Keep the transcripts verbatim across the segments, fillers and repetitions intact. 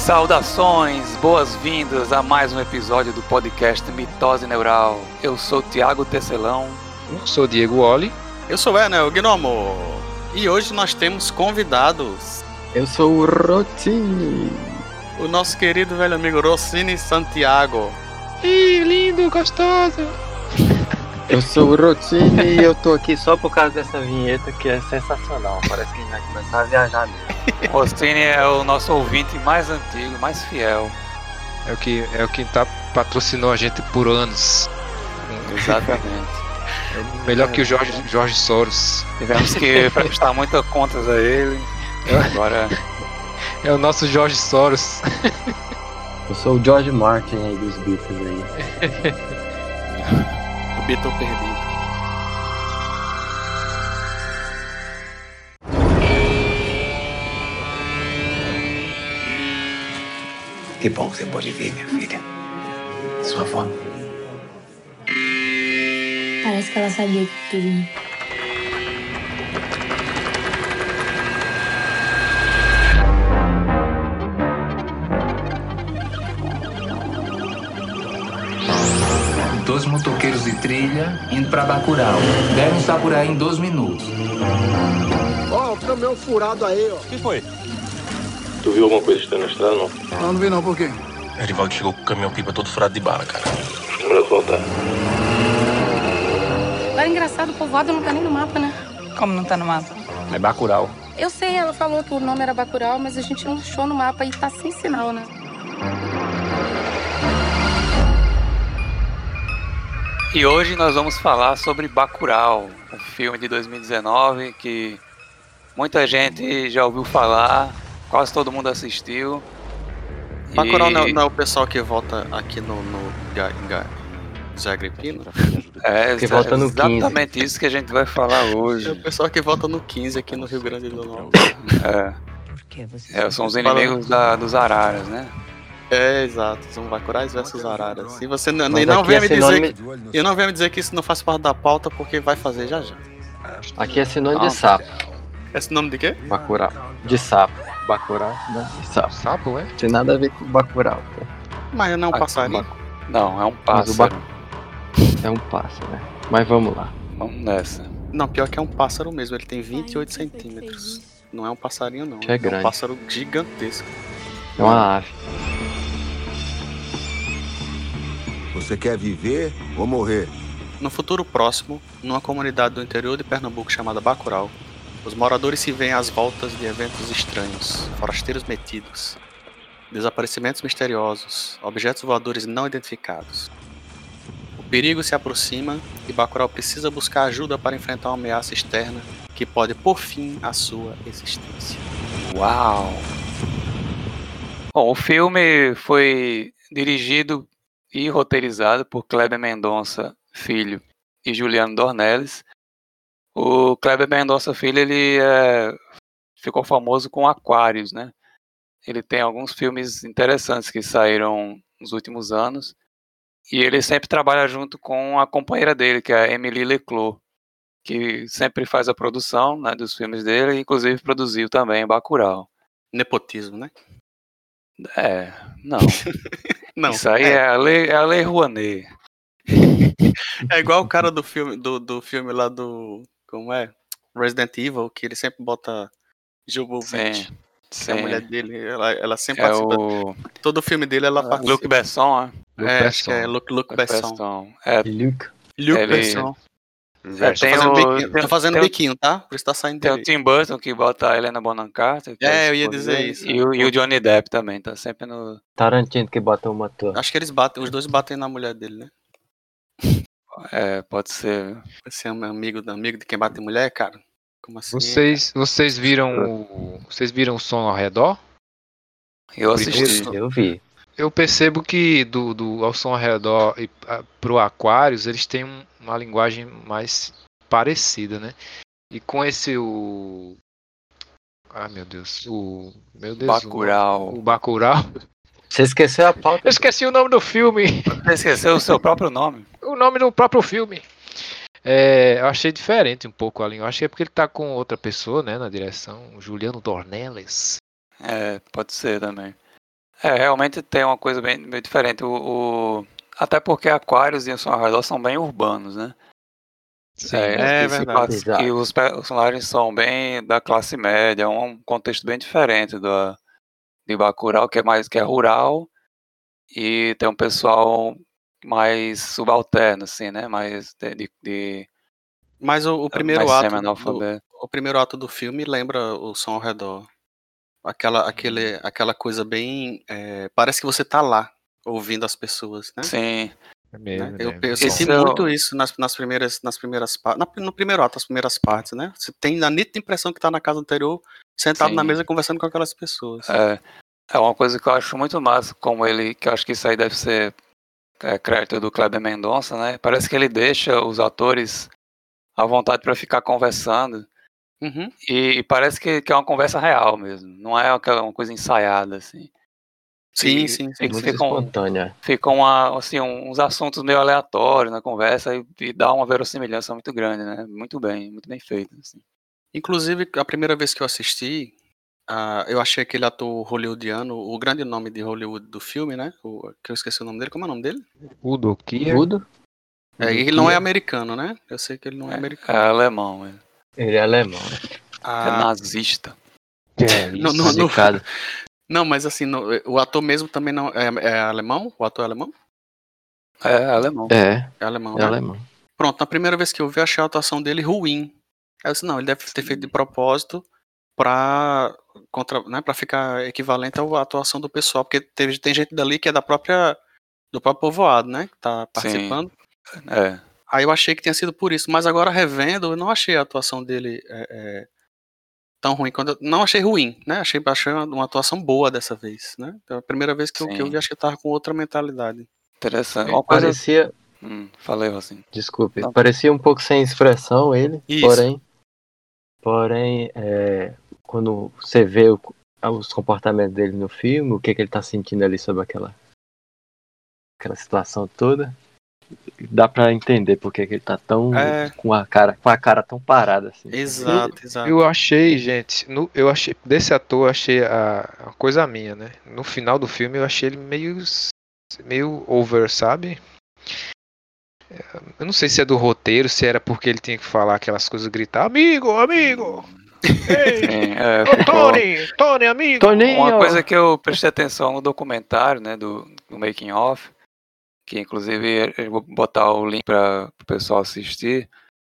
Saudações, boas-vindas a mais um episódio do podcast Mitose Neural. Eu sou Thiago Tecelão. Eu sou Diego Oli. Eu sou Enel Gnomo. E hoje nós temos convidados. Eu sou o Rossini. O nosso querido velho amigo Rossini Santiago. Ih, lindo, gostoso. Eu sou o Rossini e eu tô aqui só por causa dessa vinheta que é sensacional. Parece que a gente vai começar a viajar mesmo. Rossini é o nosso ouvinte mais antigo, mais fiel. É o que, é o que tá, patrocinou a gente por anos. Exatamente. É melhor que o Jorge, Jorge Soros. Tivemos que prestar muitas contas a ele. Agora é o nosso Jorge Soros. Eu sou o George Martin aí dos Beatles aí. O Beatle perdido. Que bom que você pode vir, minha filha. Sua avó. Parece que ela sabia de tudo. Dois motoqueiros de trilha indo pra Bacurau. Devem estar por aí em dois minutos. Ó, oh, o caminhão furado aí, ó. O que foi? Tu viu alguma coisa estranha na estrada, não? Não, não vi não, por quê? Erivaldo chegou com o caminhão-pipa todo furado de bala, cara. Melhor voltar. Agora é engraçado, o povoado não tá nem no mapa, né? Como não tá no mapa? É Bacurau. Eu sei, ela falou que o nome era Bacurau, mas a gente não achou no mapa e tá sem sinal, né? E hoje nós vamos falar sobre Bacurau, um filme de dois mil e dezenove que muita gente já ouviu falar, quase todo mundo assistiu. Bacurau e... não, é, não é o pessoal que vota aqui no, no Ga, Ga, Zagrepino? É, que vota no exatamente quinze. Isso que a gente vai falar hoje. É o pessoal que vota no quinze aqui no Rio Grande do Norte. É, é são os inimigos da, dos araras, né? É, exato, são Bacurais versus Araras. E você não, Mas e não aqui venha é me dizer sinônimo... que, e não venha me dizer que isso não faz parte da pauta, porque vai fazer já já. Aqui é sinônimo Não. de sapo. Esse nome de quê? Bacurau. De sapo. Bacurau, né? De sapo. Sapo, é? Não tem nada a ver com Bacurau. Pô. Mas não é um Ah, passarinho. Não, é um Mas o pássaro. É um pássaro, né? Mas vamos lá. Vamos nessa. Não, pior que é um pássaro mesmo, ele tem vinte e oito centímetros. Não é um passarinho, não. É É grande. um pássaro gigantesco. É uma ave. Você quer viver ou morrer? No futuro próximo, numa comunidade do interior de Pernambuco chamada Bacurau, os moradores se veem às voltas de eventos estranhos, forasteiros metidos, desaparecimentos misteriosos, objetos voadores não identificados. O perigo se aproxima e Bacurau precisa buscar ajuda para enfrentar uma ameaça externa que pode pôr fim à sua existência. Uau! Bom, o filme foi dirigido e roteirizado por Kleber Mendonça Filho e Juliano Dornelles. O Kleber Mendonça Filho, ele é, ficou famoso com Aquários, né? Ele tem alguns filmes interessantes que saíram nos últimos anos. E ele sempre trabalha junto com a companheira dele, que é a Emily Leclos, que sempre faz a produção, né, dos filmes dele, e inclusive produziu também Bacurau. Nepotismo, né? É, não. Não, Isso aí é, é a Lei, é a lei Rouanet. é igual o cara do filme, do, do filme lá do... Como é? Resident Evil, que ele sempre bota Jovovich. Sim, A sim. mulher dele, ela, ela sempre É participa. o Todo filme dele ela participa. Luc Besson, Luc É, Besson. acho que é Luc, Luc Besson. Besson. É, Luke. Luc Ele- Besson. é, Tô tem fazendo, o, biquinho, tem, tô fazendo tem o- biquinho, tá? Por isso tá saindo tem o dele. Tim Burton que bota a Helena Bonham Carter. que É, a eu ia esposa dizer dele, isso. E o, e o Johnny Depp também, tá sempre no... Tarantino que bota uma torre. Acho que eles batem, os dois batem na mulher dele, né? É, pode ser. Esse é um amigo, amigo de quem bate em mulher, cara. Como assim? Vocês, vocês viram o. Vocês viram o som ao redor? Eu Primeiro- assisti. Eu vi. Eu percebo que do, do ao som ao redor e a, pro Aquários eles têm um- uma linguagem mais parecida, né? E com esse o. Ah, meu Deus. O. Meu Deus. Bacurau. O, o Bacurau. Você esqueceu a pauta? Eu esqueci o nome do filme. Você esqueceu o seu próprio nome? O nome do próprio filme. É, eu achei diferente um pouco a língua. Eu acho que é porque ele tá com outra pessoa, né, na direção. O Juliano Dornelles. É, pode ser também. É, realmente tem uma coisa bem, bem diferente. O, o- Até porque Aquários e o Som ao Redor são bem urbanos, né? Sim. É, É e, se verdade. passa- Exato. e os pe- personagens são bem da classe média, é um contexto bem diferente do, de Bacurau, que é mais que é rural, e tem um pessoal mais subalterno, assim, né? Mais de, de, de- Mas o, o primeiro mais ato do, semi-analfabeto. o primeiro ato do filme lembra o Som ao Redor. Aquela, aquele, aquela coisa bem. é, parece que você tá lá, ouvindo as pessoas, né? Sim, É né? mesmo, é Eu, mesmo. eu É senti Isso é o- muito isso nas, nas primeiras, nas primeiras partes. No primeiro ato, as primeiras partes, né? Você tem a nítida impressão que tá na casa anterior, sentado na sim. mesa conversando com aquelas pessoas. É, é uma coisa que eu acho muito massa, como ele, que eu acho que isso aí deve ser é, crédito do Kleber Mendonça, né? Parece que ele deixa os atores à vontade para ficar conversando. Uhum. E, e parece que, que é uma conversa real mesmo, não é aquela uma coisa ensaiada, assim. Sim, E sim, sim. fica- Muito ficam, espontânea. ficam uma, assim, uns assuntos meio aleatórios na conversa e, e dá uma verossimilhança muito grande, né? Muito bem, muito bem feito. Assim. Inclusive, a primeira vez que eu assisti, ah, eu achei aquele ator hollywoodiano, o grande nome de Hollywood do filme, né? O, que eu esqueci o nome dele. Como é o nome dele? Udo Kier. Udo? É, Udo ele não é Kier. americano, né? Eu sei que ele não é É, é americano. alemão, é, Ele é alemão. é Ah, nazista. Que é no, isso? no, no- Radicado. não, mas assim, no- o ator mesmo também não é, é alemão? O ator é alemão? É, é alemão. É, É alemão, é né? alemão. Pronto, na primeira vez que eu vi, eu achei a atuação dele ruim. Aí eu disse, não, ele deve ter feito de propósito pra, contra, né, pra ficar equivalente à atuação do pessoal, porque teve, tem gente dali que é da própria, do próprio povoado, né, que tá Sim, participando. é. Aí eu achei que tinha sido por isso, mas agora revendo, eu não achei a atuação dele é, é, tão ruim. Quando eu, não achei ruim, né, achei, achei uma, uma atuação boa dessa vez, né. Então, a primeira vez que eu, que eu Sim, vi, acho que eu tava com outra mentalidade. interessante. É, Uma coisa. parecia, Hum, falei assim. desculpe, Não, parecia um pouco sem expressão ele, Isso. porém, porém, é, quando você vê o- os comportamentos dele no filme, o que, que ele tá sentindo ali sobre aquela, aquela situação toda, dá pra entender por que que ele tá tão É, com a cara, com a cara tão parada assim. exato, exato. Eu achei, gente, no, eu achei desse ator, eu achei a, a coisa minha, né? No final do filme eu achei ele meio meio over, sabe? Eu não sei se é do roteiro, se era porque ele tinha que falar aquelas coisas, gritar, amigo, amigo! Ei! sim, é, Ô, ficou. Tony! Tony, amigo! Uma Toninho! coisa que eu prestei atenção no documentário, né, do, do Making Of, que inclusive eu vou botar o link para o pessoal assistir,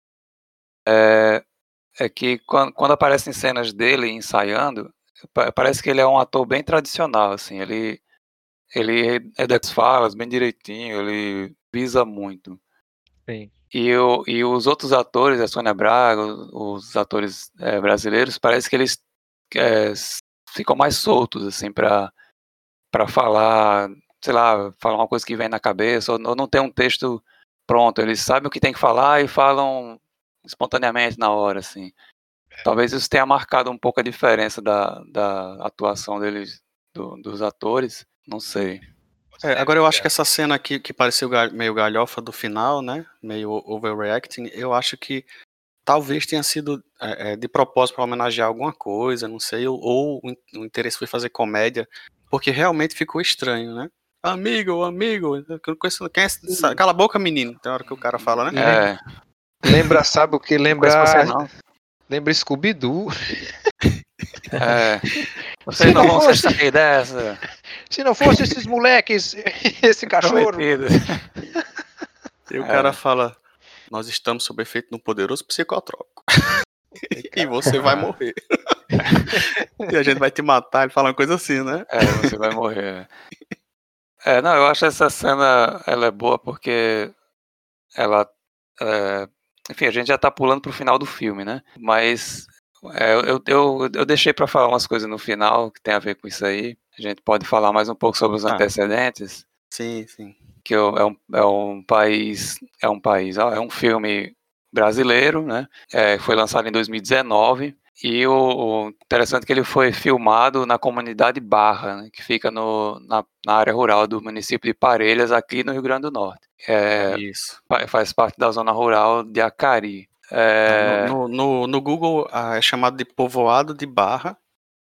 é, é que quando, quando aparecem cenas dele ensaiando, pa- parece que ele é um ator bem tradicional, assim, ele, ele é das falas bem direitinho, ele visa muito. Sim. E, o, e os outros atores, a Sônia Braga, os, os atores é, brasileiros, parece que eles é, s- ficam mais soltos, assim, para para falar, sei lá, falar uma coisa que vem na cabeça, ou, ou não tem um texto pronto, eles sabem o que tem que falar e falam espontaneamente na hora, assim. Talvez isso tenha marcado um pouco a diferença da, da atuação deles, do- dos atores, não sei. É, agora eu acho que essa cena aqui que pareceu ga- meio galhofa do final, né? Meio overreacting, eu acho que talvez tenha sido é, é, de propósito para homenagear alguma coisa, não sei, ou, ou o in- o interesse foi fazer comédia, porque realmente ficou estranho, né? Amigo, amigo, eu não conheço, quem é esse- cala a boca, menino, tem hora que o cara fala, né? Lem- É, Lembra, sabe o que? não conheço você Lembra, não. lembra Scooby-Doo. É, vocês Se não não vão fosse, sair dessa, se não fosse esses moleques, esse cachorro. prometido. E o É. cara fala, nós estamos sob efeito de um poderoso psicotrópico. E você vai morrer. E a gente vai te matar, ele fala uma coisa assim, né? É, você vai morrer. É, não, eu acho essa cena, ela é boa porque ela, é, enfim, a gente já tá pulando pro final do filme, né? Mas é, eu, eu, eu deixei pra falar umas coisas no final que tem a ver com isso aí. A gente pode falar mais um pouco sobre os Tá. antecedentes, Sim, sim. que é um, é um país, é um país, ó, é um filme brasileiro, né? É, foi lançado em dois mil e dezenove. E o, o interessante é que ele foi filmado na comunidade Barra, né, que fica no, na, na área rural do município de Parelhas, aqui no Rio Grande do Norte. É, Isso. fa- faz parte da zona rural de Acari. Então, É, no, no, no, no Google ah, é chamado de povoado de Barra.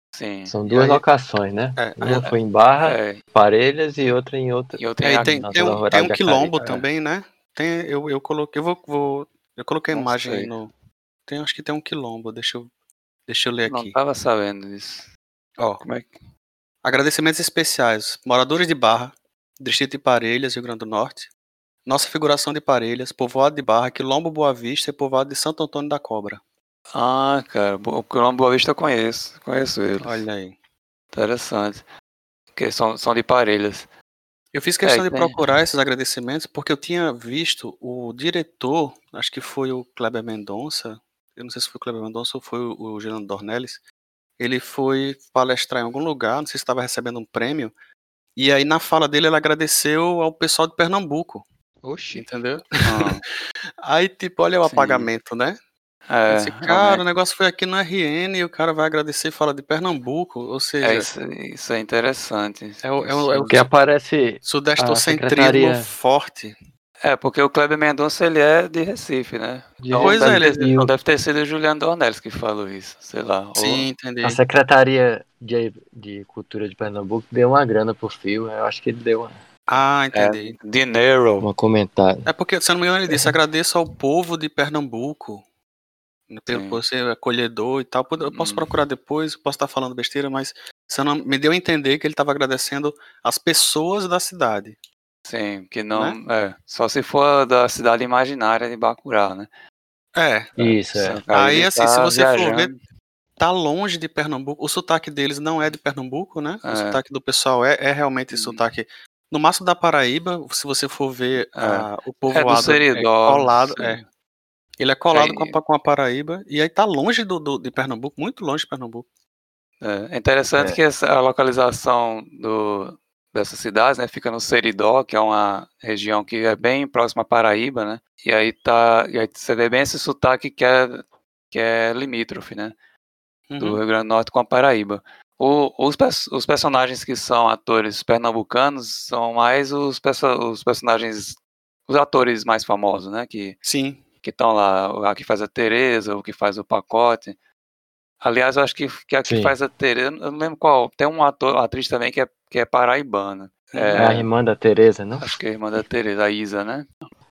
Sim. São E duas aí- locações, né? É, Uma aí- foi em Barra, É, Parelhas, e outra em outra. e outra É, em e tem, na tem zona um, rural tem um de Acari. quilombo É. também, né? Tem, eu, eu coloquei, eu vou, vou- eu coloquei a Não imagem aí sei. no. Tem, acho que tem um quilombo, deixa eu, deixa eu ler Não aqui. tava sabendo disso. Ó, Como é que. agradecimentos especiais. Moradores de Barra, Distrito de Parelhas, Rio Grande do Norte. Nossa figuração de Parelhas, Povoado de Barra, Quilombo Boa Vista e Povoado de Santo Antônio da Cobra. Ah, cara, o Quilombo Boa Vista eu conheço. Conheço eles. Olha aí. Interessante. Porque são, são de Parelhas. Eu fiz É, questão e de tem- procurar esses agradecimentos porque eu tinha visto o diretor, acho que foi o Kleber Mendonça, eu não sei se foi o Kleber Mendonça ou foi o, o Gerando Dornelles, ele foi palestrar em algum lugar, não sei se estava recebendo um prêmio, e aí na fala dele ele agradeceu ao pessoal de Pernambuco, Oxi. entendeu? Ah, Aí tipo, olha o sim. apagamento, né? Eu É, disse, cara, o realmente. negócio foi aqui no R N e o cara vai agradecer e fala de Pernambuco, ou É, seja, isso, isso é interessante. é o, é o, é o Porque aparece a sudestocentrismo Secretaria forte. É, porque o Kleber Mendonça, ele é de Recife, né? de Então Pois é, deve ele- ter, e então o- deve ter sido o Juliano Dornelles que falou isso, sei lá. Sim, Ou, a entendi. Secretaria de, de Cultura de Pernambuco deu uma grana pro filme. Eu acho que ele deu uma, Ah, é, entendi. dinheiro. uma comentário. É porque, se eu não me engano, ele disse: agradeço ao povo de Pernambuco né, pelo Sim. por ser acolhedor e tal. Eu posso Hum. procurar depois, posso estar falando besteira, mas você não me deu a entender que ele estava agradecendo as pessoas da cidade. Sim, que não. É, só se for da cidade imaginária de Bacurau, né? É. Isso, é. Só que aí Aí, ele assim, se tá você for ver, viajando. tá longe de Pernambuco. O sotaque deles não é de Pernambuco, né? O É. sotaque do pessoal é, é realmente esse Uhum. sotaque. No máximo da Paraíba, se você for ver É. a, o É do povoado é Seridó. colado. sim. É, ele é colado É, com a, com a Paraíba. E aí tá longe do, do- de Pernambuco, muito longe de Pernambuco. É, é interessante É. que essa, a localização do, dessas cidades, né, fica no Seridó, que é uma região que é bem próxima à Paraíba, né? E aí tá, e aí você vê bem esse sotaque que é que é limítrofe, né, do Uhum. Rio Grande do Norte com a Paraíba. O, os, pers- os personagens que são atores pernambucanos são mais os, perso- os personagens, os atores mais famosos, né, que Sim. que estão lá, a que faz a Teresa, o que faz o Pacote. Aliás, eu acho que, que a que Sim. faz a Tereza, eu não lembro qual, tem uma ator, atriz também que é, que é paraibana. Uhum. É a É, irmã da Tereza, não? acho que é a irmã da Tereza, a Isa, né?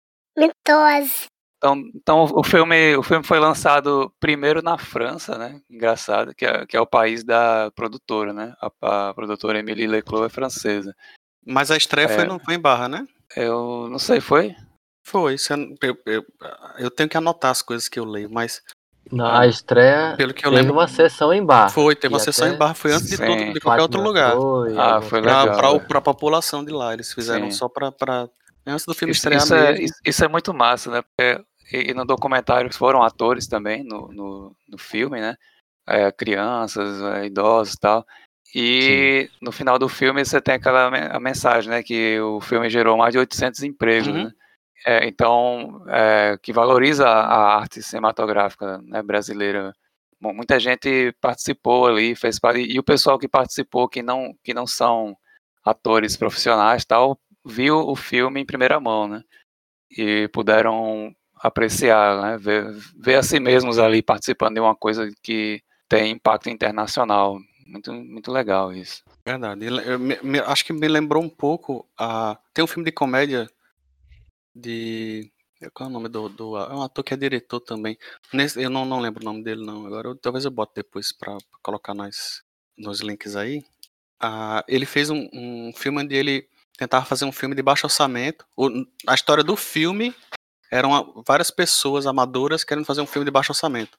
Mentos. Então, então o filme, o filme foi lançado primeiro na França, né? Engraçado, que é, que é o país da produtora, né? A, a produtora Emily Leclerc é francesa. Mas a estreia foi, É. no, foi em Barra, né? Eu não sei, foi? Foi. Você, eu, eu, eu tenho que anotar as coisas que eu leio, mas Na estreia pelo que eu teve lembro, uma sessão em Barra. foi. Teve E uma sessão até em Barra, foi antes de tudo, Sim. de qualquer outro Fátima lugar. foi, Ah, algumas foi Pra, legal. pra, é. o- pra população de lá. Eles fizeram Sim. só pra, pra. Antes do filme Isso, estrear isso é, mesmo. isso, isso é muito massa, né? Porque, e, e no documentário foram atores também no, no, no filme, né? É, crianças, é, idosos e tal. E no final do filme você tem aquela me- a mensagem, né? Que o filme gerou mais de oitocentos empregos, Uhum. né? É, então, é, que valoriza a a arte cinematográfica, né, brasileira. Mu- Muita gente participou ali, fez parte, e o pessoal que participou, que não, que não são atores profissionais, tal, viu o filme em primeira mão, né? E puderam apreciar, né? Ver, ver a si mesmos ali participando de uma coisa que tem impacto internacional. Muito, muito legal isso. Verdade. Ele- eu me- me- acho que me lembrou um pouco. A, tem um filme de comédia de. Qual é o nome do. do é um ator que é diretor também. Nesse, eu não, não lembro o nome dele, não. Agora eu- talvez eu bote depois pra, pra colocar nas, nos links aí. Ah, ele fez um, um filme onde ele tentava fazer um filme de baixo orçamento. O- a história do filme eram a- várias pessoas amadoras querendo fazer um filme de baixo orçamento.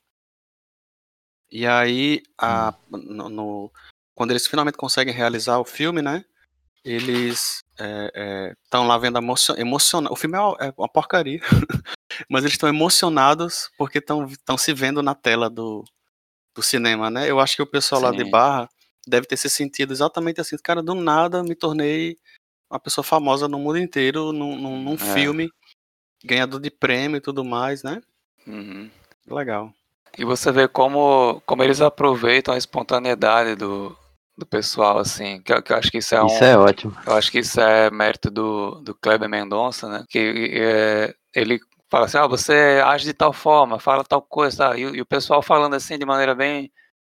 E aí, a, no, no- quando eles finalmente conseguem realizar o filme, né? Eles estão lá vendo emocio, emocionados. O filme é uma, é uma porcaria, mas eles estão emocionados porque estão se vendo na tela do, do cinema, né? Eu acho que o pessoal lá de Sim. Barra deve ter se sentido exatamente assim. Cara, do nada me tornei uma pessoa famosa no mundo inteiro, num, num, num É. filme, ganhador de prêmio e tudo mais, né? Uhum. Legal. E você vê como, como eles aproveitam a espontaneidade do, do pessoal, assim, que, eu- que eu acho que isso é Isso um, é ótimo. eu acho que isso é mérito do, do Kleber Mendonça, né? Que é, ele fala assim, ah, você age de tal forma, fala tal coisa, tá? E, e o pessoal falando assim de maneira bem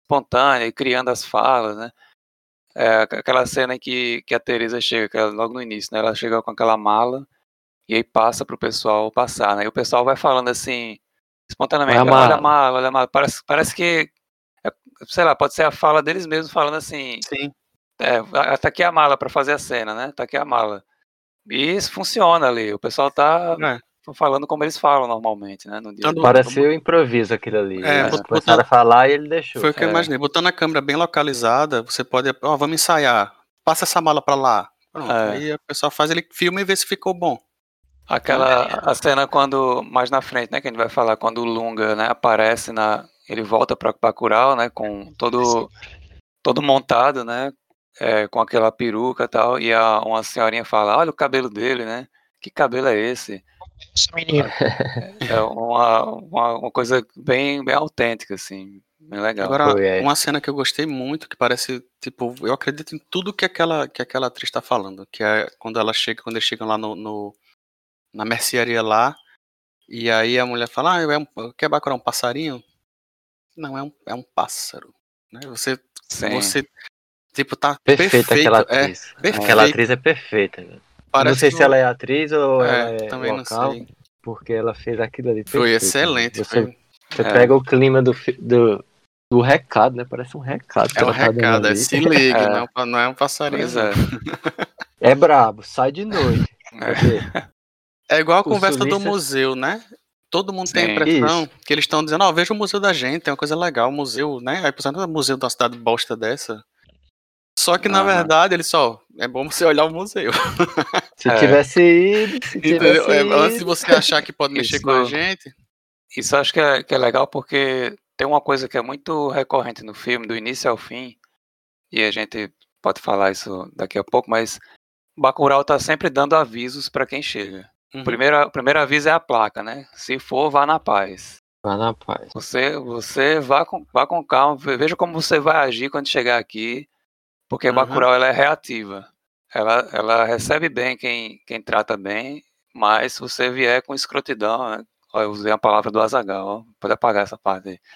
espontânea e criando as falas, né? É, aquela cena em que, que a Teresa chega, que é logo no início, né? Ela chega com aquela mala e aí passa pro pessoal passar, né? E o pessoal vai falando assim, espontaneamente, Olha a olha a mala. mala, olha a mala. Parece, parece que, é, sei lá, pode ser a fala deles mesmos falando assim, Sim. é, ah, tá aqui a mala pra fazer a cena, né? Tá aqui a mala. E isso funciona ali, o pessoal tá É. falando como eles falam normalmente, né? No dia a Tanto- dia. Pareceu improviso aquilo ali. É, Eles bot- começaram a falar e ele deixou. Foi o que eu É. imaginei. Botando a câmera bem localizada, você pode. Ó, vamos ensaiar. Passa essa mala pra lá. Pronto. É. Aí a pessoa faz, ele filma e vê se ficou bom. Aquela a cena quando, mais na frente, né, que a gente vai falar, quando o Lunga, né, aparece na, ele volta para Bacurau, né, com todo todo montado, né, é, com aquela peruca e tal, e a, uma senhorinha fala, olha o cabelo dele, né, que cabelo é esse? Esse menino. É uma, uma, uma coisa bem, bem autêntica, assim, bem legal. Agora, Foi, é. uma cena que eu gostei muito, que parece, tipo, eu acredito em tudo que aquela, que aquela atriz tá falando, que é quando ela chega, quando eles chegam lá no, no- na mercearia lá, e aí a mulher fala, ah, é um, quer Bacurau, um passarinho? Não, é um, é um pássaro, né? Você, Sim. você, tipo, tá Perfeita perfeito, aquela é, atriz. perfeito. Aquela atriz é perfeita. Né? Parece Não sei que se o- ela é atriz ou É, ela é também não local, sei. porque ela fez aquilo ali Foi perfeito. excelente, Né? Você, foi- você É. pega o clima do, fi- do, do recado, né? Parece um recado. que É um ela tá dando recado, é ali. se ligue, É. não, é um- não é um passarinho, Pois não. é. É brabo, sai de noite. Cadê? É igual a Os conversa do sulistas- museu, né? Todo mundo tem a Sim. impressão Isso. que eles estão dizendo, ó, veja o museu da gente, é uma coisa legal, o museu, né? Aí pensando, ah, museu de uma cidade bosta dessa. Só que, na Aham. verdade, eles só, é bom você olhar o museu. Se É. tivesse ido, se Entendeu? tivesse É, ido. antes de você achar que pode mexer com a Isso- gente. Isso eu acho que é, que é legal porque tem uma coisa que é muito recorrente no filme, do início ao fim, e a gente pode falar isso daqui a pouco, mas Bacurau tá sempre dando avisos para quem chega. Uhum. Primeiro, o primeiro aviso é a placa, né? Se for, vá na paz. Vá na paz. Você, você vá, com, vá com calma, ve- veja como você vai agir quando chegar aqui, porque Uhum. Bacurau ela é reativa. Ela, ela recebe bem quem, quem trata bem, mas se você vier com escrotidão, né? Ó, eu usei a palavra do Azaghal, ó, pode apagar essa parte aí.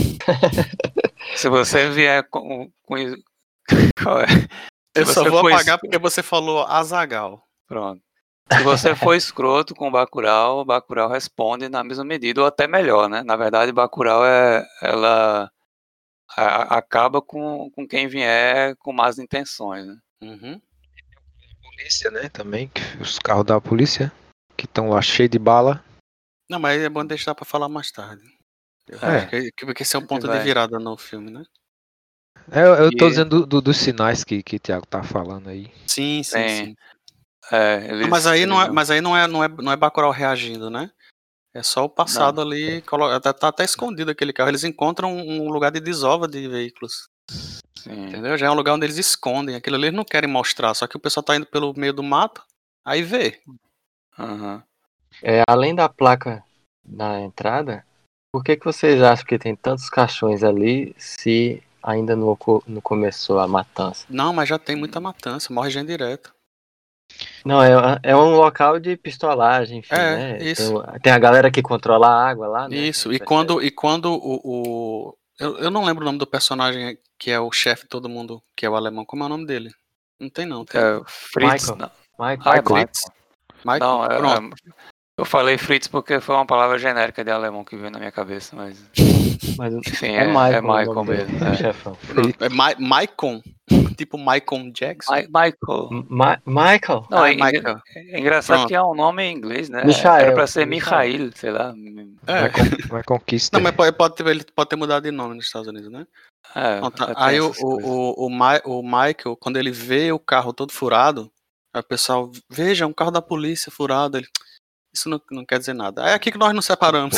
Se você vier com, com qual é? Eu Se só você vou for apagar es- porque você falou Azaghal. Pronto. Se você for escroto com Bacurau, Bacurau responde na mesma medida, ou até melhor, né? Na verdade, Bacurau é, ela a- acaba com, com quem vier com más intenções, né? Uhum. Polícia, né? Também. que Os carros da polícia. Que estão lá cheios de bala. Não, mas é bom deixar pra falar mais tarde. Eu É. acho que, que- porque esse é um A gente ponto de vai- virada no filme, né? É, eu, eu tô E- dizendo do- do- dos sinais que, que o Thiago tá falando aí. Sim, sim, Sim. sim. É, eles, Não, mas aí não é, eles mas aí não é, não é, não é Bacurau reagindo, né? É só o passado ali, colo- tá, tá até escondido aquele carro. Eles encontram um lugar de desova de veículos, Sim. entendeu? Já é um lugar onde eles escondem. Aquilo ali eles não querem mostrar, só que o pessoal tá indo pelo meio do mato, aí vê. Aham. É, além da placa na entrada, por que, que vocês acham que tem tantos caixões ali se ainda não, oco- não começou a matança? Não, mas já tem muita matança, morre gente direto. Não, é, é um local de pistolagem, enfim, É, né? isso. Tem, o- tem a galera que controla a água lá, né? Isso, Você e percebe? quando, e quando o. o- eu, eu não lembro o nome do personagem que é o chefe de todo mundo, que é o alemão. Como é o nome dele? Não tem, não. Tem. É, Fritz, Michael. não. Michael. Ah, é Michael. Michael. Michael? Não, é, Pronto. é, eu falei Fritz porque foi uma palavra genérica de alemão que veio na minha cabeça, mas Mas enfim, é, é, Michael, é o Michael nome dele, mesmo. o É. chefão. Pronto. É Mi- Maicon. Tipo Michael Jackson. Mi- Michael. Ma- Michael? Não, Ah, é, é engra- Michael. é engraçado Pronto. que é um nome em inglês, né? Michael, Era pra ser Michael. Michael, sei lá. É. Vai, con- vai conquista. Não, mas pode, pode ter, ele pode ter mudado de nome nos Estados Unidos, né? É, Pronto, é, tem aí o, essas coisas. o, o, o, Mi- o Michael, quando ele vê o carro todo furado, aí o pessoal, veja, um carro da polícia furado. Ele, isso não, não quer dizer nada. É aqui que nós nos separamos.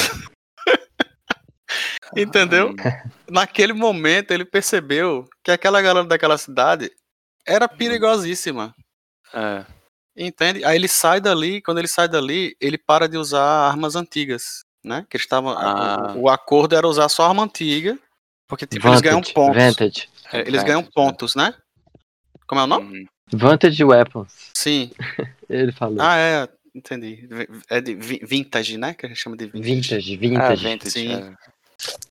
Entendeu? Hum, Naquele momento ele percebeu que aquela galera daquela cidade era perigosíssima. é. Entende? Aí ele sai dali, quando ele sai dali, ele para de usar armas antigas, né? Que eles estavam, Ah. o, o acordo era usar só arma antiga, porque tipo, eles ganham Vantage. pontos. Vantage. É, eles ganham pontos, né? Como é o nome? Uhum. Vantage Weapons. Sim. Ele falou. Ah, é, entendi. É de vi- vintage, né? Que a gente chama de vintage. Vintage, Ah, vintage. vintage. Sim. É.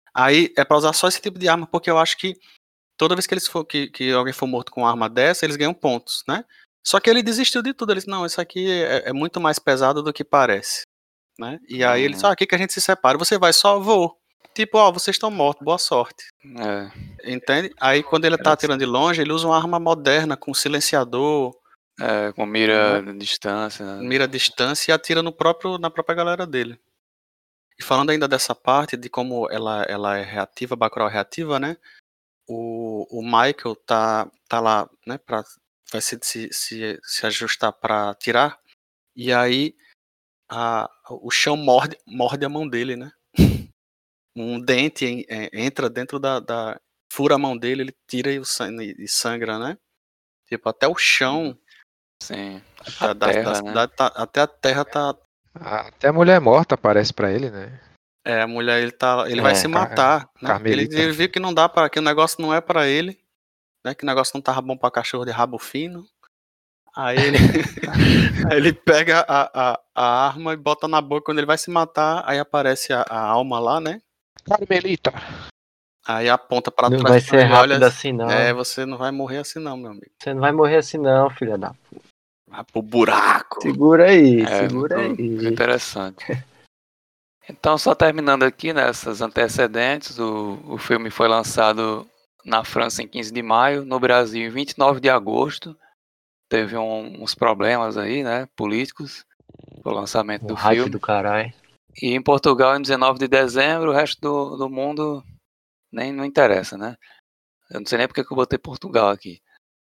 Aí é pra usar só esse tipo de arma, porque eu acho que toda vez que eles for, que, que alguém for morto com uma arma dessa, eles ganham pontos, né? Só que ele desistiu de tudo. Ele disse, não, isso aqui é, é muito mais pesado do que parece, né? E aí ele disse, ah, aqui que a gente se separa. Você vai só, vou. Tipo, ó, vocês estão mortos, boa sorte. É. Entende? Aí quando ele tá atirando de longe, ele usa uma arma moderna com silenciador. É, com mira de distância. Né? Mira a distância e atira no próprio, na própria galera dele. E falando ainda dessa parte de como ela, ela é reativa, Bacurau é reativa, né? O, o Michael tá, tá lá, né? Pra, vai se, se, se, se ajustar pra atirar. E aí a, o chão morde, morde a mão dele, né? Um dente em, é, entra dentro da, da. Fura a mão dele, ele tira e, o sangue, e sangra, né? Tipo, até o chão. Sim. Da, A da, terra, da né? cidade tá, até a terra tá. Até a mulher morta aparece pra ele, né? É, a mulher, ele tá. Ele É, vai se matar, Car- né? Ele, Carmelita. ele viu que não dá para, que o negócio não é pra ele, né? Que o negócio não tava bom pra cachorro de rabo fino. Aí ele, aí ele pega a, a, a arma e bota na boca. Quando ele vai se matar, aí aparece a, a alma lá, né? Carmelita. Aí aponta pra Não trás. vai Quando ser ele olha, rápido assim, não. É, você não vai morrer assim não, meu amigo. Você não vai morrer assim, não, filha da puta. Vai pro buraco. Segura aí, É, segura muito, muito aí. interessante. Então, só terminando aqui nessas antecedentes, o, o filme foi lançado na França em quinze de maio, no Brasil em vinte e nove de agosto. Teve um, uns problemas aí, né, políticos, o lançamento O do hype filme. do caralho. E em Portugal em dezenove de dezembro, o resto do, do mundo nem não interessa, né? Eu não sei nem porque que eu botei Portugal aqui.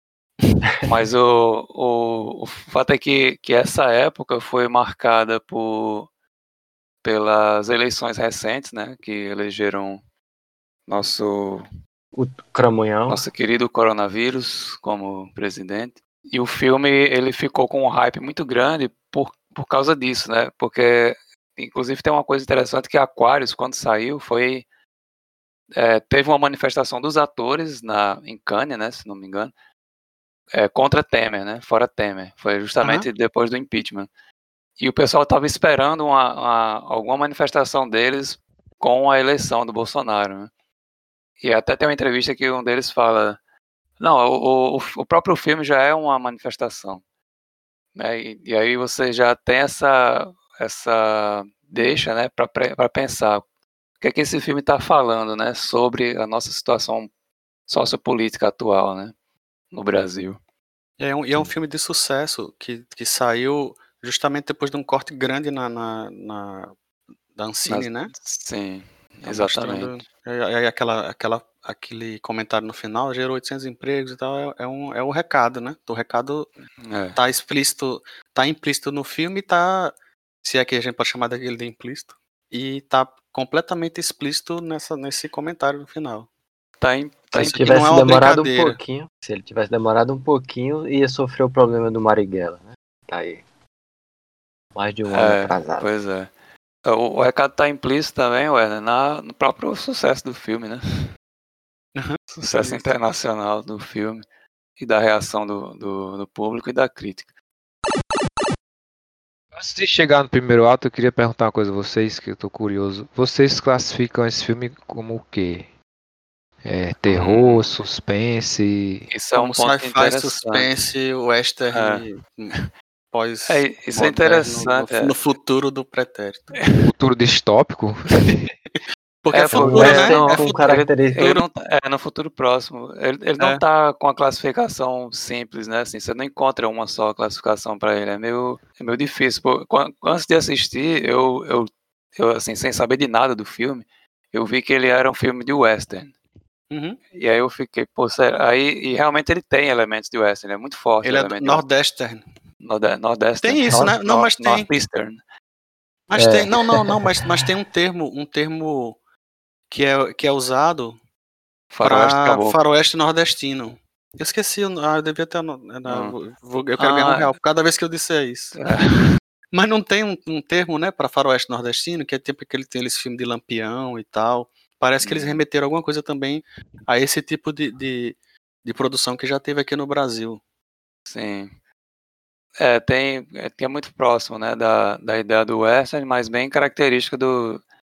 Mas o, o, o fato é que, que essa época foi marcada por, pelas eleições recentes, né? Que elegeram nosso, O Cramunhão. nosso querido coronavírus como presidente. E o filme ele ficou com um hype muito grande por, por causa disso, né? Porque, inclusive, tem uma coisa interessante que Aquarius, quando saiu, foi... É, teve uma manifestação dos atores na, em Cannes, né? Se não me engano. É, contra Temer, né? Fora Temer. Foi justamente uhum. depois do impeachment. E o pessoal estava esperando uma, uma, alguma manifestação deles com a eleição do Bolsonaro, né? E até tem uma entrevista que um deles fala, não, o, o, o próprio filme já é uma manifestação, né? E, e aí você já tem essa, essa deixa, né, para pensar o que é que esse filme está falando, né, sobre a nossa situação sociopolítica atual, né, no Brasil. E é um, e é um filme de sucesso que, que saiu justamente depois de um corte grande na, na, na da Ancine, Nas, né? Sim, tá exatamente. Aí aquela, aquela, aquele comentário no final gerou oitocentos empregos e tal, é, é, um, é o recado, né? O recado é. tá explícito, tá implícito no filme e tá, se é que a gente pode chamar daquele de implícito, e tá completamente explícito nessa, nesse comentário no final. Tá em, tá se ele tivesse é demorado um pouquinho, se ele tivesse demorado um pouquinho, ia sofrer o problema do Marighella, né? Tá aí. Mais de um é, ano atrasado. Pois é. O, o recado tá implícito também, Werner, na, no próprio sucesso do filme, né? Uhum. Sucesso internacional do filme e da reação do, do, do público e da crítica. Antes de chegar no primeiro ato, eu queria perguntar uma coisa a vocês, que eu tô curioso. Vocês classificam esse filme como o quê? É, terror, hum. suspense? Isso é um ponto sci-fi, suspense, western, é. pós é, isso moderno, é interessante. No, é. no futuro do pretérito. Futuro distópico? Porque é, é futuro, é, né? Não, é com futuro. Ele, ele não, é no futuro próximo. Ele, ele não é. tá com a classificação simples, né? Assim, você não encontra uma só classificação para ele. É meio, é meio difícil. Pô, antes de assistir, eu, eu, eu, assim, sem saber de nada do filme, eu vi que ele era um filme de western. Uhum. E aí eu fiquei, pô, sério. Aí, e realmente ele tem elementos de western, ele é muito forte. Ele é nordestern. Nord Nordestern. Tem isso, Nord né? Não, mas tem. Northeastern. Mas é. tem, não, não, não, mas, mas tem um termo, um termo que é, que é usado para faroeste nordestino. Eu esqueci, ah, eu devia ter, hum. eu quero ah, ganhar um real cada vez que eu disser isso. É. Mas não tem um, um termo, né, para faroeste nordestino, que é tipo aquele tem esse filme de Lampião e tal. Parece hum. que eles remeteram alguma coisa também a esse tipo de, de, de produção que já teve aqui no Brasil. Sim. É, tem, é, que é muito próximo, né, da, da ideia do western, mas bem característica do,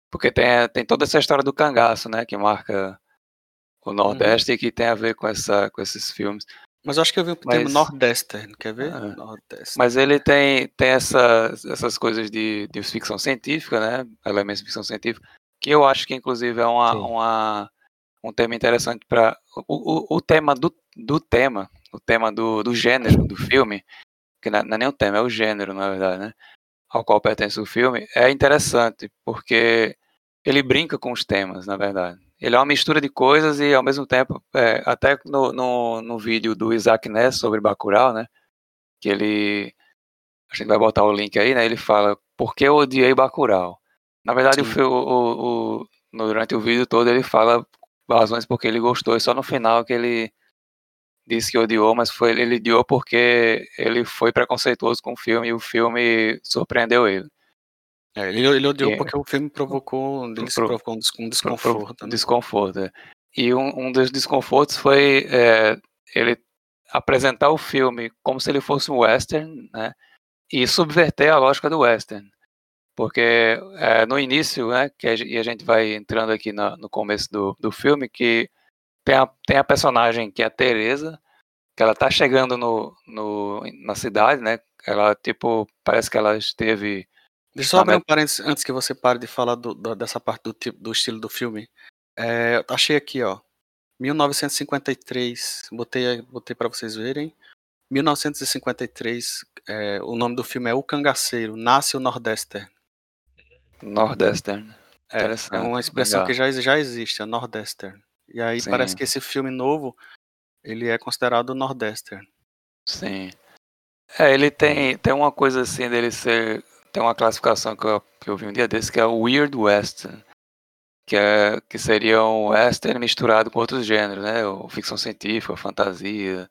Porque tem, tem toda essa história do cangaço, né? Que marca o Nordeste uhum. e que tem a ver com, essa, com esses filmes. Mas eu acho que eu vi o termo mas, Nordestern, quer ver? É, Nordestern. Mas ele tem, tem essa, essas coisas de, de ficção científica, né? Elementos de ficção científica, que eu acho que inclusive é uma, uma, um tema interessante para o, o, o tema do, do tema, o tema do, do gênero do filme, que não é nem o tema, é o gênero, na verdade, né? Ao qual pertence o filme, é interessante, porque ele brinca com os temas, na verdade. Ele é uma mistura de coisas e, ao mesmo tempo, é, até no, no, no vídeo do Isaac Ness sobre Bacurau, né, que ele, a gente vai botar o link aí, né, ele fala, por que eu odiei Bacurau? Na verdade, o, o, o, durante o vídeo todo ele fala razões porque ele gostou, e só no final que ele disse que odiou, mas foi, ele odiou porque ele foi preconceituoso com o filme e o filme surpreendeu ele. É, ele, ele odiou e, porque o filme provocou, ele pro, provocou um, um desconforto. Pro, né? Desconforto, é. E um, um dos desconfortos foi é, ele apresentar o filme como se ele fosse um western, né, e subverter a lógica do western. Porque é, no início, né, que a, e a gente vai entrando aqui na, no começo do, do filme, que tem a, tem a personagem que é a Teresa, que ela tá chegando no, no, na cidade, né, ela, tipo, parece que ela esteve... Deixa eu só abrir um parênteses antes que você pare de falar do, do, dessa parte do, tipo, do estilo do filme. É, achei aqui, ó, mil novecentos e cinquenta e três, botei, botei para vocês verem. mil novecentos e cinquenta e três, é, o nome do filme é O Cangaceiro, Nasce o Nordestern. Nordestern. É, é uma expressão Legal. que já, já existe, é Nordestern. E aí Sim. parece que esse filme novo, ele é considerado Nordestern. Sim. É, ele tem, tem uma coisa assim dele ser... Tem uma classificação que eu, que eu vi um dia desse, que é o Weird Western, que, é, que seria um western misturado com outros gêneros, né? O ficção científica, fantasia,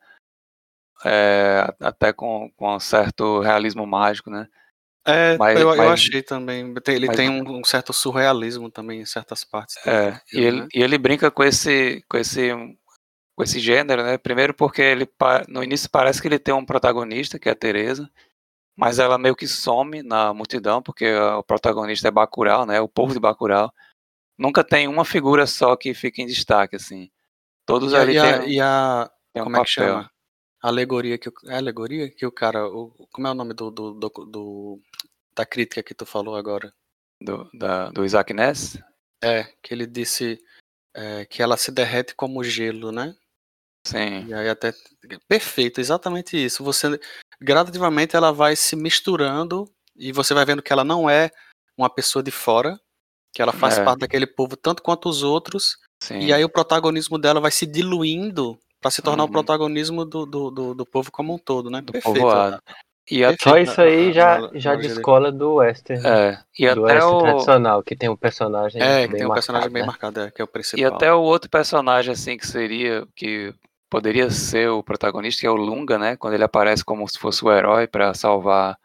é, até com, com um certo realismo mágico, né? É, mas, eu, mas, eu achei também. Ele mas, tem um, um certo surrealismo também em certas partes. Do, é, do filme, e, ele, né? e ele brinca com esse, com esse, com esse gênero, né? Primeiro porque ele, no início parece que ele tem um protagonista, que é a Teresa, mas ela meio que some na multidão, porque o protagonista é Bacurau, né? O povo de Bacurau. Nunca tem uma figura só que fica em destaque, assim. Todos e ali a, tem, e a, tem um como é que papel. chama? A alegoria que o, é alegoria que o cara, o, como é o nome do, do, do, do da crítica que tu falou agora? Do, da, do Isaac Ness? É, que ele disse é, que ela se derrete como gelo, né? Sim. E aí até perfeito, exatamente isso. Você gradativamente ela vai se misturando e você vai vendo que ela não é uma pessoa de fora, que ela faz É. parte daquele povo tanto quanto os outros. Sim. E aí o protagonismo dela vai se diluindo para se tornar uhum. o protagonismo do, do, do, do povo como um todo, né? Do Perfeito. povoado. E Perfeito. Só isso aí já, já descola do western. É. E do até western o... tradicional, que tem um personagem é, bem que tem um marcado, personagem bem né? marcado, é, que é o principal. E até o outro personagem, assim, que seria, que poderia ser o protagonista, que é o Lunga, né? Quando ele aparece como se fosse o herói para salvar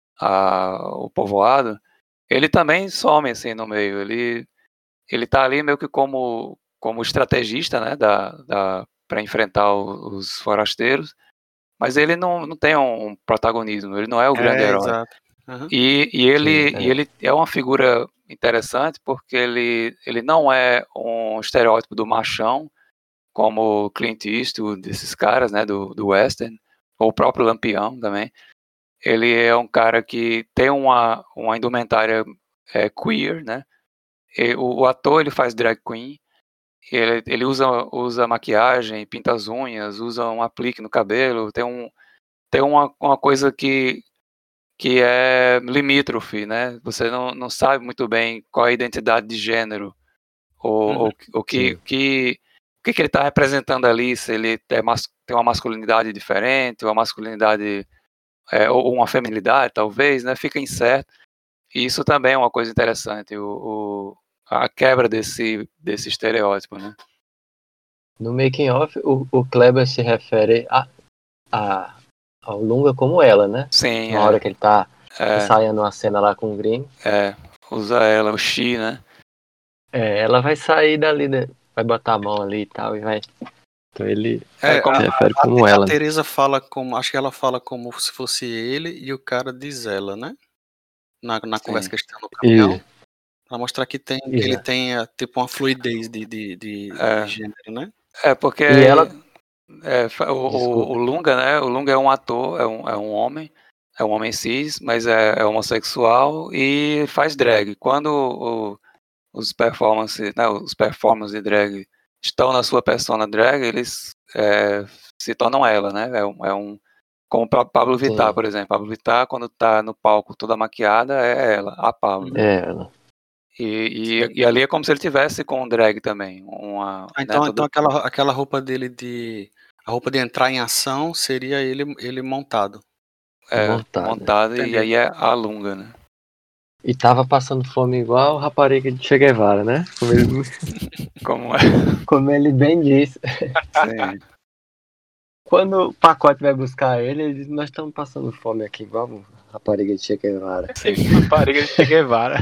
a, o povoado, ele também some, assim, no meio. Ele, ele tá ali meio que como, como estrategista, né? Da, da, para enfrentar o, os forasteiros, mas ele não, não tem um protagonismo, ele não é o grande é, herói. Exato. Uhum. E, e, ele, Sim, é. e ele é uma figura interessante porque ele, ele não é um estereótipo do machão, como Clint Eastwood, desses caras, né, do, do western, ou o próprio Lampião também. Ele é um cara que tem uma, uma indumentária é, queer, né? E o, o ator ele faz drag queen, ele, ele usa, usa maquiagem, pinta as unhas, usa um aplique no cabelo, tem, um, tem uma, uma coisa que que é limítrofe, né? Você não, não sabe muito bem qual é a identidade de gênero, ou, Uhum. ou, ou que, que, o que, que ele está representando ali, se ele é mas, tem uma masculinidade diferente, ou uma masculinidade, é, ou uma feminilidade, talvez, né? Fica incerto. E isso também é uma coisa interessante, o, o, a quebra desse, desse estereótipo, né? No making of, o, o Kleber se refere a, a ao Lunga como ela, né? Sim, Na é. hora que ele tá É. ensaiando uma cena lá com o gringo. É, usa ela, o Xi, né? É, ela vai sair dali, né? Vai botar a mão ali e tal, e vai... Então ele é, como, a, se refere a, como a, ela. A Teresa fala como, acho que ela fala como se fosse ele e o cara diz ela, né? Na, na conversa que eles estão no caminhão. E... Pra mostrar que, tem, que Yeah. ele tenha, tipo, uma fluidez de, de, de, É. de gênero, né? É, porque E ela. é, fa- o, o, Desculpa. o Lunga, né? O Lunga é um ator, é um, é um homem, é um homem cis, mas é, é homossexual e faz drag. Quando o- os performances, né, os performers de drag estão na sua persona drag, eles é, se tornam ela, né? É um, é um como o próprio Pablo Vittar, Sim. por exemplo. Pablo Vittar, quando tá no palco toda maquiada, é ela, a Pablo. Uhum. É ela. E, e, e ali é como se ele tivesse com um drag também, uma, Ah, né, então, todo- então aquela, aquela roupa dele de. A roupa de entrar em ação seria ele, ele montado. é, Montada. montado e Entendi. aí é a Lunga, né? E tava passando fome igual rapariga de Che Guevara, né? Como ele, Como é? como ele bem disse. Sim. Quando o pacote vai buscar ele, ele diz: nós estamos passando fome aqui, igual rapariga de Che Guevara. Rapariga de Che Guevara.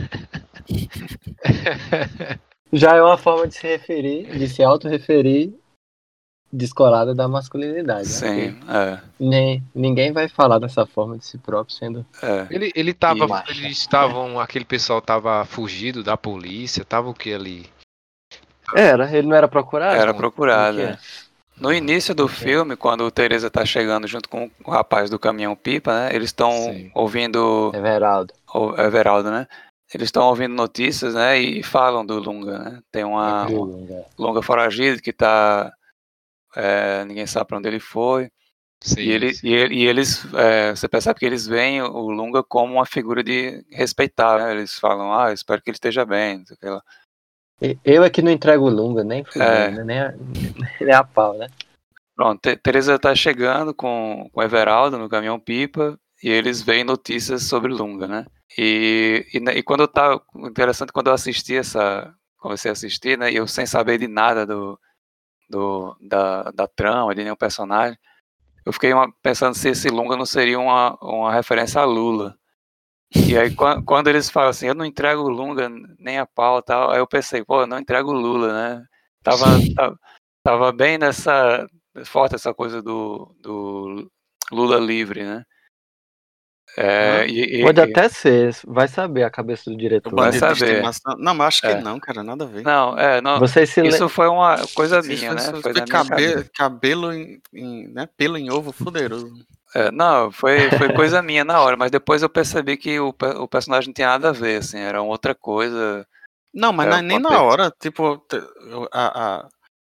Já é uma forma de se referir, de se autorreferir descolada da masculinidade, né? Sim, é, Porque nem, ninguém vai falar dessa forma de si próprio sendo é. Ele, ele tava. E- macho. Eles estavam. Aquele pessoal tava fugido da polícia, tava o que ali? Era, ele não era procurado? Era Como procurado, que é? né? No início do filme, quando o Teresa tá chegando junto com o rapaz do caminhão pipa, né? Eles estão Sim. ouvindo Everaldo. o Everaldo, né? Eles estão ouvindo notícias, né? E falam do Lunga, né? Tem uma, Do uma Lunga. Lunga foragido que tá é, ninguém sabe para onde ele foi. Sim, E, ele, sim. e, ele- e eles, é, você percebe que eles veem o Lunga como uma figura de respeitar, né? Eles falam, ah, espero que ele esteja bem, não sei o que lá. E- Eu é que não entrego o Lunga, nem fudendo, É. né? Nem a, nem a pau, né? Pronto, Te- Teresa tá chegando com, com o Everaldo no caminhão pipa e eles veem notícias sobre Lunga, né? E, e, né, e quando eu tava, interessante, quando eu assisti essa, comecei a assistir, né? E eu sem saber de nada do, do da, da trama, de nenhum personagem, eu fiquei uma- pensando se esse Lunga não seria uma, uma referência a Lula. E aí quan- quando eles falam assim, eu não entrego o Lunga nem a pau e tal, aí eu pensei, pô, eu não entrego o Lula, né? Tava, tava, tava bem nessa, forte essa coisa do, do Lula livre, né? É, Hã? e, Pode e- e até ser, vai saber a cabeça do O diretor. vai Né? bandido de saber. estimação. Não, mas acho que É. não, cara, nada a ver. Não, é, não, Vocês se isso lembram. foi uma coisa Isso minha, foi, né? isso Foi foi na minha cabe- cabeça. cabelo em, em- né? Pelo em ovo fuderoso. É, não, foi, foi coisa minha na hora, mas depois eu percebi que o, pe- o personagem não tinha nada a ver, assim, era outra coisa. Não, mas É, não é o nem na contexto. hora. Tipo, te- a, a-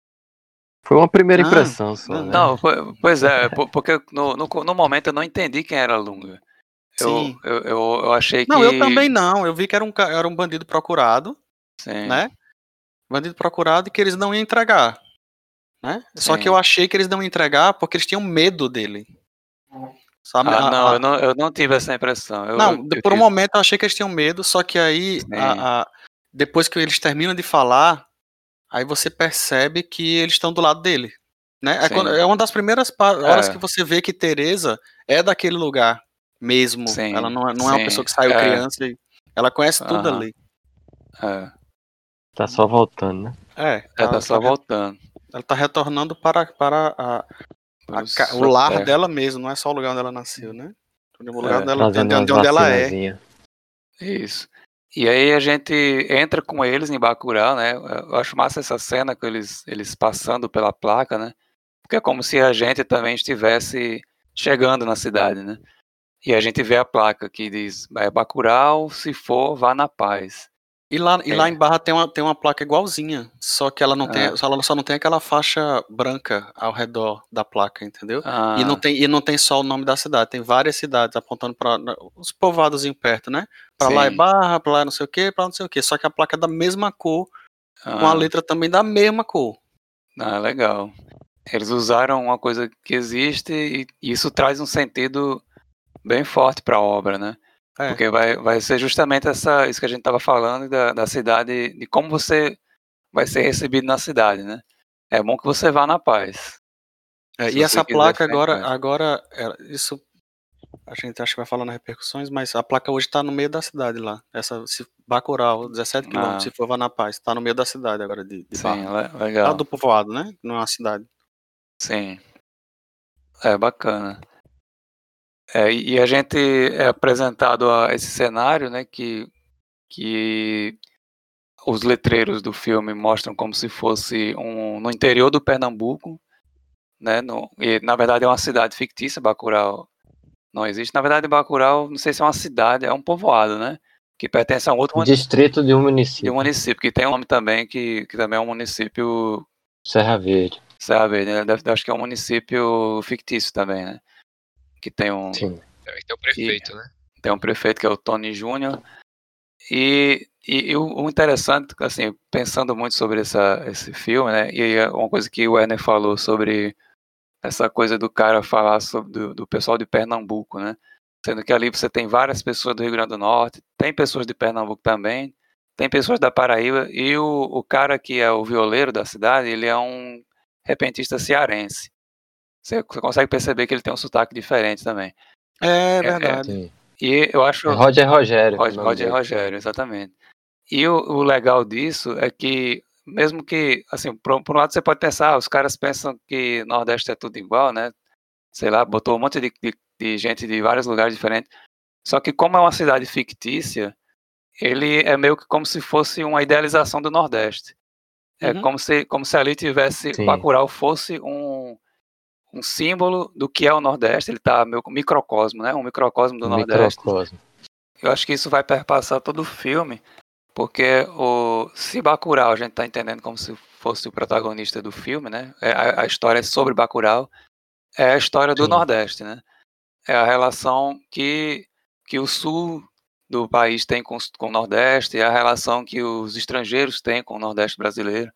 Foi uma primeira Não, impressão só, não, né? Não, po- pois é, po- porque no, no, no momento eu não entendi quem era Lunga. Eu, sim. eu, eu, eu achei Não, eu que. também não. Eu vi que era um, ca- era um bandido procurado, Sim, né? Bandido procurado e que eles não iam entregar, né? Só que sim. eu achei que eles não iam entregar porque eles tinham medo dele. Sabe? Ah, A- não, a- eu não, eu não tive essa impressão. Eu, Não, eu, de- eu por um tive. momento eu achei que eles tinham medo, só que aí, Sim, a- a- depois que eles terminam de falar, aí você percebe que eles estão do lado dele, né? É, quando- sim, é uma das primeiras pa- horas que é, você vê que Teresa é daquele lugar mesmo. Ela sim, não, é- não é uma pessoa sim, que saiu é, criança e ela conhece tudo aham, ali. é, Tá só voltando, né? É, é, tá tá, só tá re- voltando ela tá retornando para, para a, a pros ca- o suas lar terras. dela mesmo, não é só o lugar onde ela nasceu, né? O lugar É, onde ela, Trazendo de umas onde onde ela é. vacinazinhas. isso. E aí a gente entra com eles em Bacurau, né? Eu acho massa essa cena com eles, eles passando pela placa, né? Porque é como se a gente também estivesse chegando na cidade, né? E a gente vê a placa que diz é, Bacurau, se for, vá na paz. E lá, e lá É. em Barra tem uma, tem uma placa igualzinha, só que ela não tem, Ah, só- ela só não tem aquela faixa branca ao redor da placa, entendeu? E não ah, tem, e não tem só o nome da cidade, tem várias cidades apontando para os povoados perto, né? Pra lá é sim. Barra, pra lá é não sei o que, pra lá não sei o que. Só que a placa é da mesma cor, com a Ah, letra também da mesma cor. ah, legal. Eles usaram uma coisa que existe e isso traz um sentido bem forte para a obra, né? É. Porque vai, vai ser justamente essa, isso que a gente estava falando da, da cidade, de como você vai ser recebido na cidade, né? É bom que você vá na paz. É, Se e você essa quiser placa ficar em agora, paz. agora, é, isso a gente acha que vai falar nas repercussões, mas a placa hoje tá no meio da cidade lá. Essa se, Bacurau, dezessete quilômetros, Ah, se for vá na paz, tá no meio da cidade agora de, de sim, Barra. le- Lá legal. do povoado, né? Não é uma cidade. Sim, é bacana. É, e e a gente é apresentado a esse cenário, né, que, que os letreiros do filme mostram como se fosse um, no interior do Pernambuco, né? No, e, na verdade é uma cidade fictícia, Bacurau não existe. Na verdade, Bacurau, não sei se é uma cidade, é um povoado, né? Que pertence a um outro Distrito de um de um município. município, que tem um nome também, que, que também é um município Serra Verde. Serra Verde, né? Deve, acho que é um município fictício também, né? Que tem um, Sim. Tem o prefeito, né? tem um prefeito que é o Tony Júnior. E, e, e o, o interessante, assim, pensando muito sobre essa, esse filme, né? E é uma coisa que o Werner falou sobre essa coisa do cara falar sobre do, do pessoal de Pernambuco, né? Sendo que ali você tem várias pessoas do Rio Grande do Norte, tem pessoas de Pernambuco também, tem pessoas da Paraíba, e o, o cara que é o violeiro da cidade, ele é um repentista cearense. Você, você consegue perceber que ele tem um sotaque diferente também. É É, verdade. Sim. E eu acho... É Roger Rogério. Roger, o nome Roger dele. Rogério, exatamente. E o, o legal disso é que, mesmo que, assim, por, por um lado você pode pensar, ah, os caras pensam que Nordeste é tudo igual, né? Sei lá, botou um monte de, de, de gente de vários lugares diferentes. Só que como é uma cidade fictícia, ele é meio que como se fosse uma idealização do Nordeste. É Uhum. como se, como se ali tivesse, Sim. Bacurau fosse um, um símbolo do que é o Nordeste. Ele está meio que um microcosmo, né? Um microcosmo do Um Nordeste. microcosmo. Eu acho que isso vai perpassar todo o filme, porque o, se Bacurau a gente está entendendo como se fosse o protagonista do filme, né? É, a, a história é sobre Bacurau, é a história do Sim. Nordeste, né? É a relação que, que o sul do país tem com, com o Nordeste, é a relação que os estrangeiros têm com o Nordeste brasileiro.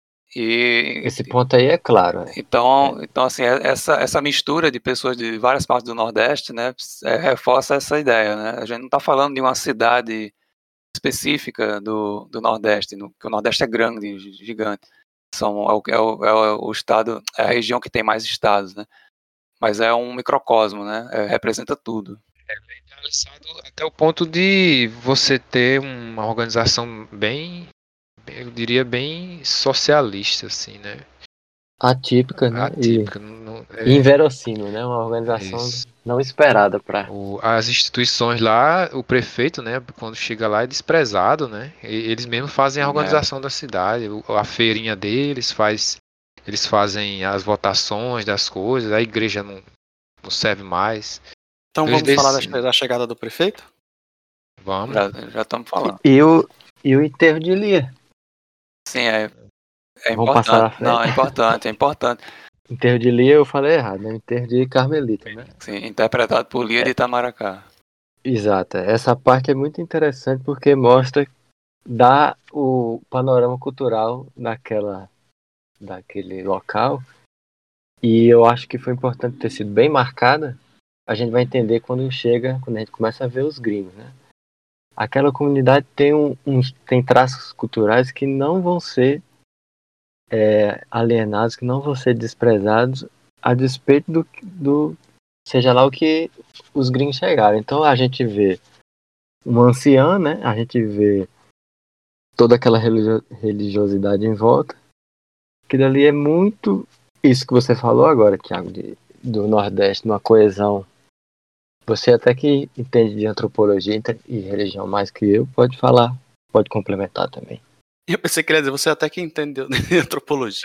E Esse ponto aí é claro. É. então, então assim, essa, essa mistura de pessoas de várias partes do Nordeste, né, é, reforça essa ideia, né? A gente não está falando de uma cidade específica do, do Nordeste, no, que o Nordeste é grande, gigante. São, é, o, é, o, é o estado, é a região que tem mais estados, né? Mas é um microcosmo, né? É, representa tudo. É bem idealizado até o ponto de você ter uma organização bem, eu diria, bem socialista, assim, né? Atípica, né? Atípica. E Não, é, inverossímil, né? Uma organização isso. não esperada para. O, as instituições lá, o prefeito, né, quando chega lá é desprezado, né? E, eles mesmos fazem a organização é. da cidade, o, a feirinha deles, faz, eles fazem as votações das coisas, a igreja não, não serve mais. Então Eles vamos falar decidem. da, da chegada do prefeito? Vamos. Já, já estamos falando. E o, e o enterro de Lia. Sim, é, é Vamos passar à importante. frente? Não, é importante, é importante. Enterro de Lia eu falei errado, né? Enterro de Carmelita, né? Sim, interpretado por Lia de Itamaracá. Exato. Essa parte é muito interessante porque mostra, dá o panorama cultural daquela, daquele local. E eu acho que foi importante ter sido bem marcada. A gente vai entender quando chega, quando a gente começa a ver os gringos, né? Aquela comunidade tem, um, uns, tem traços culturais que não vão ser é, alienados, que não vão ser desprezados a despeito do, do seja lá o que os gringos chegaram. Então a gente vê uma anciã, né? A gente vê toda aquela religio- religiosidade em volta, que dali é muito isso que você falou agora, Thiago, de, do Nordeste, uma coesão. Você até que entende de antropologia e religião mais que eu, pode falar, pode complementar também. Eu pensei que queria dizer, você até que entendeu de antropologia.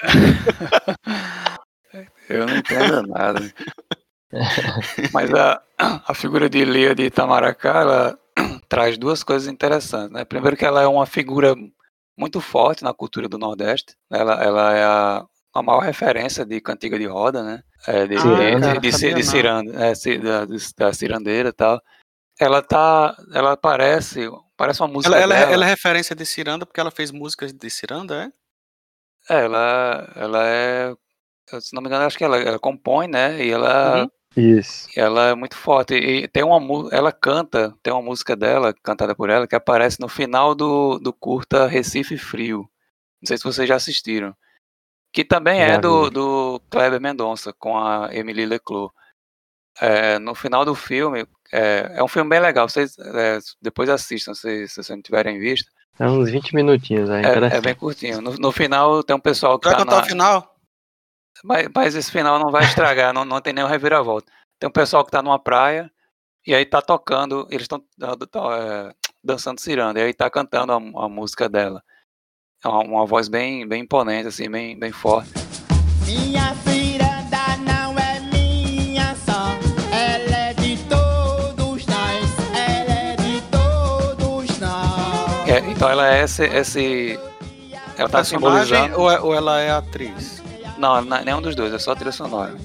Eu não entendo nada. Mas a, a figura de Lia de Itamaracá, ela traz duas coisas interessantes, né? Primeiro que ela é uma figura muito forte na cultura do Nordeste. Ela, ela é a, a maior referência de cantiga de roda, né? É, de, Ah, de, cara, de, de, sabia de não. ciranda, é, ci- da, de- da cirandeira e tal. Ela tá, ela parece, parece uma música Ela, ela, é- dela. ela é referência de Ciranda porque ela fez músicas de Ciranda, é? É, ela, ela é, se não me engano, acho que ela, ela compõe, né? E ela, Uhum. Isso. ela é muito forte. E tem uma, mu- ela canta, tem uma música dela, cantada por ela, que aparece no final do, do curta Recife Frio. Não sei se vocês já assistiram. Que também é Já do, vi. do Kleber Mendonça, com a Emily Leclos. É, no final do filme, é, é um filme bem legal. Vocês é, depois assistam, se, se vocês não tiverem visto. É uns vinte minutinhos, é É, é bem interessante. curtinho. No, no final tem um pessoal que Vai tá contar na. o final? Mas, mas esse final não vai estragar, não, não tem nenhum reviravolta. Tem um pessoal que tá numa praia e aí tá tocando, eles estão é, dançando ciranda, e aí tá cantando a, a música dela. é uma, uma voz bem, bem imponente, assim, bem, bem forte. Minha ciranda não é minha só, ela é de todos nós, ela é de todos nós. É, então ela é esse, esse ela tá Personagem simbolizando. ou, é- ou ela é atriz? Não, não é nenhum dos dois, é só trilha sonora.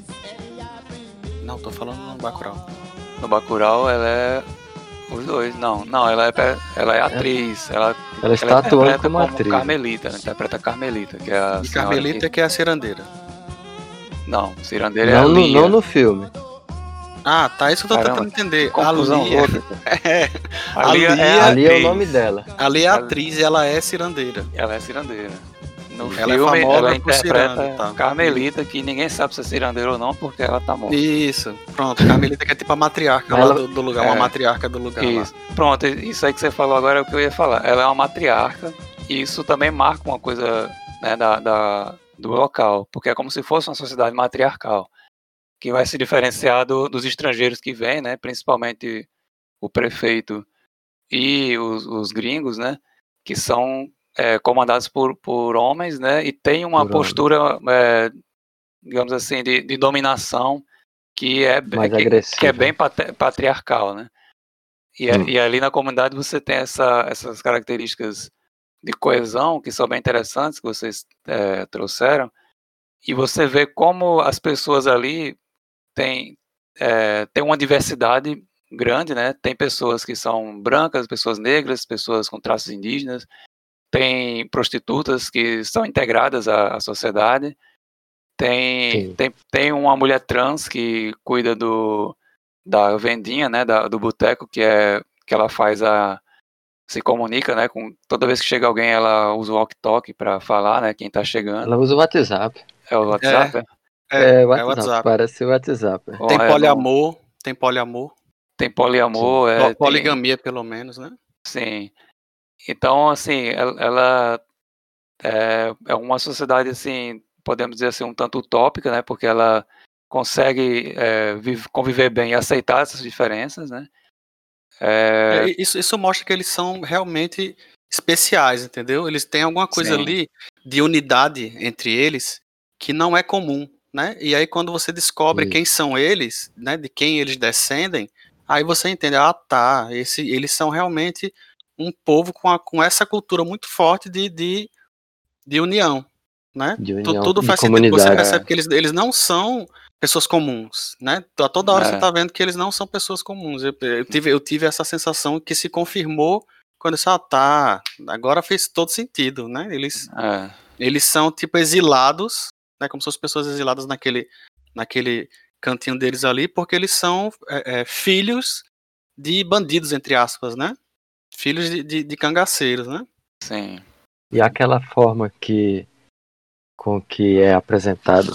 Não, tô falando no Bacurau. No Bacurau ela é os dois, não, não, ela é, pe- ela é atriz, ela, Ela está atuando interpreta como atriz. Carmelita, ela interpreta a Carmelita, que é a E senhora Carmelita que... que é a cirandeira. Não, cirandeira é Não a no, Lia. não no filme. Ah, tá, isso que eu tô Caramba, tentando entender. A confusão Lia, toda. é, A Lia Lia- é a Ali é o atriz. nome dela. a Lia é a atriz e ela é cirandeira. Ela é cirandeira. No Ela é filme, famosa ela por interpreta ciranda, tá. Carmelita, que ninguém sabe se é cirandeira ou não, porque ela tá morta. Isso, pronto, Carmelita que é tipo a matriarca lá Ela- do, do lugar, É. uma matriarca do lugar Isso. lá. Pronto, isso aí que você falou agora é o que eu ia falar. Ela é uma matriarca, e isso também marca uma coisa, né, da, da- do local, porque é como se fosse uma sociedade matriarcal, que vai se diferenciar do- dos estrangeiros que vêm, né, principalmente o prefeito e os, os gringos, né, que são é, comandados por, por homens, né, e tem uma Por homens. postura, é, digamos assim, de, de dominação que é, Mais que, agressiva. que é bem patri- patriarcal, né? E, a- Hum. e ali na comunidade você tem essa, essas características de coesão que são bem interessantes, que vocês é, trouxeram, e você vê como as pessoas ali têm, é, têm uma diversidade grande, né? Tem pessoas que são brancas, pessoas negras, pessoas com traços indígenas, tem prostitutas que são integradas à, à sociedade, tem, Sim. tem, tem uma mulher trans que cuida do, da vendinha, né, da, do boteco, que é que ela faz a se comunica, né, com toda vez que chega alguém ela usa o walkie-talkie para falar, né, quem tá chegando. Ela usa o WhatsApp. É o WhatsApp? É, É, é o o WhatsApp. WhatsApp. Parece o WhatsApp. Bom, Tem é, não- poliamor, tem poliamor, tem poliamor, é, po- tem- poligamia pelo menos, né? sim. Então, assim, ela, ela é, é uma sociedade, assim, podemos dizer assim, um tanto utópica, né, porque ela consegue é, vive- conviver bem e aceitar essas diferenças, né. É, É, isso, isso mostra que eles são realmente especiais, entendeu? Eles têm alguma coisa Sim. ali de unidade entre eles que não é comum, né? E aí quando você descobre Isso. quem são eles, né, de quem eles descendem, aí você entende, ah, tá, esse, eles são realmente um povo com, a, com essa cultura muito forte de, de, de união, né? De Tu- união, Tudo de faz sentido, você comunidade. percebe que eles, eles não são pessoas comuns, né? A toda hora É. você tá vendo que eles não são pessoas comuns. Eu, eu tive, eu tive essa sensação que se confirmou quando eu disse, ah, tá, agora fez todo sentido, né? Eles, é, eles são tipo exilados, né? Como se fossem pessoas exiladas naquele, naquele cantinho deles ali, porque eles são é, é, filhos de bandidos, entre aspas, né? Filhos de, de, de cangaceiros, né? sim. E aquela forma que com que é apresentado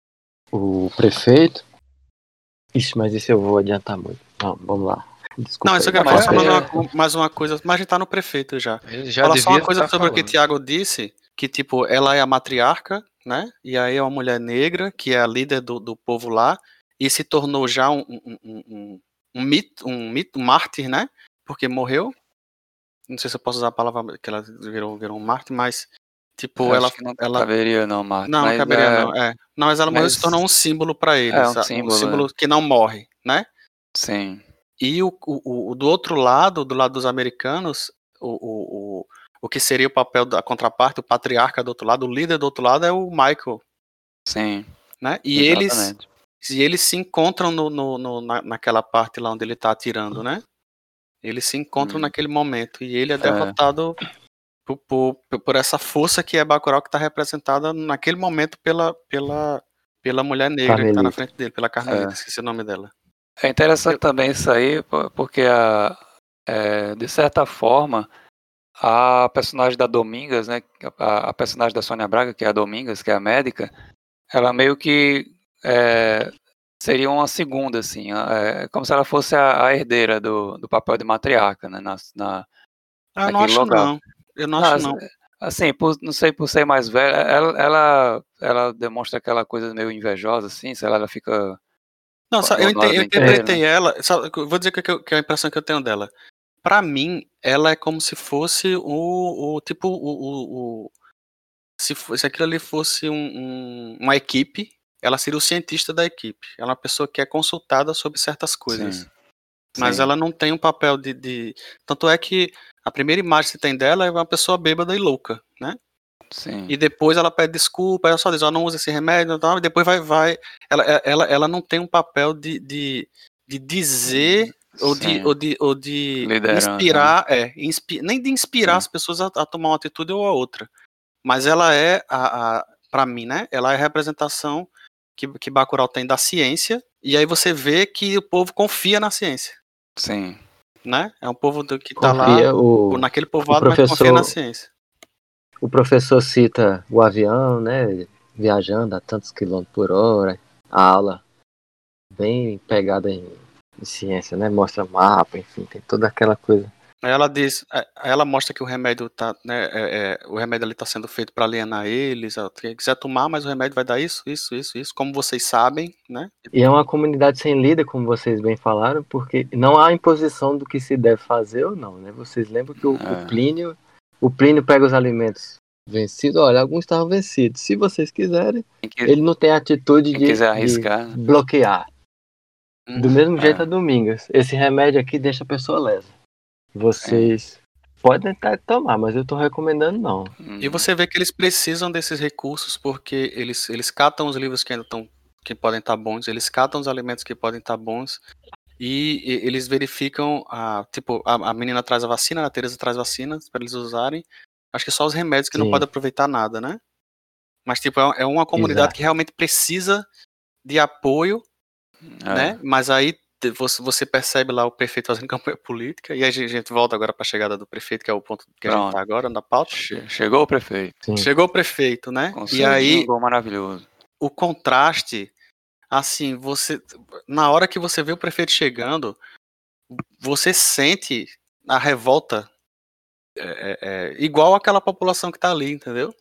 o prefeito. Ixi, mas isso eu vou adiantar muito. Não, vamos lá. Desculpa. Não, isso aí. que eu ia Mas falar é- mais, uma, mais uma coisa, mas a gente tá no prefeito já. Ele já Fala devia só uma coisa tá sobre o que o falando. Thiago disse, que tipo, ela é a matriarca, né? E aí é uma mulher negra, que é a líder do, do povo lá, e se tornou já um, um, um, um, um mito, um mito, um mártir, né? Porque morreu. Não sei se eu posso usar a palavra que ela virou, virou um mártir, mas tipo, Eu ela. acho que não ela caberia não, Marta. não, não mas, caberia, é, não. É. Não, mas ela morreu e se mas- tornou um símbolo pra eles. É, um sabe? símbolo, um símbolo que não morre, né? Sim, E o, o, o do outro lado, do lado dos americanos, o, o, o, o que seria o papel da contraparte, o patriarca do outro lado, o líder do outro lado é o Michael, sim. né? E eles, exatamente. e eles se encontram no, no, no- na, naquela parte lá onde ele tá atirando, né? Eles se encontram Hum. naquele momento e ele é É. derrotado por, por, por essa força que é Bacurau, que está representada naquele momento pela, pela, pela mulher negra que está na Carmelita. frente dele, pela Carmelita, É. esqueci o nome dela. É interessante também isso aí, po- porque a, é, de certa forma a personagem da Domingas, né, a, a personagem da Sônia Braga, que é a Domingas, que é a médica, ela meio que é, seria uma segunda, assim, é, como se ela fosse a, a herdeira do, do papel de matriarca, né, na, na, Ah, eu não naquele acho local. não, eu não Não, acho não. Assim, por, não sei, por ser mais velha, ela, ela, ela demonstra aquela coisa meio invejosa, assim, sei lá, ela fica... Não, só, no- eu, no lado ente- eu do inteiro, interpretei ela, só, eu vou dizer que, que eu- que é a impressão que eu tenho dela. Pra mim, ela é como se fosse o, o tipo, o, o, o- se, se aquilo ali fosse um, um, uma equipe, ela seria o cientista da equipe. Ela é uma pessoa que é consultada sobre certas coisas. Sim. Mas Sim. ela não tem um papel de, de... Tanto é que a primeira imagem que tem dela é uma pessoa bêbada e louca, né? Sim. E depois ela pede desculpa, ela só diz, ó, não usa esse remédio, tal, e depois vai, vai. Ela, ela, ela não tem um papel de, de, de dizer ou de, Sim. ou de, ou de Liderança, inspirar, é, inspi, nem de inspirar Sim. as pessoas a, a tomar uma atitude ou a outra. Mas ela é, a, a, pra mim, né? Ela é a representação que, que Bacurau tem da ciência, e aí você vê que o povo confia na ciência. Sim. Né? É um povo do, que tá Confia lá, o, naquele o povoado, mas confia na professor, ciência. o professor cita o avião, né, viajando a tantos quilômetros por hora, a aula bem pegada em, em ciência, né, mostra mapa, enfim, tem toda aquela coisa. Aí ela diz, aí ela mostra que o remédio tá, né, é, é, o remédio ali tá sendo feito para alienar eles, ó, quem quiser tomar, mas o remédio vai dar isso, isso, isso, isso, como vocês sabem, né? E é uma comunidade sem líder, como vocês bem falaram, porque não há imposição do que se deve fazer ou não, né? Vocês lembram que o, É. o Plínio, o Plínio pega os alimentos vencidos, olha, alguns estavam vencidos. Se vocês quiserem, Quem, qui- ele não tem atitude quem de, quiser de arriscar, né? bloquear. Do mesmo É. jeito a Domingas. Esse remédio aqui deixa a pessoa lesa. Vocês podem tentar tomar, mas eu tô recomendando não. E você vê que eles precisam desses recursos porque eles, eles catam os livros que ainda estão, que podem estar bons, eles catam os alimentos que podem estar bons e, e eles verificam, a, tipo, a, a menina traz a vacina, a Teresa traz vacinas para eles usarem. Acho que só os remédios que não Sim. podem aproveitar nada, né? Mas tipo, é, é uma comunidade Exato. que realmente precisa de apoio, É. né? Mas aí te- você, você percebe lá o prefeito fazendo campanha política, e aí a gente a gente volta agora para a chegada do prefeito, que é o ponto que a gente Pronto. tá agora na pauta. Che- Chegou o prefeito. Sim. Chegou o prefeito, né? Com E aí um gol maravilhoso. o contraste, assim, você na hora que você vê o prefeito chegando, você sente a revolta é, é, é, igual àquela população que tá ali, entendeu?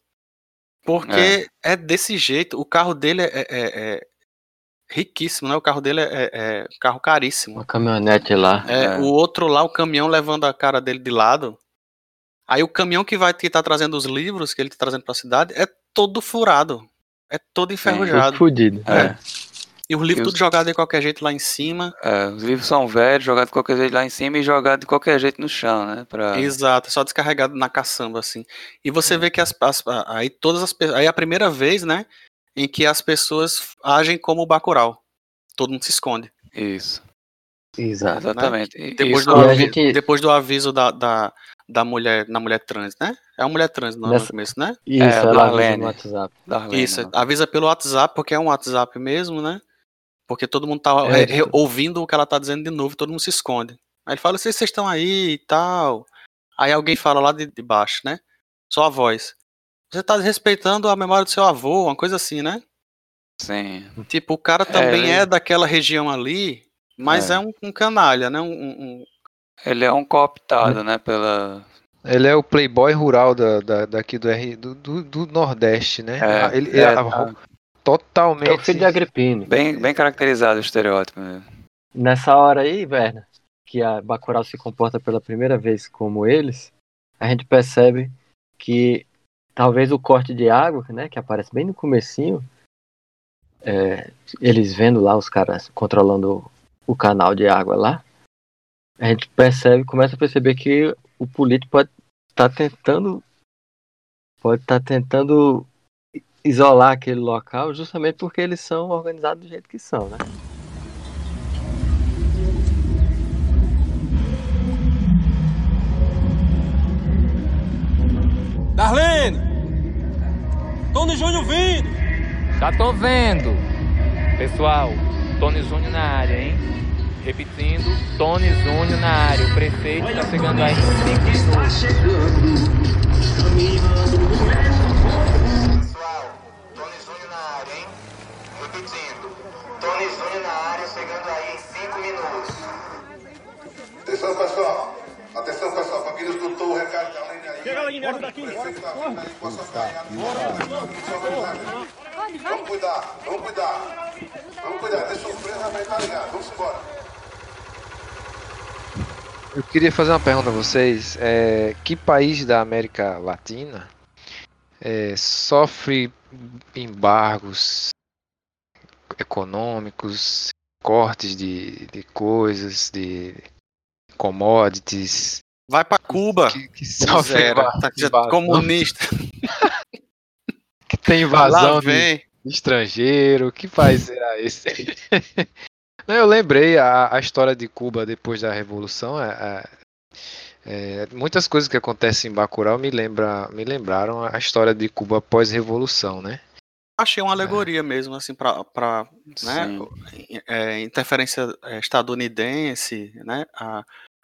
Porque é, desse jeito, o carro dele é, é- é riquíssimo, né? O carro dele é, é- é um carro caríssimo. Uma caminhonete lá. É, É. O outro lá, o caminhão levando a cara dele de lado. Aí o caminhão que vai que tá trazendo os livros que ele tá trazendo pra cidade é todo furado. É todo Tudo enferrujado. fudido. É. E os livros E os- tudo jogado de qualquer jeito lá em cima. É, os livros são velhos, jogados de qualquer jeito lá em cima e jogados de qualquer jeito no chão, né? Pra... Exato, só descarregado na caçamba, assim. E você vê que as, as- a- aí todas as pe- aí é a primeira vez, né, em que as pessoas agem como o Bacurau. Todo mundo se esconde. Isso, Exato. exatamente. E- Depois, isso- do, E a avi- gente- depois do aviso da, da, da mulher, na mulher trans, né? É uma mulher trans no, no Nessa- começo, né? Isso, É, ela avisa Darlene. no WhatsApp. Darlene, Isso, né? avisa pelo WhatsApp, porque é um WhatsApp mesmo, né? Porque todo mundo tá É, re- re- tipo- ouvindo o que ela tá dizendo de novo, todo mundo se esconde. Aí ele fala, vocês vocês estão aí e tal. Aí alguém fala lá de, de baixo, né? Só a voz. Você tá desrespeitando a memória do seu avô, uma coisa assim, né? Sim. Tipo, o cara também ele- é daquela região ali, mas É. é, um, um canalha, né? Um, um- um- Ele é um cooptado, né? Pela. Ele é o playboy rural da, da, daqui do, R, do, do, do Nordeste, né? É, Ah, ele é, é, tá. totalmente. É o filho de Agripino. Bem, bem caracterizado o estereótipo mesmo. Nessa hora aí, Werner, que a Bacurau se comporta pela primeira vez como eles, a gente percebe que talvez o corte de água, né, que aparece bem no comecinho, é, eles vendo lá os caras controlando o canal de água lá, a gente percebe, começa a perceber que o político pode estar tentando pode estar tentando isolar aquele local justamente porque eles são organizados do jeito que são, né? Darlene! Tony Júnior vindo! Já tô vendo. Pessoal, Tony Júnior na área, hein? Repetindo, Tony Júnior na área. O prefeito tá chegando aí em cinco minutos. Pessoal, Tony Júnior na área, hein? Repetindo, Tony Júnior na área, chegando aí em cinco minutos. Atenção, pessoal. Atenção, pessoal. Famílias do Tô, o recado da Lene aí. Chega, Lene, daqui. Prefeito da Lene aí com a sua carregada. Vamos cuidar, vamos cuidar. Vamos cuidar, tem surpresa, vai estar ligado. Vamos embora. Eu queria fazer uma pergunta a vocês. É, que país da América Latina é, sofre embargos econômicos, cortes de, de coisas, de commodities. Vai pra Cuba, que, que sofre miséria, inva- tá invasão, comunista. que tem Lá invasão de, vem. de estrangeiro. Que país será esse? Não, eu lembrei a, a história de Cuba depois da Revolução. É, é, é, muitas coisas que acontecem em Bacurau me, lembra, me lembraram a história de Cuba pós-revolução, né? Achei uma alegoria mesmo, assim, pra, pra né, Sim. é, interferência é, estadunidense, né, a,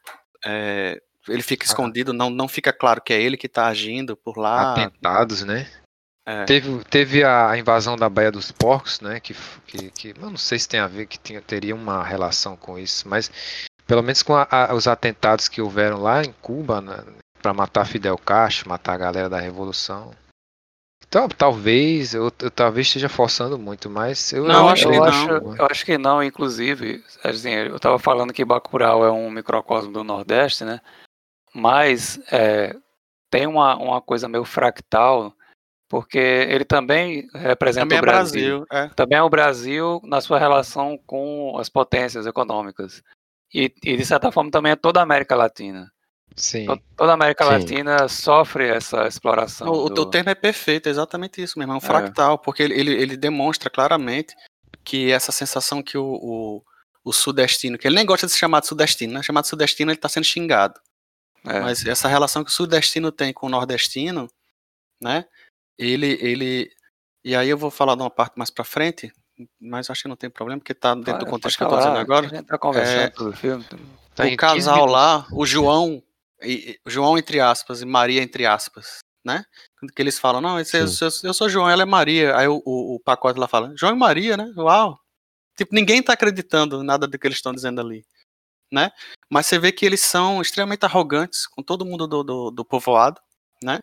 é, ele fica escondido, não, não fica claro que é ele que tá agindo por lá. Atentados, né? É. Teve, teve a invasão da Baía dos Porcos, né? Que, que, que eu não sei se tem a ver, que tinha, teria uma relação com isso, mas pelo menos com a, a, os atentados que houveram lá em Cuba, né, para matar Fidel Castro, matar a galera da Revolução. Então, talvez, eu, eu talvez esteja forçando muito, mas eu, Não, eu acho que eu não. acho, eu acho que não, inclusive, assim, eu estava falando que Bacurau é um microcosmo do Nordeste, né? Mas é, tem uma, uma coisa meio fractal, porque ele também representa Também o é Brasil. Brasil, é. Também é o Brasil na sua relação com as potências econômicas. E, e de certa forma também é toda a América Latina. Sim. To- Toda a América Sim. Latina sofre essa exploração. O, o do- termo é perfeito, é exatamente isso mesmo, é um fractal, porque ele, ele, ele demonstra claramente que essa sensação que o, o, o sudestino, que ele nem gosta de ser chamado de sudestino, né? Chamado de sudestino ele está sendo xingado. É. Mas essa relação que o sudestino tem com o nordestino, né? Ele, ele, e aí eu vou falar de uma parte mais pra frente, mas acho que não tem problema, porque tá dentro do Pode, contexto pode que eu tô dizendo falar, agora. a gente tá conversando É, sobre o filme. Tá o em quinze casal minutos. lá, o João, e, e- João entre aspas e Maria entre aspas, né? Que eles falam, não, esse, eu, Sim. eu, eu sou João, ela é Maria. Aí o, o, o pacote lá fala, João e Maria, né? Uau! Tipo, ninguém tá acreditando em nada do que eles estão dizendo ali, né? Mas você vê que eles são extremamente arrogantes com todo mundo do, do, do povoado, né?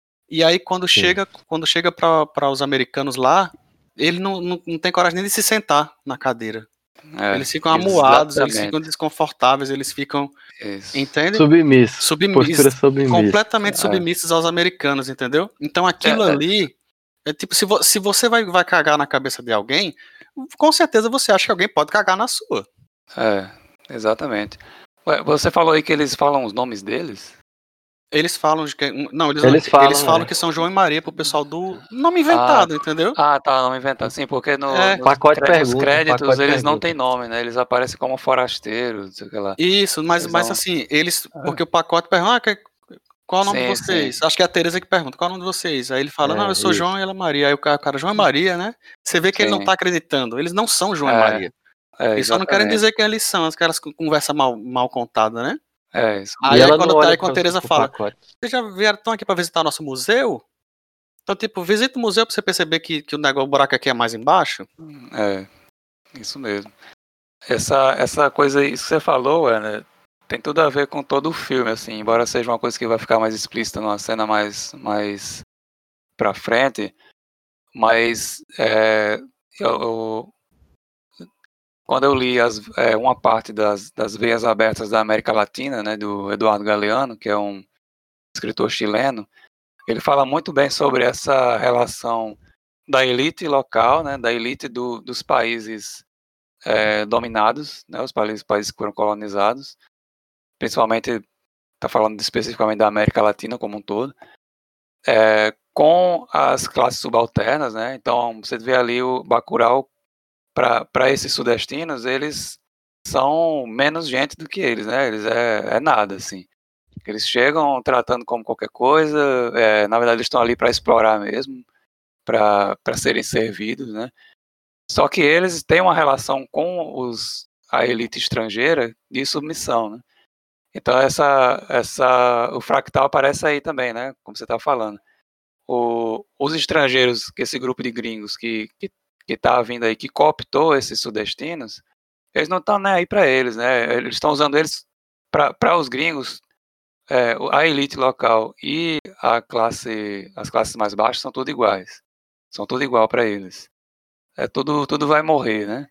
E aí quando Sim. chega, quando chega para os americanos lá, ele não, não, não tem coragem nem de se sentar na cadeira. É, Eles ficam amuados, eles exatamente. ficam desconfortáveis, eles ficam, Isso. entende? Submisso. Submissos, Postura submissa. completamente É. submissos aos americanos, entendeu? Então aquilo É, é. ali é tipo, se, vo- se você vai, vai cagar na cabeça de alguém, com certeza você acha que alguém pode cagar na sua. É, exatamente. Ué, você falou aí que eles falam os nomes deles? Eles falam de que. Não, eles, Eles não, falam, eles falam é. que são João e Maria pro pessoal do. Nome inventado, entendeu? Ah, tá, não inventar. Sim, porque no, É. nos, Pacote cré- nos pergunta, créditos pacote eles não pergunta. têm nome, né? Eles aparecem como forasteiros, não sei o que lá. Isso, mas, Eles mas não- assim, eles. Porque o pacote pergunta, ah, que- qual é o nome de Sim, vocês? sim. Acho que é a Tereza que pergunta, qual é o nome de vocês? Aí ele fala, É, não, eu sou isso. João e ela é Maria. Aí o cara, o cara, João e Maria, né? Você vê que ele não Sim. tá acreditando. Eles não são João e É, Maria. é, Eles só não querem exatamente. dizer quem eles são, aquelas conversa mal, mal contada, né? É, isso. Aí, E aí ela quando, não olha aí quando a pro- Tereza pro fala, pacote. vocês já vieram tão aqui pra visitar nosso museu? Então, tipo, visita o museu pra você perceber que, que o negócio, o buraco aqui é mais embaixo. É, isso mesmo. Essa, essa coisa aí, isso que você falou, é, né, tem tudo a ver com todo o filme, assim, embora seja uma coisa que vai ficar mais explícita numa cena mais, mais pra frente, mas é, eu, eu- quando eu li as, é, uma parte das, das Veias Abertas da América Latina, né, do Eduardo Galeano, que é um escritor chileno, ele fala muito bem sobre essa relação da elite local, né, da elite do, dos países é, dominados, né, os países, países que foram colonizados, principalmente, está falando especificamente da América Latina como um todo, é, com as classes subalternas, né, então você vê ali o Bacurau, para esses sudestinos, eles são menos gente do que eles, né, eles é, é nada, assim. Eles chegam tratando como qualquer coisa, é, na verdade eles estão ali para explorar mesmo, para serem servidos, né? Só que eles têm uma relação com os, a elite estrangeira de submissão, né? Então essa, essa, o fractal aparece aí também, né? Como você está falando. O, os estrangeiros, esse grupo de gringos que que que está vindo aí, que cooptou esses sudestinos, eles não estão nem aí para eles, né? Eles estão usando eles para os gringos. É, a elite local e a classe, as classes mais baixas são tudo iguais. São tudo igual para eles. É tudo, tudo vai morrer, né?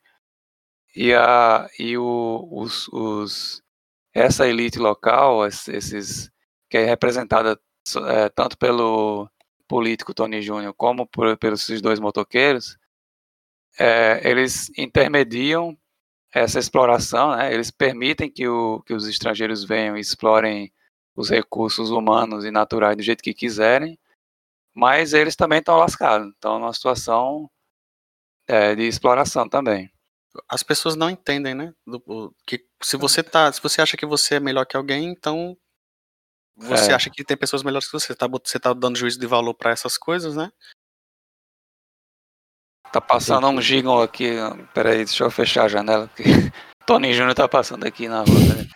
E a e o, os, os essa elite local, esses que é representada é, tanto pelo político Tony Júnior como por, pelos esses dois motoqueiros, é, eles intermediam essa exploração, né? Eles permitem que, o, que os estrangeiros venham e explorem os recursos humanos e naturais do jeito que quiserem, mas eles também estão lascados, estão numa situação é, de exploração também. As pessoas não entendem, né? Do, o, que se você tá, se você acha que você é melhor que alguém, então você É. acha que tem pessoas melhores que você. Tá, você tá dando juízo de valor pra essas coisas, né? Tá passando um giggle aqui, peraí, deixa eu fechar a janela, porque Tony Júnior tá passando aqui na rua. Né?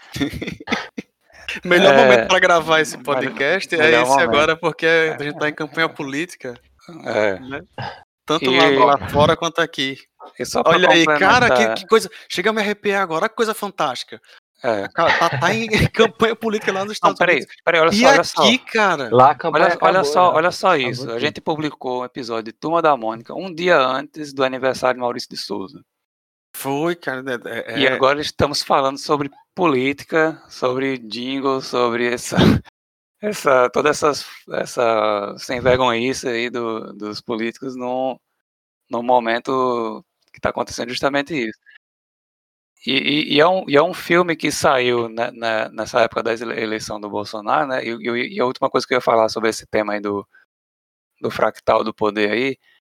Melhor É, momento pra gravar esse podcast é melhor esse momento. agora, porque a gente tá em campanha política. É. Né? Tanto E- lá, lá fora quanto aqui. E só pra Olha aí, cara, que, complementar- que coisa. Chega a me arrepiar agora, olha que coisa fantástica. É. Cara, tá, tá em campanha política lá nos Estados Não, peraí, Unidos. peraí, olha e só, olha aqui, só. cara. Lá a campanha Olha, olha acabou, só, já. olha só Acabou isso. A tudo. gente publicou um episódio de Turma da Mônica um dia antes do aniversário de Maurício de Souza. Foi, cara. É, E é- agora estamos falando sobre política, sobre jingle, sobre essa, essa toda essas, essa sem vergonhice aí do, dos políticos no, no momento que está acontecendo justamente isso. E, e- e é um, e é um filme que saiu né, na- nessa época da ele- eleição do Bolsonaro, né? E, e- e a última coisa que eu ia falar sobre esse tema aí do, do fractal do poder aí,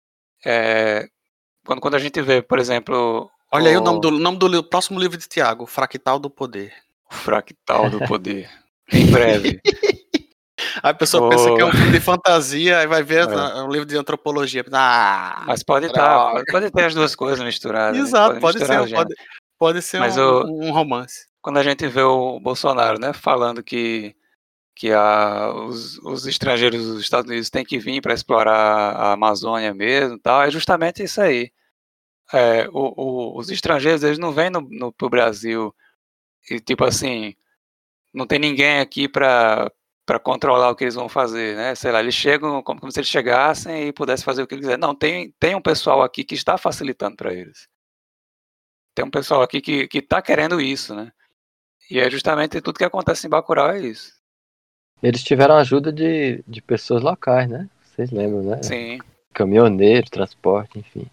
é quando, quando a gente vê, por exemplo, Olha aí o o- nome do, o nome do li- próximo livro de Tiago, Fractal do Poder. o fractal do poder. Em breve. Aí a pessoa Vou- pensa que é um filme de fantasia, aí vai ver É. é um livro de antropologia. Ah, Mas pode droga. estar, pode ter as duas coisas misturadas. né? Exato, pode misturar ser, o gênero. pode, pode ser Mas um, o- um romance. Quando a gente vê o Bolsonaro, né, falando que, que a, os, os estrangeiros dos Estados Unidos têm que vir para explorar a Amazônia mesmo, e tal, é justamente isso aí. É, o, o, os estrangeiros eles não vêm no, no, pro Brasil e tipo assim, não tem ninguém aqui para para controlar o que eles vão fazer, né? Sei lá, eles chegam como, como se eles chegassem e pudessem fazer o que eles quiserem. Não, tem, tem um pessoal aqui que está facilitando para eles. Tem um pessoal aqui que que está querendo isso, né? E é justamente tudo que acontece em Bacurau é isso. Eles tiveram ajuda de, de pessoas locais, né? Vocês lembram, né? Sim. Caminhoneiro, transporte, enfim.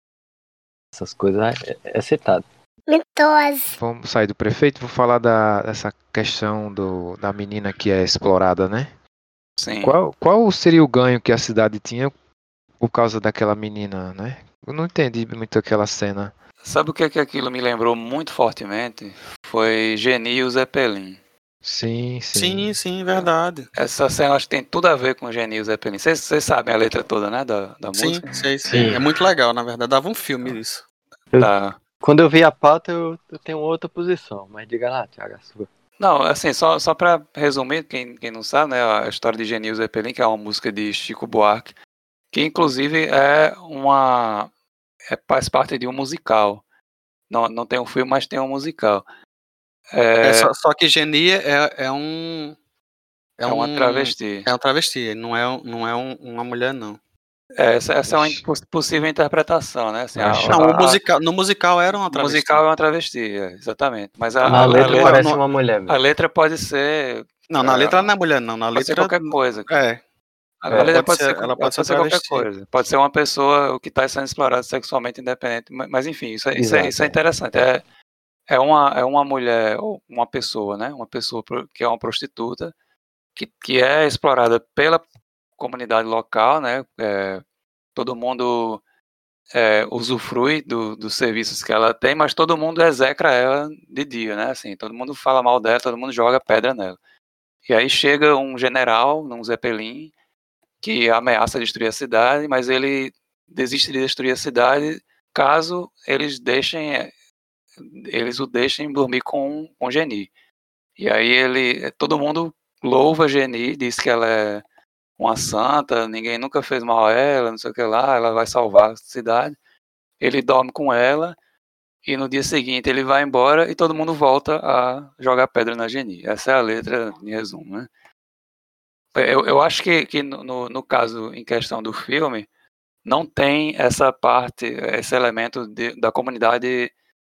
Essas coisas é, é citado. Mitose. Vamos sair do prefeito, vou falar da, dessa questão do, da menina que é explorada, né? Sim. Qual, qual seria o ganho que a cidade tinha por causa daquela menina, né? Eu não entendi muito aquela cena. Sabe o que, que aquilo me lembrou muito fortemente? Foi Geni e o Zeppelin. Sim, sim. Sim, sim, verdade. Essa cena acho que tem tudo a ver com Geni e o Zeppelin. Vocês vocês sabem a letra toda, né? Da, da Sim, música? sei, sim. Sim. É muito legal, na verdade. Dava um filme isso. Tá. Quando eu vi a pauta, eu, eu tenho outra posição, mas diga lá, Thiago, a sua. Não, assim, só, só pra resumir, quem, quem não sabe, né? A história de Geni e o Zeppelin, que é uma música de Chico Buarque, que inclusive é uma. É, faz parte de um musical. Não, não tem um filme, mas tem um musical. É, É, só, só que Geni é, é um. é uma travesti. É um travesti, não é, um- não é um- uma mulher, não. É, essa, essa é uma imposs- possível interpretação, né? Assim, a- Não, a- o musical, no musical era uma o travesti. musical é uma travesti, é, exatamente. Mas a, Na a- a letra letra, parece não- uma mulher mesmo. a letra pode ser. Não, na é, letra não é mulher, não. Na pode ser letra. qualquer coisa. É. A Ela letra pode ser- ela pode ser qualquer travesti. coisa. Pode ser uma pessoa que está sendo explorada sexualmente independente. Mas, mas, enfim, isso, é- isso, é, Exato, isso é é. interessante. É, é, uma, é uma mulher, ou uma pessoa, né? Uma pessoa pro- que é uma prostituta, que, que é explorada pela comunidade local, né? É, todo mundo é, usufrui do, dos serviços que ela tem, mas todo mundo execra ela de dia, né? Assim, todo mundo fala mal dela, todo mundo joga pedra nela. E aí chega um general, num Zeppelin, que ameaça destruir a cidade, mas ele desiste de destruir a cidade caso eles deixem eles o deixem dormir com com Geni. E aí ele todo mundo louva Geni, diz que ela é uma santa, ninguém nunca fez mal a ela, não sei o que lá, ela vai salvar a cidade. Ele dorme com ela e no dia seguinte ele vai embora e todo mundo volta a jogar pedra na Geni. Essa é a letra em resumo, né? Eu, eu acho que, que no, no, no caso em questão do filme, não tem essa parte, esse elemento de, da comunidade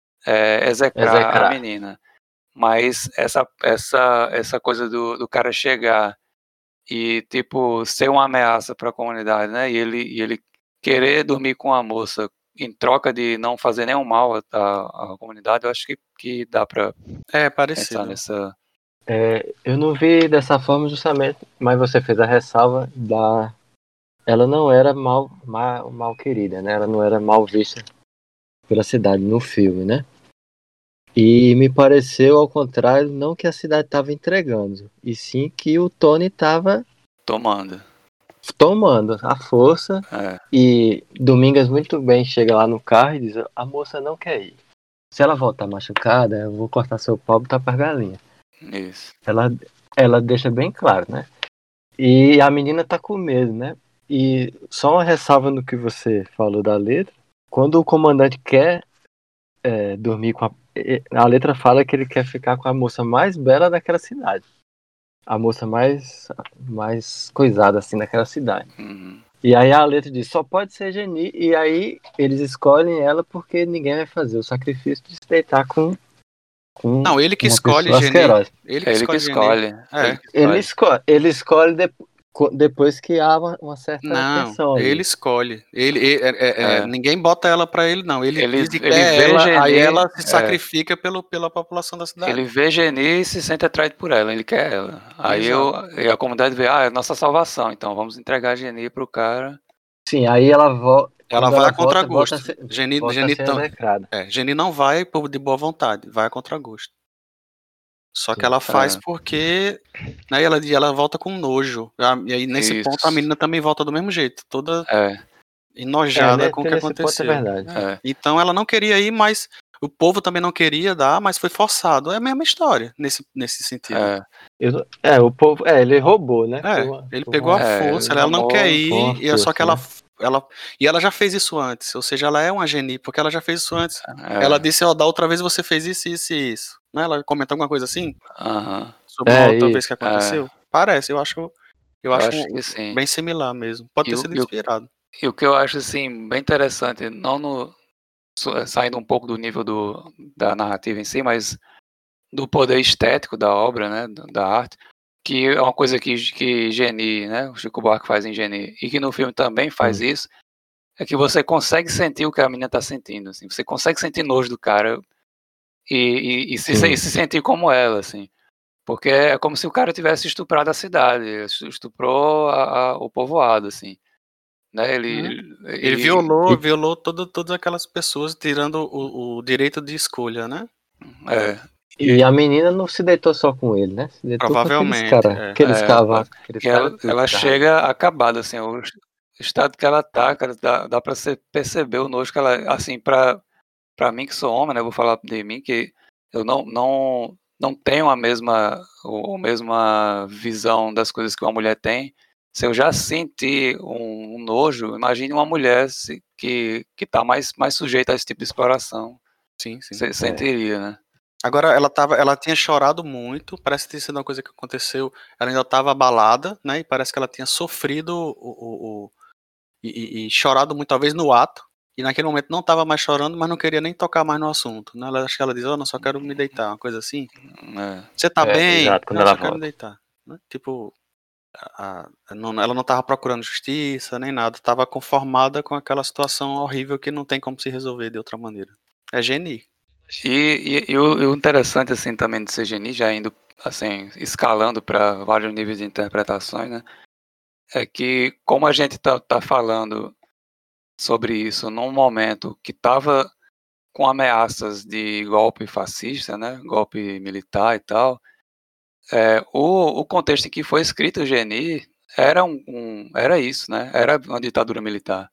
é, execrar, Execrar. a menina. Mas essa, essa, essa coisa do, do cara chegar e, tipo, ser uma ameaça para a comunidade, né? E ele, e ele querer dormir com a moça em troca de não fazer nenhum mal à, à, à comunidade, eu acho que, que dá para É pensar parecido. nessa... É, eu não vi dessa forma justamente, mas você fez a ressalva da... Ela não era mal, mal, mal querida, né? Ela não era mal vista pela cidade no filme, né? E me pareceu ao contrário, não que a cidade estava entregando, e sim que o Tony estava Tomando. tomando a força. É, E Domingas muito bem chega lá no carro e diz: a moça não quer ir. Se ela voltar machucada, eu vou cortar seu pau e botar pra galinha. isso. Ela, ela deixa bem claro, né? E a menina tá com medo, né? E só uma ressalva no que você falou da letra. Quando o comandante quer é, dormir com a... A letra fala que ele quer ficar com a moça mais bela daquela cidade. A moça mais, mais coisada assim daquela cidade. Uhum. E aí a letra diz, só pode ser Geni. E aí eles escolhem ela porque ninguém vai fazer o sacrifício de se deitar com, com Não, ele que uma escolhe pessoa Geni. asquerosa. Ele que É ele que escolhe Geni. escolhe. É. Ele que Ele escolhe. escolhe, ele escolhe de- co- depois que há uma, uma certa Não, tensão ali. ele escolhe. Ele, ele- é- é- é, É. ninguém bota ela pra ele, não. Ele, Ele, diz que ele quer vê ela, aí Geni, ela se é, sacrifica pelo, pela população da cidade. ele vê Geni e se sente atraído por ela, ele quer ela. Aí eu, Exato. e a comunidade vê, ah, é nossa salvação, então vamos entregar Geni pro cara. Sim, aí ela volta. Ela Quando vai ela a volta, volta a contragosto. ser, Geni, volta a Geni, ser tão- execrada. é, Geni não vai por de boa vontade, vai a contragosto. Só que Sim. ela faz É. porque, né, ela, ela volta com nojo. A- E aí nesse Isso. ponto a menina também volta do mesmo jeito, toda É, enojada É, né, com o que nesse ponto é aconteceu. verdade. é, Então ela não queria ir, mas o povo também não queria dar, mas foi forçado. É a mesma história nesse, nesse sentido. é, Eu- é, o povo. É, ele roubou, né? É, Foi uma- ele foi pegou uma- a É, força, ele ela não tomou- quer foi uma ir, e é só força, que ela, né? ela. E ela já fez isso antes, ou seja, ela é uma geni, porque ela já fez isso antes. é, Ela disse, ó, da outra vez você fez isso, isso e isso. Né? Ela comentou alguma coisa assim? aham. Sobre É, uma outra isso. vez que aconteceu? Parece, eu acho. Eu, Eu acho, acho um- que sim. bem similar mesmo. Pode E ter o- sido e o- inspirado. E o que eu acho, assim, bem interessante, não no, so- saindo um pouco do nível do, da narrativa em si, mas do poder estético da obra, né, da da arte, que é uma coisa que, que Geni, né, o Chico Buarque faz em Geni, e que no filme também faz Hum. isso, é que você consegue sentir o que a menina está sentindo, assim, você consegue sentir nojo do cara e, e, e se, Sim. e se sentir como ela, assim, porque é como se o cara tivesse estuprado a cidade, estuprou a, a, o povoado, assim, né, ele... Uhum. Ele ele- violou, e- violou todo, todas aquelas pessoas, tirando o, o direito de escolha, né? é, E a menina não se deitou só com ele, né? Se deitou com aqueles Provavelmente, caras. é. Aqueles É, cavacos. Aqueles E ela, caras tudo ela que tava- chega acabada, assim, o estado que ela tá, cara, dá, dá pra você perceber o nojo que ela, assim, pra, pra mim que sou homem, né, eu vou falar de mim, que eu não, não, não tenho a mesma, o- a mesma visão das coisas que uma mulher tem. Se eu já senti um, um nojo, imagine uma mulher se, que, que tá mais, mais sujeita a esse tipo de exploração. Sim, sim. Você sentiria, né? Agora ela tava, ela tinha chorado muito, parece ter sido uma coisa que aconteceu, ela ainda estava abalada, né? E parece que ela tinha sofrido o, o, o- e, e- e chorado muito, talvez no ato, e naquele momento não estava mais chorando, mas não queria nem tocar mais no assunto, né? Ela, acho que ela diz, oh, não, só quero me deitar, uma coisa assim. É. Você tá É, bem? exato, quando Não, ela só quero me volta. deitar. Né? Tipo, a- a- não- ela não estava procurando justiça, nem nada, estava conformada com aquela situação horrível que não tem como se resolver de outra maneira. É Geni. E, e, e o, e o interessante, assim, também de ser Geni, já indo, assim, escalando para vários níveis de interpretações, né, é que como a gente tá, tá falando sobre isso num momento que estava com ameaças de golpe fascista, né, golpe militar e tal, é, o, o contexto em que foi escrito o Geni era, um, um, era isso, né, era uma ditadura militar.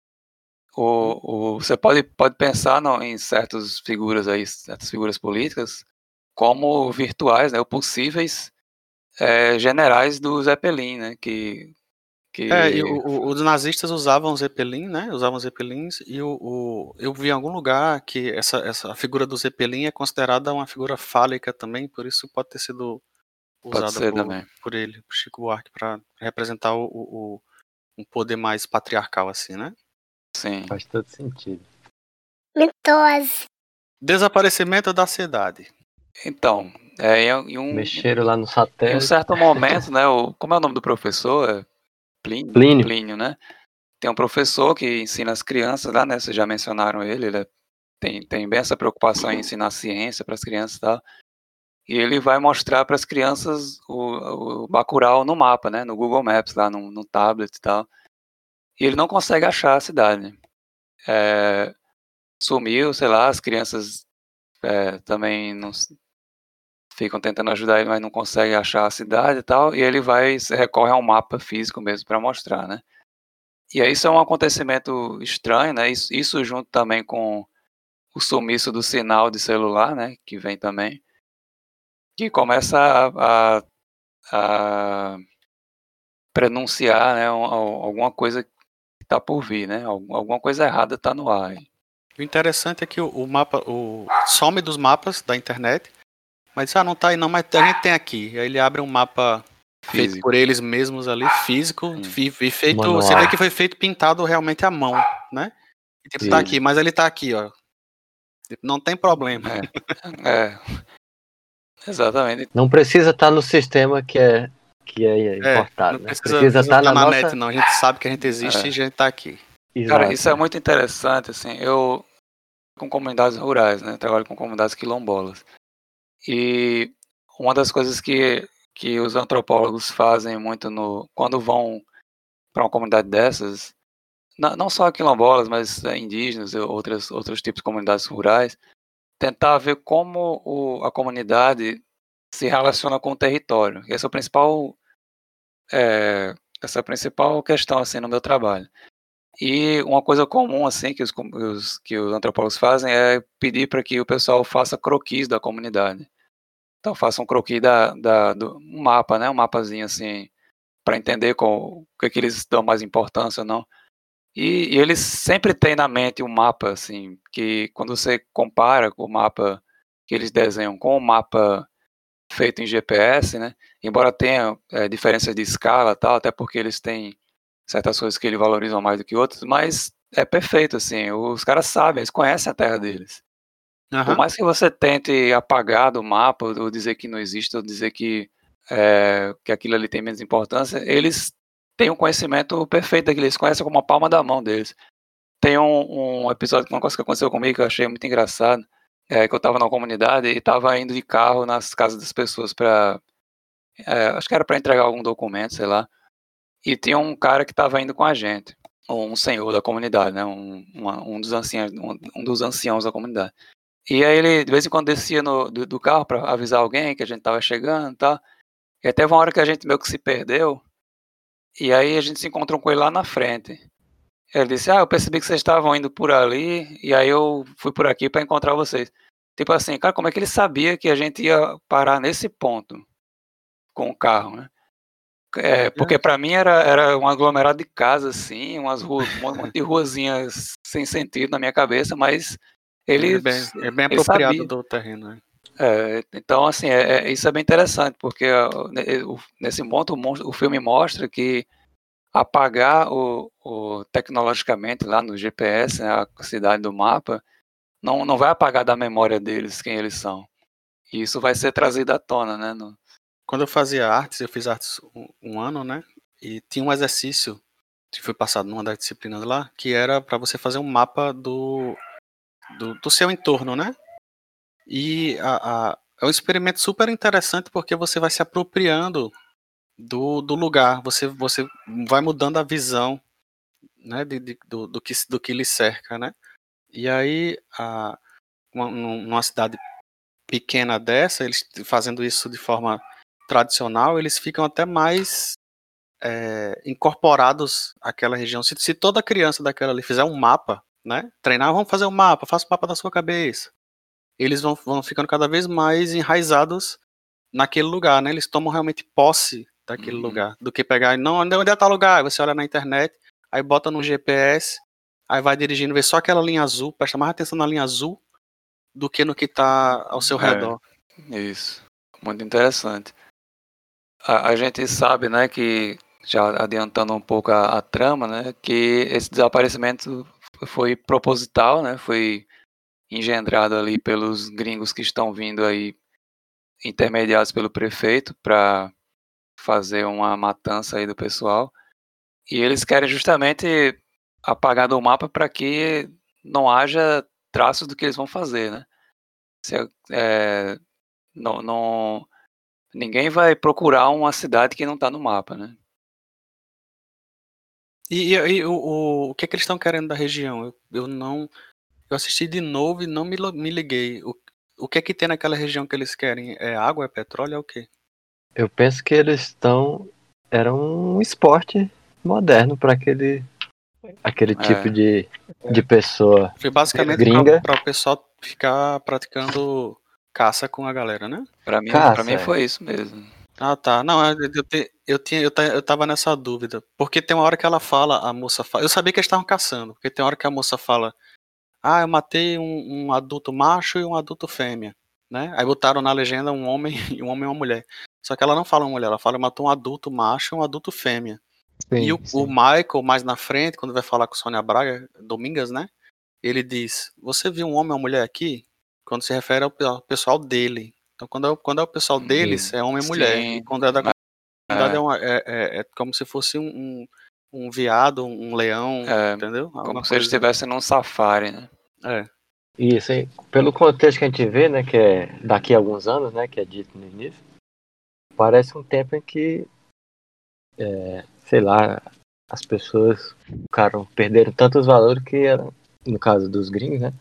O, o, você pode, pode pensar no, em certas figuras aí, certas figuras políticas, como virtuais, né, ou possíveis é, generais do Zeppelin, né, que, que É, e o- o- os nazistas usavam Zeppelin, né? Usavam Zeppelins, e o, o- eu vi em algum lugar que essa, essa a figura do Zeppelin é considerada uma figura fálica também, por isso pode ter sido pode usada ser por, também. por ele, por Chico Buarque, para representar o, o- o- um poder mais patriarcal, assim, né? Sim. Faz todo sentido. Mitose. Desaparecimento da cidade. Então, É, em, em um, Mexeram lá no em um satélite. certo momento, né? O, como é o nome do professor? É Plínio? Plínio. Plínio, né? Tem um professor que ensina as crianças lá, né? Vocês já mencionaram ele, ele é- tem, tem bem essa preocupação em ensinar ciência para as crianças e tal. E ele vai mostrar para as crianças o, o Bacurau no mapa, né? No Google Maps, lá no, no tablet e tal. E ele não consegue achar a cidade. É, sumiu, sei lá, as crianças é, também não s- ficam tentando ajudar ele, mas não conseguem achar a cidade e tal. E ele vai, se recorre a um mapa físico mesmo para mostrar, né? E aí isso é um acontecimento estranho, né? Isso, isso junto também com o sumiço do sinal de celular, né? Que vem também, que começa a, a, a prenunciar, né? um- al- Alguma coisa que está por vir, né? Al- Alguma coisa errada está no ar. aí. O interessante é que o, o mapa, o some dos mapas da internet, mas ah, não tá aí não, mas a gente tem aqui. Aí ele abre um mapa feito Físico. por eles mesmos ali, físico, fi- e feito, Manual. você vê que foi feito pintado realmente à mão, né? E, tipo, tá Sim. aqui, mas ele tá aqui, ó. Tipo, não tem problema. É, é, exatamente. Não precisa estar no sistema que é, que é importado, não né? precisa, Precisa estar na, na nossa... net, não. A gente sabe que a gente existe É. e a gente tá aqui. Cara, Exato, isso é né? muito interessante, assim, eu com comunidades rurais, né, trabalho com comunidades quilombolas, e uma das coisas que, que os antropólogos fazem muito no, quando vão para uma comunidade dessas, na- não só quilombolas, mas é, indígenas e outras, outros tipos de comunidades rurais, tentar ver como o, a comunidade se relaciona com o território. Esse é o principal, é, essa é a principal questão, assim, no meu trabalho. E uma coisa comum assim que os, com- os- que os antropólogos fazem é pedir para que o pessoal faça croquis da comunidade. Então faça um croquis da, da, do um mapa, né, um mapazinho assim, para entender qual, o que, que eles dão mais importância ou não. E, e eles sempre têm na mente um mapa assim, que quando você compara com o mapa que eles desenham com o mapa feito em G P S, né, embora tenha é, diferenças de escala e tal, até porque eles têm certas coisas que eles valorizam mais do que outras, mas é perfeito, assim, os caras sabem, eles conhecem a terra deles. Por Aham. mais que você tente apagar do mapa, ou dizer que não existe, ou dizer que, é, que aquilo ali tem menos importância, eles têm um conhecimento perfeito daquilo, eles conhecem como a palma da mão deles. Tem um, um episódio, uma coisa que aconteceu comigo que eu achei muito engraçado, é que eu estava na comunidade e estava indo de carro nas casas das pessoas para, acho que era para entregar algum documento, sei lá, e tinha um cara que estava indo com a gente, um senhor da comunidade, né, um, uma- um dos anciãos, um, um dos anciãos da comunidade. E aí ele de vez em quando descia no, do, do carro para avisar alguém que a gente estava chegando e tal. E até uma hora que a gente meio que se perdeu, e aí a gente se encontrou com ele lá na frente. Ele disse: "Ah, eu percebi que vocês estavam indo por ali, e aí eu fui por aqui para encontrar vocês." Tipo assim, cara, como é que ele sabia que a gente ia parar nesse ponto com o carro, né? É, porque para mim era, era um aglomerado de casas, assim, umas ruas, um monte de ruazinhas sem sentido na minha cabeça, mas ele, É bem, é bem ele apropriado sabia. do terreno, né? É, então, assim, é, é- isso é bem interessante, porque ó, ne- o- nesse ponto o, mon- o filme mostra que apagar o, o- tecnologicamente lá no G P S, né, a cidade do mapa, não, não vai apagar da memória deles quem eles são. E isso vai ser trazido à tona, né? no- Quando eu fazia artes, eu fiz artes um, um ano, né? E tinha um exercício que foi passado numa das disciplinas lá, que era para você fazer um mapa do, do, do seu entorno, né? E a, a- é um experimento super interessante porque você vai se apropriando do, do lugar, você, você vai mudando a visão, né? De, de- do, do, que, do que lhe cerca, né? E aí, a, uma, numa cidade pequena dessa, eles fazendo isso de forma tradicional, eles ficam até mais é, incorporados àquela região. Se, se toda criança daquela ali fizer um mapa, né? Treinar, vamos fazer um mapa, faça o mapa da sua cabeça. Eles vão, vão ficando cada vez mais enraizados naquele lugar, né? Eles tomam realmente posse daquele Uhum. lugar, do que pegar, e não, onde onde é tal lugar? Aí você olha na internet, aí bota no G P S, aí vai dirigindo, vê só aquela linha azul, presta mais atenção na linha azul do que no que está ao seu É. redor. Isso, muito interessante. A, a gente sabe, né, que, já adiantando um pouco a, a trama, né, que esse desaparecimento foi proposital, né, foi engendrado ali pelos gringos que estão vindo aí intermediados pelo prefeito para fazer uma matança aí do pessoal. E eles querem justamente apagar do mapa para que não haja traços do que eles vão fazer, né? Se, é, não, não, ninguém vai procurar uma cidade que não está no mapa, né? E, e, e o, o, o que é que eles estão querendo da região? Eu, eu não... Eu assisti de novo e não me, me liguei. O, o que é que tem naquela região que eles querem? É água, é petróleo, é o quê? Eu penso que eles estão... Era um esporte moderno para aquele... Aquele É. tipo de, de pessoa Foi basicamente gringa. para o pessoal ficar praticando caça com a galera, né? Para mim, Caça, pra mim é. foi isso mesmo. Ah, tá. Não, eu, eu, te- eu, tinha, eu, ta- eu tava nessa dúvida. Porque tem uma hora que ela fala, a moça fala. Eu sabia que eles estavam caçando. Porque tem uma hora que a moça fala: Ah, eu matei um, um adulto macho e um adulto fêmea. Né? Aí botaram na legenda um homem e um homem e uma mulher. Só que ela não fala uma mulher, ela fala: matou um adulto macho e um adulto fêmea. Sim, E o, sim. o Michael, mais na frente, quando vai falar com Sônia Braga, Domingas, né? Ele diz: Você viu um homem e uma mulher aqui? Quando se refere ao, pe- ao pessoal dele. Então, quando é, o- quando é o pessoal deles, é homem e mulher. Sim, E quando é da mas- comunidade, é, é, uma- é, é- é como se fosse um, um, um viado, um leão, É, entendeu? como Alguma se eles coisa. estivessem num safari, né? É. Isso, hein? Pelo contexto que a gente vê, né, que é daqui a alguns anos, né, que é dito no início, parece um tempo em que, é, sei lá, as pessoas ficaram, perderam tantos valores que era, no caso dos gringos, né,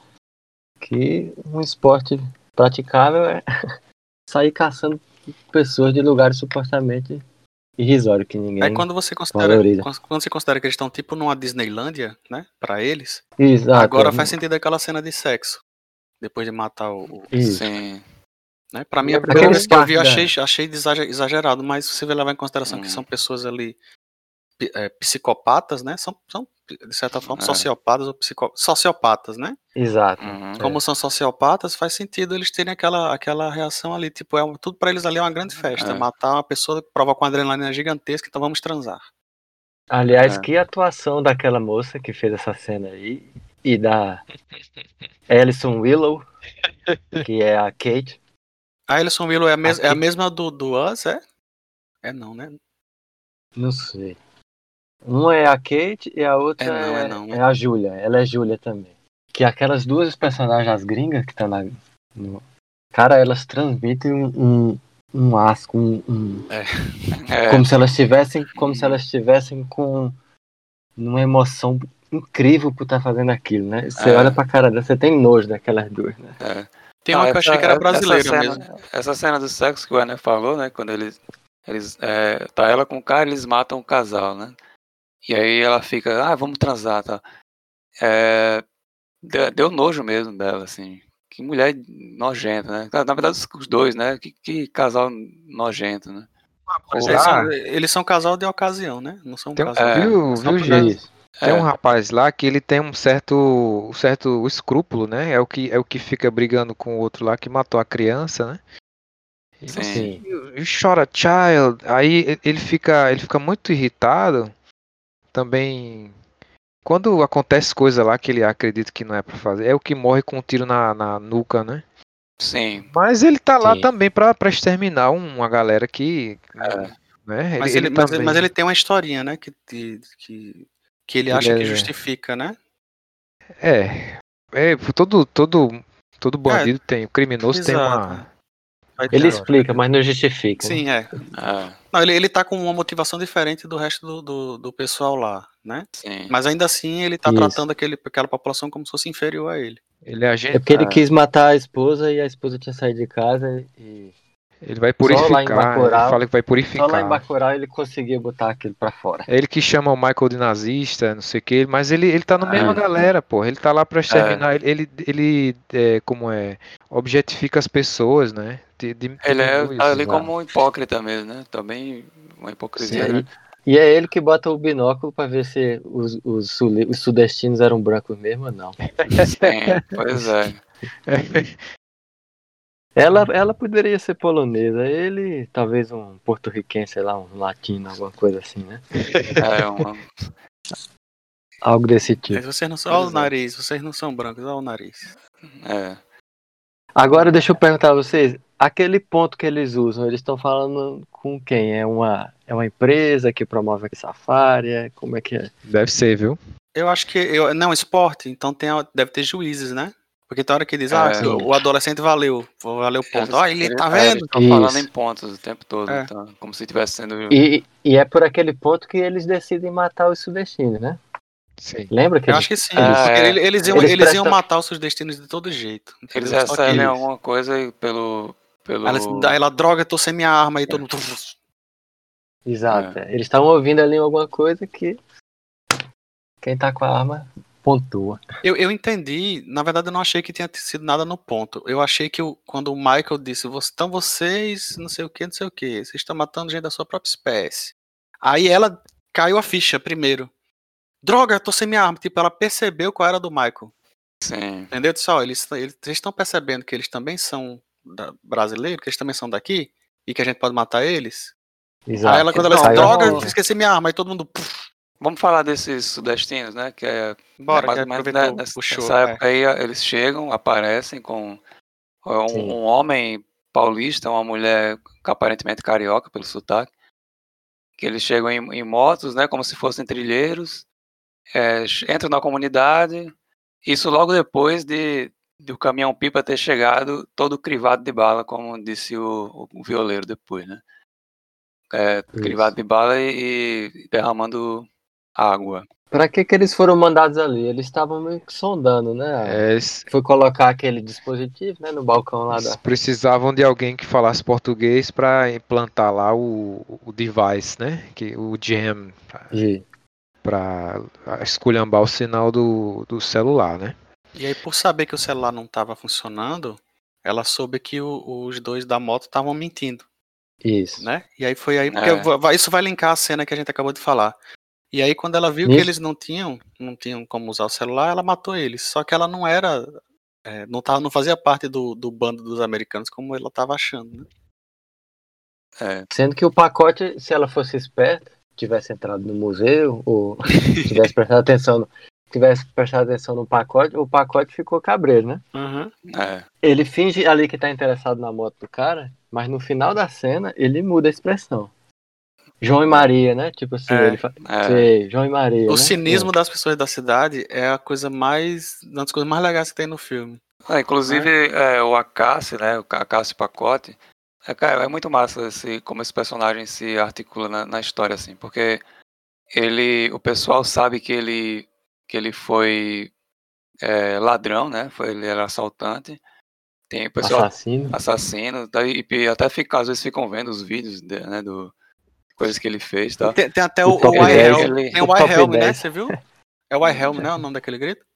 que um esporte praticável é sair caçando pessoas de lugares supostamente irrisórios que ninguém Aí quando você considera, valoriza. quando quando você considera que eles estão tipo numa Disneylândia, né? Pra eles, Exato. agora é, faz sentido aquela cena de sexo. Depois de matar o. o- Isso. Sim. né? Pra mim, E a é primeira bem vez que eu vi, eu parte achei, da- achei exager- exagerado, mas se você levar em consideração que Hum. são pessoas ali pi- é, psicopatas, né? São, são, de certa forma, É. sociopatas ou psico... sociopatas, né? Exato. Uhum. Como são sociopatas, faz sentido eles terem aquela, aquela reação ali. Tipo, é um- tudo pra eles ali é uma grande festa. É. Matar uma pessoa que provoca uma adrenalina gigantesca, então vamos transar. Aliás, É. que atuação daquela moça que fez essa cena aí e da Alison Willow, que é a Kate. A Alison Willow é a, mes é a Aqui. mesma do, do Us, é? É não, né? Não sei. Uma é a Kate e a outra É não, é, é não, né? é a Julia. Ela é Julia também. Que aquelas duas personagens as gringas que estão na. No... Cara, elas transmitem um, um, um asco, um, um- É. como se elas tivessem, como se elas estivessem com uma emoção incrível por estar fazendo aquilo, né? Você É. olha pra cara dela, você tem nojo daquelas duas, né? É. Tem Não, uma que eu achei que era essa- brasileira essa cena, mesmo. Essa cena do sexo que o Werner falou, né? Quando eles. eles é, tá ela com o cara, eles matam o casal, né? E aí ela fica, ah, vamos transar, tá? É, deu, deu nojo mesmo dela, assim. Que mulher nojenta, né? Na verdade, os- os dois, né? Que, que casal nojento, né? Mas Pô, eles, são, Ah, eles são casal de ocasião, né? Não são um tem um- casal. É. viu, Só viu, por gente? Isso. Tem um É. rapaz lá que ele tem um certo, um certo escrúpulo, né? É o que é o que fica brigando com o outro lá que matou a criança, né? E Sim. você you, you shot a child. Aí e- ele fica, ele fica muito irritado. Também quando acontece coisa lá que ele acredita que não é pra fazer, é o que morre com um tiro na, na nuca, né? Sim. Mas ele tá lá Sim. também pra, pra exterminar um- uma galera que, É. né? Mas Ele, ele, ele mas, também, mas ele tem uma historinha, né? Que, que, que, que ele que acha ele que é- justifica, né? É, é todo, todo, todo bandido tem, o criminoso tem Exato. uma. Vai Ele ter- explica, mas não justifica. né? Sim, é. É. Não, ele, ele tá com uma motivação diferente do resto do, do, do pessoal lá, né? Sim. Mas ainda assim ele tá Isso. tratando aquele, aquela população como se fosse inferior a ele. Ele é É agente, porque ele É. quis matar a esposa e a esposa tinha saído de casa e ele vai só lá em purificar, ele Bacurau, fala que vai só lá em purificar. Bacurau ele conseguia botar aquilo pra fora. É ele que chama o Michael de nazista, não sei o que, mas ele, ele tá no mesma Isso. galera, pô. Ele tá lá pra exterminar, ele, ele, ele é, como é, objetifica as pessoas, né? De, de, Ele é diminui tá isso. ali Exato. como um hipócrita mesmo, né? Também uma hipocrisia. Sim. Né? E é ele que bota o binóculo pra ver se os, os, suli- os sudestinos eram brancos mesmo ou não. Sim, pois é. Ela, ela poderia ser polonesa, ele talvez um porto-riquense, sei lá, um latino, alguma coisa assim, né? É uma... Algo desse Mas tipo. vocês não são. Olha o Pois é. nariz, vocês não são brancos, olha o nariz. É. Agora deixa eu perguntar a vocês, aquele ponto que eles usam, eles estão falando com quem? É uma, é uma empresa que promove aquele safari? É, como é que é? Deve ser, viu? Eu acho que. Eu, não, esporte, então tem, a- deve ter juízes, né? Porque tem hora que diz, ah, É. se o, o adolescente valeu, valeu o ponto. Eles, Ó, ele eles, tá é, eles vendo? estão falando em Isso. pontos o tempo todo, É. então, como se estivesse sendo. E, e é por aquele ponto que eles decidem matar os sudestinos, né? Sim. Lembra que Eu eles, acho que sim, Ah, porque é. ele- eles, iam, Eles eles iam prestam- matar os seus destinos de todo jeito. Eles Entendeu? Só que recebem Isso. alguma coisa e pelo. pelo... ela, daí ela, droga, eu tô sem minha arma, aí todo mundo. Exato. é. Eles estavam ouvindo ali alguma coisa que quem tá com a arma pontua. Eu, eu entendi, na verdade eu não achei que tinha sido nada no ponto. Eu achei que o- quando o Michael disse, "Vo- então vocês, não sei o que, não sei o que, vocês estão matando gente da sua própria espécie. Aí ela caiu a ficha primeiro. Droga, eu tô sem minha arma. Tipo, ela percebeu qual era do Michael. Sim. Entendeu? Disse, ó, eles eles estão percebendo que eles também são da- brasileiros, que eles também são daqui, e que a gente pode matar eles. Exato. Aí ela, quando ela Então, disse, droga, eu vamos- esqueci minha arma, aí todo mundo. Puf, Vamos falar desses sudestinos, né? Que é, bora, é mais que ou menos aproveitou, né, nessa, puxou. nessa é. época aí, eles chegam, aparecem com é, Sim. um, um homem paulista, uma mulher aparentemente carioca pelo sotaque, que eles chegam em, em motos, né? Como se fossem trilheiros, é, entram na comunidade, isso logo depois de, de o caminhão-pipa ter chegado todo crivado de bala, como disse o, o violeiro depois, né? É, crivado de bala e, e derramando água. Pra que que eles foram mandados ali? Eles estavam meio que sondando, né? É, eles, Foi colocar aquele dispositivo, né, no balcão lá eles da... precisavam de alguém que falasse português para implantar lá o, o device, né? Que, o jam, de... para esculhambar o sinal do, do celular, né? E aí, por saber que o celular não estava funcionando, ela soube que o- os dois da moto estavam mentindo, Isso. né? E aí foi aí, porque É. va- vai- isso vai linkar a cena que a gente acabou de falar. E aí, quando ela viu que Nisso- eles não tinham, não tinham como usar o celular, ela matou eles. Só que ela não era, é, não, tava, não fazia parte do, do bando dos americanos como ela estava achando, né? É, Sendo que o pacote, se ela fosse esperta, tivesse entrado no museu, ou tivesse prestado atenção no, tivesse prestado atenção no pacote, o pacote ficou cabreiro, né? Uhum. é. Ele finge ali que tá interessado na moto do cara, mas no final da cena ele muda a expressão. João e Maria, né? Tipo assim, É, ele fala, é. sei, João e Maria, O né? cinismo das pessoas da cidade é a coisa mais, uma das coisas mais legais que tem no filme. Ah, inclusive, é, o Acácio, né, o Acácio Pacote, é, cara, é muito massa esse, como esse personagem se articula na, na história, assim, porque ele, o pessoal sabe que ele, que ele foi é, ladrão, né, foi, ele era assaltante, tem o pessoal Assassino. assassino, tá, e, e até fica, às vezes ficam vendo os vídeos, de, né, do coisas que ele fez, tá? Tem, tem até O o, o top dez, Wilhelm, ele- tem o o top Wilhelm, né? dez. Você viu? É o Wilhelm, né? O nome daquele grito?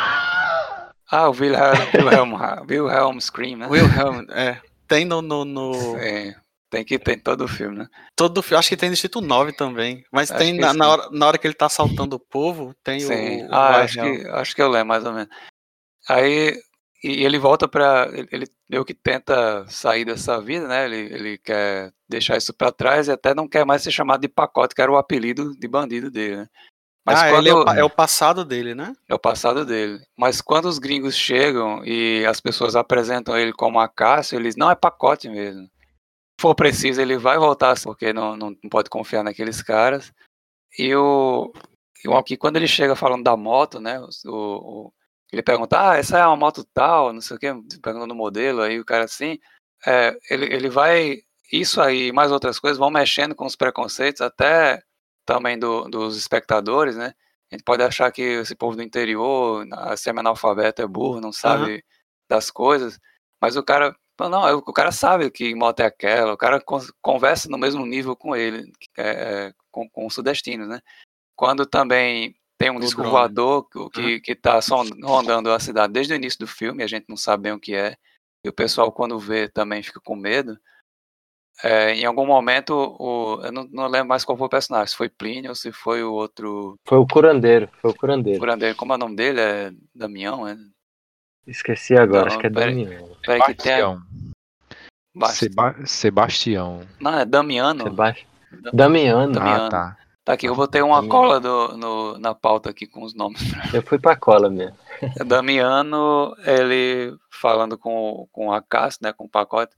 Ah, o Wilhelm, Wilhelm, Wilhelm Scream, né? Wilhelm, é. Tem no, no, no- É, tem que ter em todo o filme, né? todo filme, acho que tem no Distrito nove também, mas Acho tem que na, sim. na hora, na hora que ele tá assaltando o povo, tem Sim. o, o Ah, acho Wilhelm. que, acho que eu lembro, mais ou menos. Aí, e ele volta pra. Ele, ele meio que tenta sair dessa vida, né? Ele, ele quer deixar isso pra trás e até não quer mais ser chamado de Pacote, que era o apelido de bandido dele, né? Mas ah, quando. ele é o, pa- é o passado dele, né? É o passado dele. Mas quando os gringos chegam e as pessoas apresentam ele como Acácio, eles não é Pacote mesmo. Se for preciso, ele vai voltar, porque não, não, não pode confiar naqueles caras. E o, e o aqui, quando ele chega falando da moto, né? O, o- ele pergunta, ah, essa é uma moto tal, não sei o quê, perguntando o modelo, aí o cara assim, é, ele, ele vai. Isso aí e mais outras coisas vão mexendo com os preconceitos, até também do, dos espectadores, né? A gente pode achar que esse povo do interior, semi-analfabeto, é burro, não sabe Aham. das coisas, mas o cara, não, o cara sabe que moto é aquela, o cara con- conversa no mesmo nível com ele, é, é, com, com os sudestinos, né? Quando também tem um O disco drone. voador que, que tá son- rondando a cidade desde o início do filme, a gente não sabe bem o que é, e o pessoal quando vê também fica com medo. É, em algum momento, o, eu não, não lembro mais qual foi o personagem, se foi Plínio ou se foi o outro Foi o curandeiro, foi o curandeiro. curandeiro, como é o nome dele? É Damião, é? Esqueci agora, Não, acho que é peraí. Damiano. Peraí que tem a- Sebastião. Basta. Seba- Sebastião. Não, é Damiano. Sebastião. Damiano. Damiano. Ah, tá. Tá aqui, eu botei uma Damiano. cola do, no, na pauta aqui com os nomes. Eu fui pra cola mesmo. Damiano, ele falando com, com a Cássio, né, com o pacote.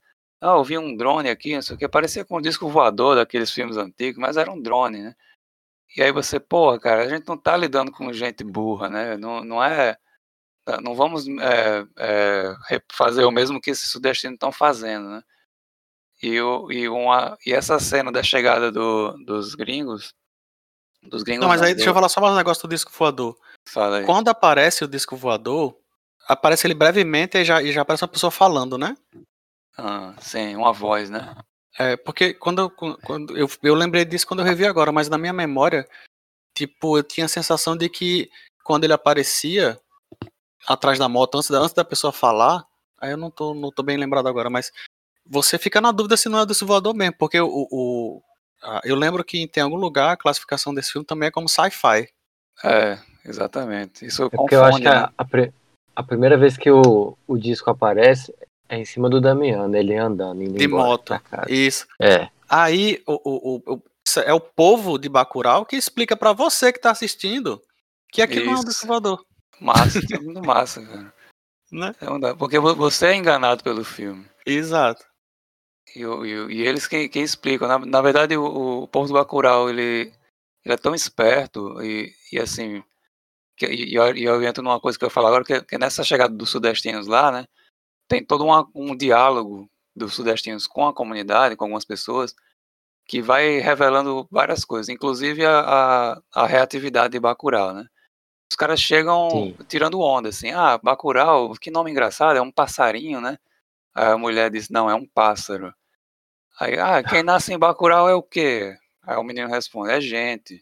Ah, eu vi um drone aqui, não sei o que, parecia com um disco voador daqueles filmes antigos, mas era um drone, né? E aí você, porra, cara, a gente não tá lidando com gente burra, né? Não, não é. Não vamos é, é, re- fazer o mesmo que esses sudestinos estão fazendo, né? E, o, e, uma, e essa cena da chegada do, dos gringos, dos Não, gringos mas não, aí deixa eu do, falar só mais um negócio do disco voador. fala aí. Quando aparece o disco voador, aparece ele brevemente e já, e já aparece uma pessoa falando, né? Ah, sim, uma voz, né? É, porque quando, eu- quando eu, eu lembrei disso quando eu revi agora, mas na minha memória, tipo, eu tinha a sensação de que quando ele aparecia atrás da moto, antes da, antes da pessoa falar, aí eu não tô, não tô bem lembrado agora, mas você fica na dúvida se não é o disco voador mesmo, porque o, o, a- eu lembro que tem algum lugar a classificação desse filme também é como sci-fi. É, exatamente. Isso É porque eu acho confunde, que né? a, a, pri- a primeira vez que o, o disco aparece é em cima do Damiano, ele andando, indo De embora moto. pra casa. Isso. É. Aí o, o, o, o- é o povo de Bacurau que explica pra você que tá assistindo que aquilo não é um disco Isso. voador, Massa, isso é muito massa, cara. né? É um da- Porque vo- você é enganado pelo filme. Exato. E, o- e, o- e eles quem, quem explicam. Na, na verdade, o, o povo do Bacurau, ele, ele é tão esperto e, e assim. Que, e, e eu, e eu entro numa coisa que eu falo agora, que, que nessa chegada dos sudestinos lá, né? Tem todo uma, um diálogo dos sudestinos com a comunidade, com algumas pessoas, que vai revelando várias coisas, inclusive a, a, a reatividade de Bacurau, né? Os caras chegam Sim. tirando onda, assim, ah, Bacurau, que nome engraçado, é um passarinho, né? Aí a mulher diz, não, é um pássaro. Aí, ah, quem nasce em Bacurau é o quê? Aí o menino responde, é gente.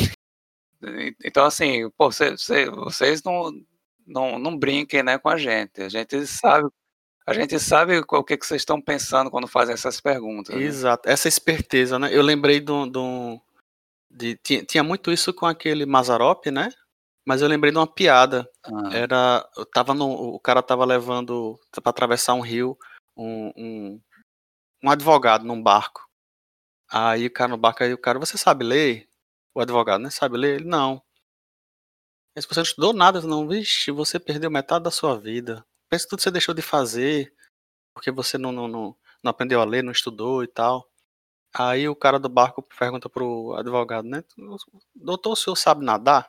E- Então, assim, pô, cê- cê- vocês não, não, não brinquem, né, com a gente. A gente sabe, a gente sabe o que que vocês estão pensando quando fazem essas perguntas, né? Exato. Essa esperteza, né? Eu lembrei de um. de um- de- tinha, tinha muito isso com aquele Mazarop, né? Mas eu lembrei de uma piada. Ah, Era. Eu tava no, o cara tava levando pra atravessar um rio um, um, um advogado num barco. Aí o cara no barco, aí o cara, você sabe ler? O advogado, né? Sabe ler? Ele, não. Mas você não estudou nada, não. Vixe, você perdeu metade da sua vida. Pensa tudo que você deixou de fazer, porque você não, não, não, não aprendeu a ler, não estudou e tal. Aí o cara do barco pergunta pro advogado, né? Doutor, o senhor sabe nadar?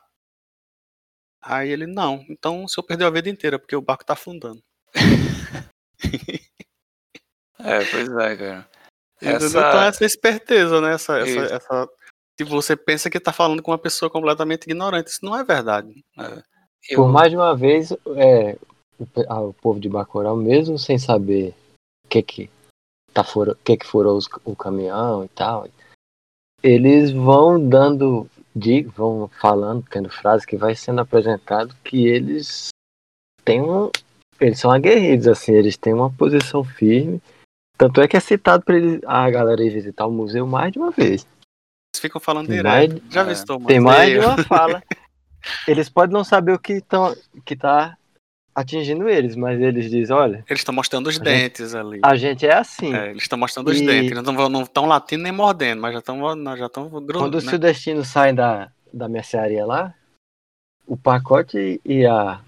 Aí ele, não. Então o senhor perdeu a vida inteira, porque o barco tá afundando. é, pois é, cara. Entendeu? Então Essa, essa esperteza, né? Essa, essa, isso, essa... Tipo, você pensa que tá falando com uma pessoa completamente ignorante. Isso não é verdade. é. Por Eu, mais de uma vez, é, o, pe- ah, o povo de Bacurau, mesmo sem saber o que que, tá fura, o que, que furou os- o caminhão e tal, eles vão dando, di- vão falando, tendo frases que vai sendo apresentado que eles têm um, eles são aguerridos, assim, eles têm uma posição firme. Tanto é que é citado para eles, a galera ir visitar o museu mais de uma vez. Eles ficam falando Tem mais, direto. Já é, visitou o tem mais de museu? uma fala. Eles podem não saber o que, tão, que tá atingindo eles, mas eles dizem, olha, Eles estão mostrando os a gente, dentes ali. a gente é assim. É, eles estão mostrando os E dentes. Eles não estão latindo nem mordendo, mas já estão já estão quando os né? sudestinos saem da, da mercearia lá, o pacote e a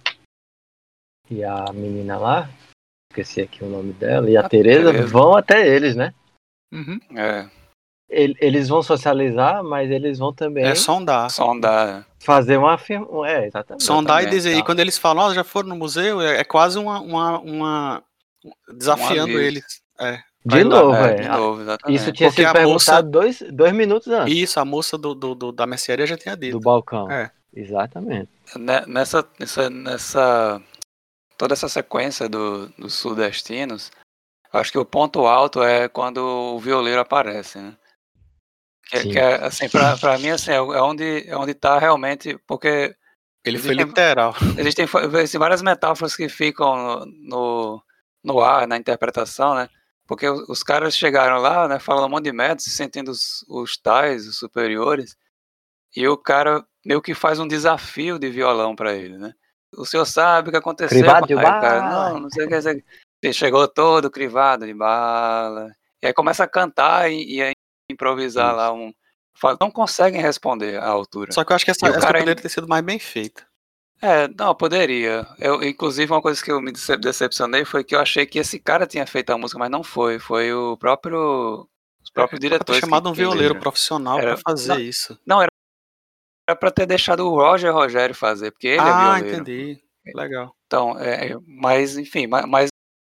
e a menina lá, esqueci aqui o nome dela, e a, A Tereza Tereza. vão até eles, né? Uhum. é, Ele- Eles vão socializar, mas eles vão também É sondar. sondar, fazer uma afirmação. É, exatamente. Sondar e exatamente, dizer. E Tá. quando eles falam, ó, já foram no museu, é, é quase uma, uma, uma- um desafiando aviso. eles. É, pra De ir lá. novo, É, é. de A- novo, Isso exatamente. tinha Porque sido a perguntado moça. dois, dois minutos antes Isso, a moça do, do, do- da mercearia já tinha do dito. balcão. É. Exatamente. Ne- Nessa, nessa, nessa, toda essa sequência do, dos sudestinos, acho que o ponto alto é quando o violeiro aparece, né? Que, Sim. que é, assim, pra, pra mim, assim, é é onde, é onde tá realmente, porque Ele foi existem, literal. existem, fa- existem várias metáforas que ficam no, no, no ar, na interpretação, né? Porque os, os caras chegaram lá, né, falando um monte de merda, se sentindo os, os tais, os superiores, e o cara meio que faz um desafio de violão pra ele, né? O senhor sabe o que aconteceu? Crivado de Aí o cara, bala. não, não sei o que, não sei o que. Ele chegou todo crivado de bala. E aí começa a cantar e, e a improvisar lá um. Fala, não conseguem responder à altura. Só que eu acho que essa, E o essa cara poderia ainda- ter sido mais bem feita. É, não, poderia. Eu, inclusive, uma coisa que eu me decep- decepcionei foi que eu achei que esse cara tinha feito a música, mas não foi. Foi o próprio, os próprios Era pra ter diretores que, chamado um que violeiro fizeram. profissional pra Era, fazer não, isso. não, era era pra ter deixado o Roger Rogério fazer, porque ele é Ah, violeiro. entendi. Legal. Então, é, é, mas enfim, ma- mas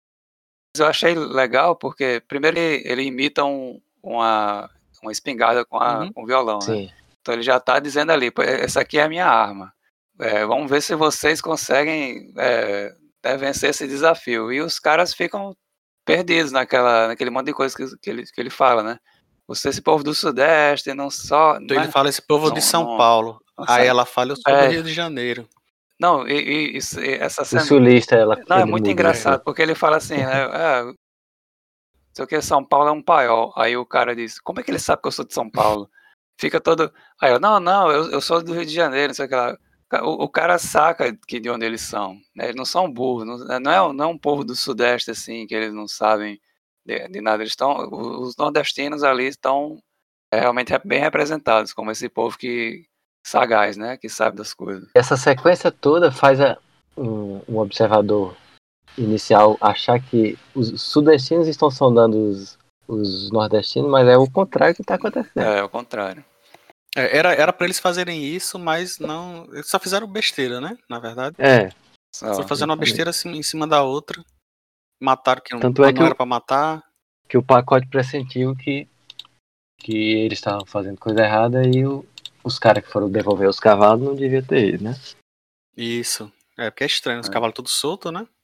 eu achei legal porque primeiro ele, ele imita um- uma, uma espingarda com, a, Uhum. com o violão, né? Sim. Então ele já tá dizendo ali, "Pô, essa aqui é a minha arma. É, vamos ver se vocês conseguem é, né, vencer esse desafio." E os caras ficam perdidos naquela, naquele monte de coisa que, que, ele, que ele fala, né? Você, esse povo do Sudeste, não só. Então ele Né? fala esse povo de Não, São não, Paulo. não Aí sabe. ela fala, eu sou do É, Rio de Janeiro. não, e, e- isso- e essa O cena. sulista, ela, Não, é ele muito muda engraçado, isso. porque ele fala assim, né? Ah, não sei o que, São Paulo é um paiol. Aí o cara diz, como é que ele sabe que eu sou de São Paulo? Fica todo. Aí eu, não, não, eu, eu sou do Rio de Janeiro, não sei o que lá. O, o cara saca que de onde eles são, né? Eles não são burros, não, não, é, não é um povo do Sudeste assim, que eles não sabem de, de nada. Eles estão. Os nordestinos ali estão é, realmente bem representados, como esse povo que sagaz, né? Que sabe das coisas. Essa sequência toda faz a- um, um observador inicial achar que os sudestinos estão sondando os, os nordestinos, mas é o contrário que está acontecendo. É, é o contrário. É, era, era pra eles fazerem isso, mas não. Eles só fizeram besteira, né? Na verdade. É. Foi fazendo uma besteira assim, em cima da outra. Mataram que Tanto não, é que não o- era pra matar. Que o pacote pressentiu que, que eles estavam fazendo coisa errada e o- os caras que foram devolver os cavalos não deviam ter ido, né? Isso. É, porque é estranho, os cavalos todos soltos, né?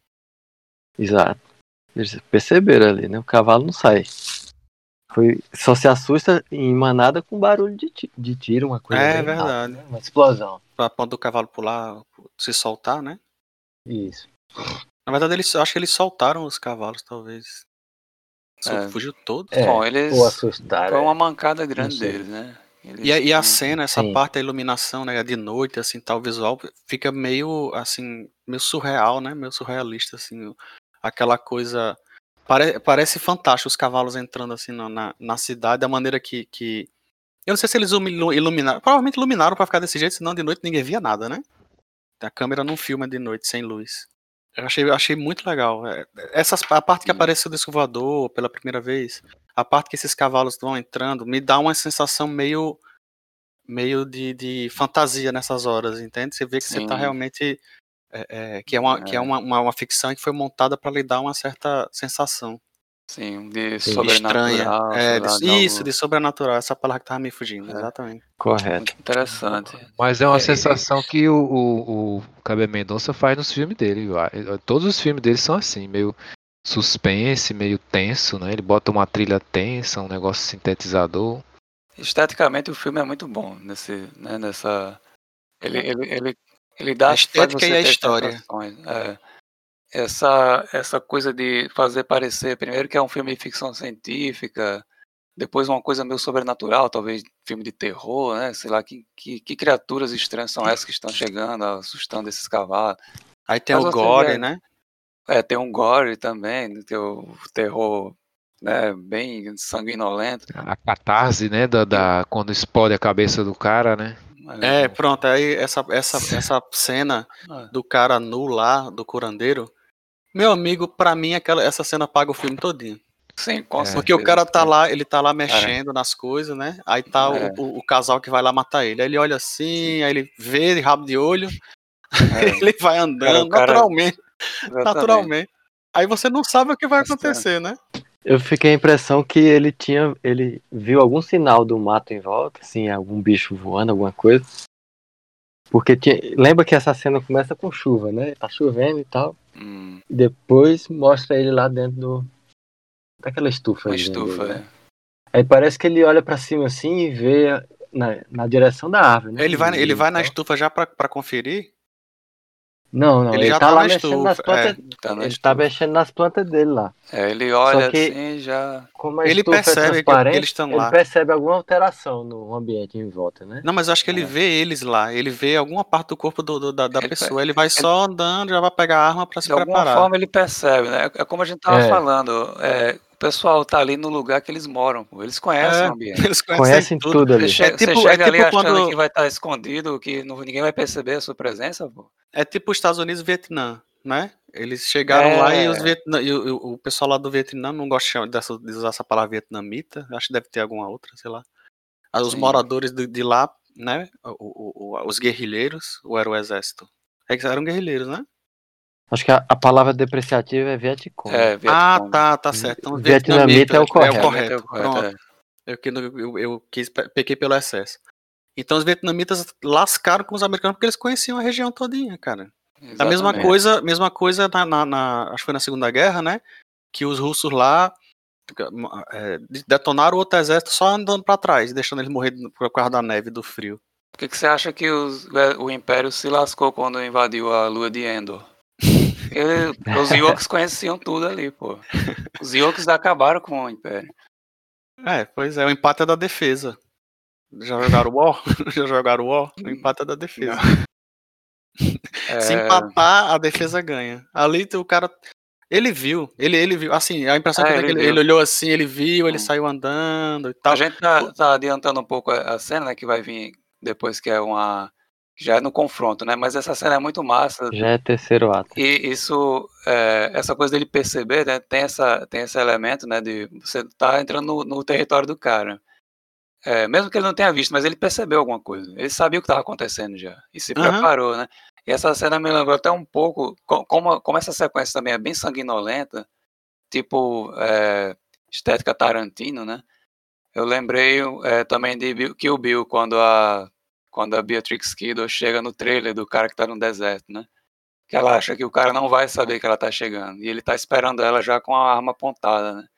Exato. Eles perceberam ali, né? O cavalo não sai. Foi, só se assusta em manada com barulho de, ti- de tiro, uma coisa É bem verdade. rápida, né? Uma explosão. Pra quando o cavalo pular, se soltar, né? Isso. Na verdade, eles, eu acho que eles soltaram os cavalos, talvez. Sol- É. Fugiu todos. É, Bom, eles. ou assustaram. Foi uma é. mancada grande Não sei. deles, né? Eles E a, e a não- cena, essa Sim. parte da iluminação, né, de noite, assim, tal, visual, fica meio, assim, meio surreal, né, meio surrealista, assim, o- aquela coisa, pare, parece fantástico os cavalos entrando, assim, na, na, na cidade, da maneira que, que, eu não sei se eles ilu- iluminaram, provavelmente iluminaram pra ficar desse jeito, senão de noite ninguém via nada, né, a câmera não filma de noite, sem luz. Eu achei, eu achei muito legal, é, essas, a parte que aparece o disco voador pela primeira vez, a parte que esses cavalos vão entrando, me dá uma sensação meio meio de, de fantasia nessas horas, entende? Você vê que você tá Sim. realmente é, é, que é uma que é É. uma, uma, uma ficção que foi montada para lhe dar uma certa sensação Sim, de Sim. estranha, sobrenatural, é, sei de- lá, de isso, algo de sobrenatural, essa palavra que tava me fugindo, É. exatamente. Correto. muito interessante. Mas é uma É, sensação que o, o, o Kleber Mendonça faz nos filmes dele. vai. Todos os filmes dele são assim, meio suspense, meio tenso, né? Ele bota uma trilha tensa, um negócio sintetizador. Esteticamente o filme é muito bom nesse, né, nessa. Ele, ele, ele, ele dá A estética faz e você a ter história. sensações. É. Essa, essa coisa de fazer parecer, primeiro que é um filme de ficção científica, depois uma coisa meio sobrenatural, talvez filme de terror, né? Sei lá, que, que, que criaturas estranhas são essas que estão chegando, assustando esses cavalos. Aí tem Mas o você gore, vê, né? é, tem um gore também, tem o terror, né, bem sanguinolento. A catarse, né? Da, da, quando explode a cabeça do cara, né? É, pronto, aí essa, essa, essa cena É. do cara nu lá, do curandeiro, meu amigo, pra mim aquela, essa cena paga o filme todinho. Sim, com certeza. Porque o cara tá é. lá, ele tá lá mexendo nas coisas, né? Aí tá É. o, o, o casal que vai lá matar ele. Aí ele olha assim, aí ele vê de rabo de olho, É. ele vai andando o cara- naturalmente. Exatamente. Naturalmente. Aí você não sabe o que vai Bastante. acontecer, né? Eu fiquei a impressão que ele tinha. Ele viu algum sinal do mato em volta, assim, algum bicho voando, alguma coisa. Porque tinha, lembra que essa cena começa com chuva, né? Tá chovendo e tal. Hum, E depois mostra ele lá dentro do. Daquela estufa uma aí dentro estufa, dele, né? né? Aí parece que ele olha pra cima assim e vê na, na direção da árvore, né? Ele vai, ele vai na Então- estufa já pra, pra conferir. Não, não, Ele ele, já tá, tá lá na mexendo nas estufa, plantas. Tá na ele estufa. tá mexendo nas plantas dele lá. É, ele olha que- assim e já. Como a Ele estufa percebe é que- que transparente, eles estão ele lá. percebe alguma alteração no ambiente em volta, né? Não, mas eu acho que ele É. vê eles lá. Ele vê alguma parte do corpo do, do- da, da Ele pessoa. Ele vai só andando, já vai pegar a arma pra se De alguma preparar. forma ele percebe, né? É como a gente tava É. falando. É, o pessoal tá ali no lugar que eles moram. Pô. Eles conhecem É, o ambiente. eles conhecem, Conhecem tudo. tudo ali. Você, che- É tipo- você chega é ali tipo achando quando- que vai estar escondido, que não- ninguém vai perceber a sua presença, pô. É tipo os Estados Unidos e Vietnã, né? Eles chegaram É. lá e, os Vietnã, e o, o pessoal lá do Vietnã não gosta de chamar- dessa- de usar essa palavra vietnamita. Acho que deve ter alguma outra, sei lá. Ah, Os Sim. moradores de, de lá, né? O- o- o- os guerrilheiros, ou era o exército? É que eram guerrilheiros, né? Acho que a, a palavra depreciativa é Vietcong. É, Ah, Vietcong. tá, tá certo. Então, Vietnamita é o É o correto. Realmente é o correto. correto, Pronto. é. Eu, que- eu, eu quis, pequei pelo excesso. Então os vietnamitas lascaram com os americanos porque eles conheciam a região todinha, cara. A mesma Exatamente. coisa, mesma coisa na, na- na- acho que foi na Segunda Guerra, né? Que os russos lá é, detonaram o outro exército só andando pra trás, deixando eles morrer por causa da neve e do frio. Por que, que você acha que os- o Império se lascou quando invadiu a lua de Endor? Ele- os Ewoks conheciam tudo ali, pô. Os Ewoks acabaram com o Império. É, pois é, o empate é da defesa. Já jogaram o War? Já jogaram o War? O empate é da defesa. Se É, empatar, a defesa ganha. Ali o cara. Ele viu, ele, ele viu. Assim, a impressão É, que eu tenho é ele que ele, viu. ele olhou assim, ele viu, ele Hum. saiu andando e a tal. gente tá, tá adiantando um pouco a a cena, né, que vai vir depois, que é uma. Já é no confronto, né? Mas essa cena é muito massa. Já é terceiro ato. E isso, é, essa coisa dele perceber, né? Tem, essa, tem esse elemento, né? De você tá entrando no, no território do cara. É, mesmo que ele não tenha visto, mas ele percebeu alguma coisa. Ele sabia o que estava acontecendo já. E se Aham. preparou, né? E essa cena me lembrou até um pouco, co- como, como essa sequência também é bem sanguinolenta, tipo é, estética Tarantino, né? Eu lembrei é, também de Bill- Kill Bill, quando a, quando a Beatrix Kiddo chega no trailer do cara que tá no deserto, né? Que ela acha que o cara não vai saber que ela tá chegando. E ele tá esperando ela já com a arma apontada, né?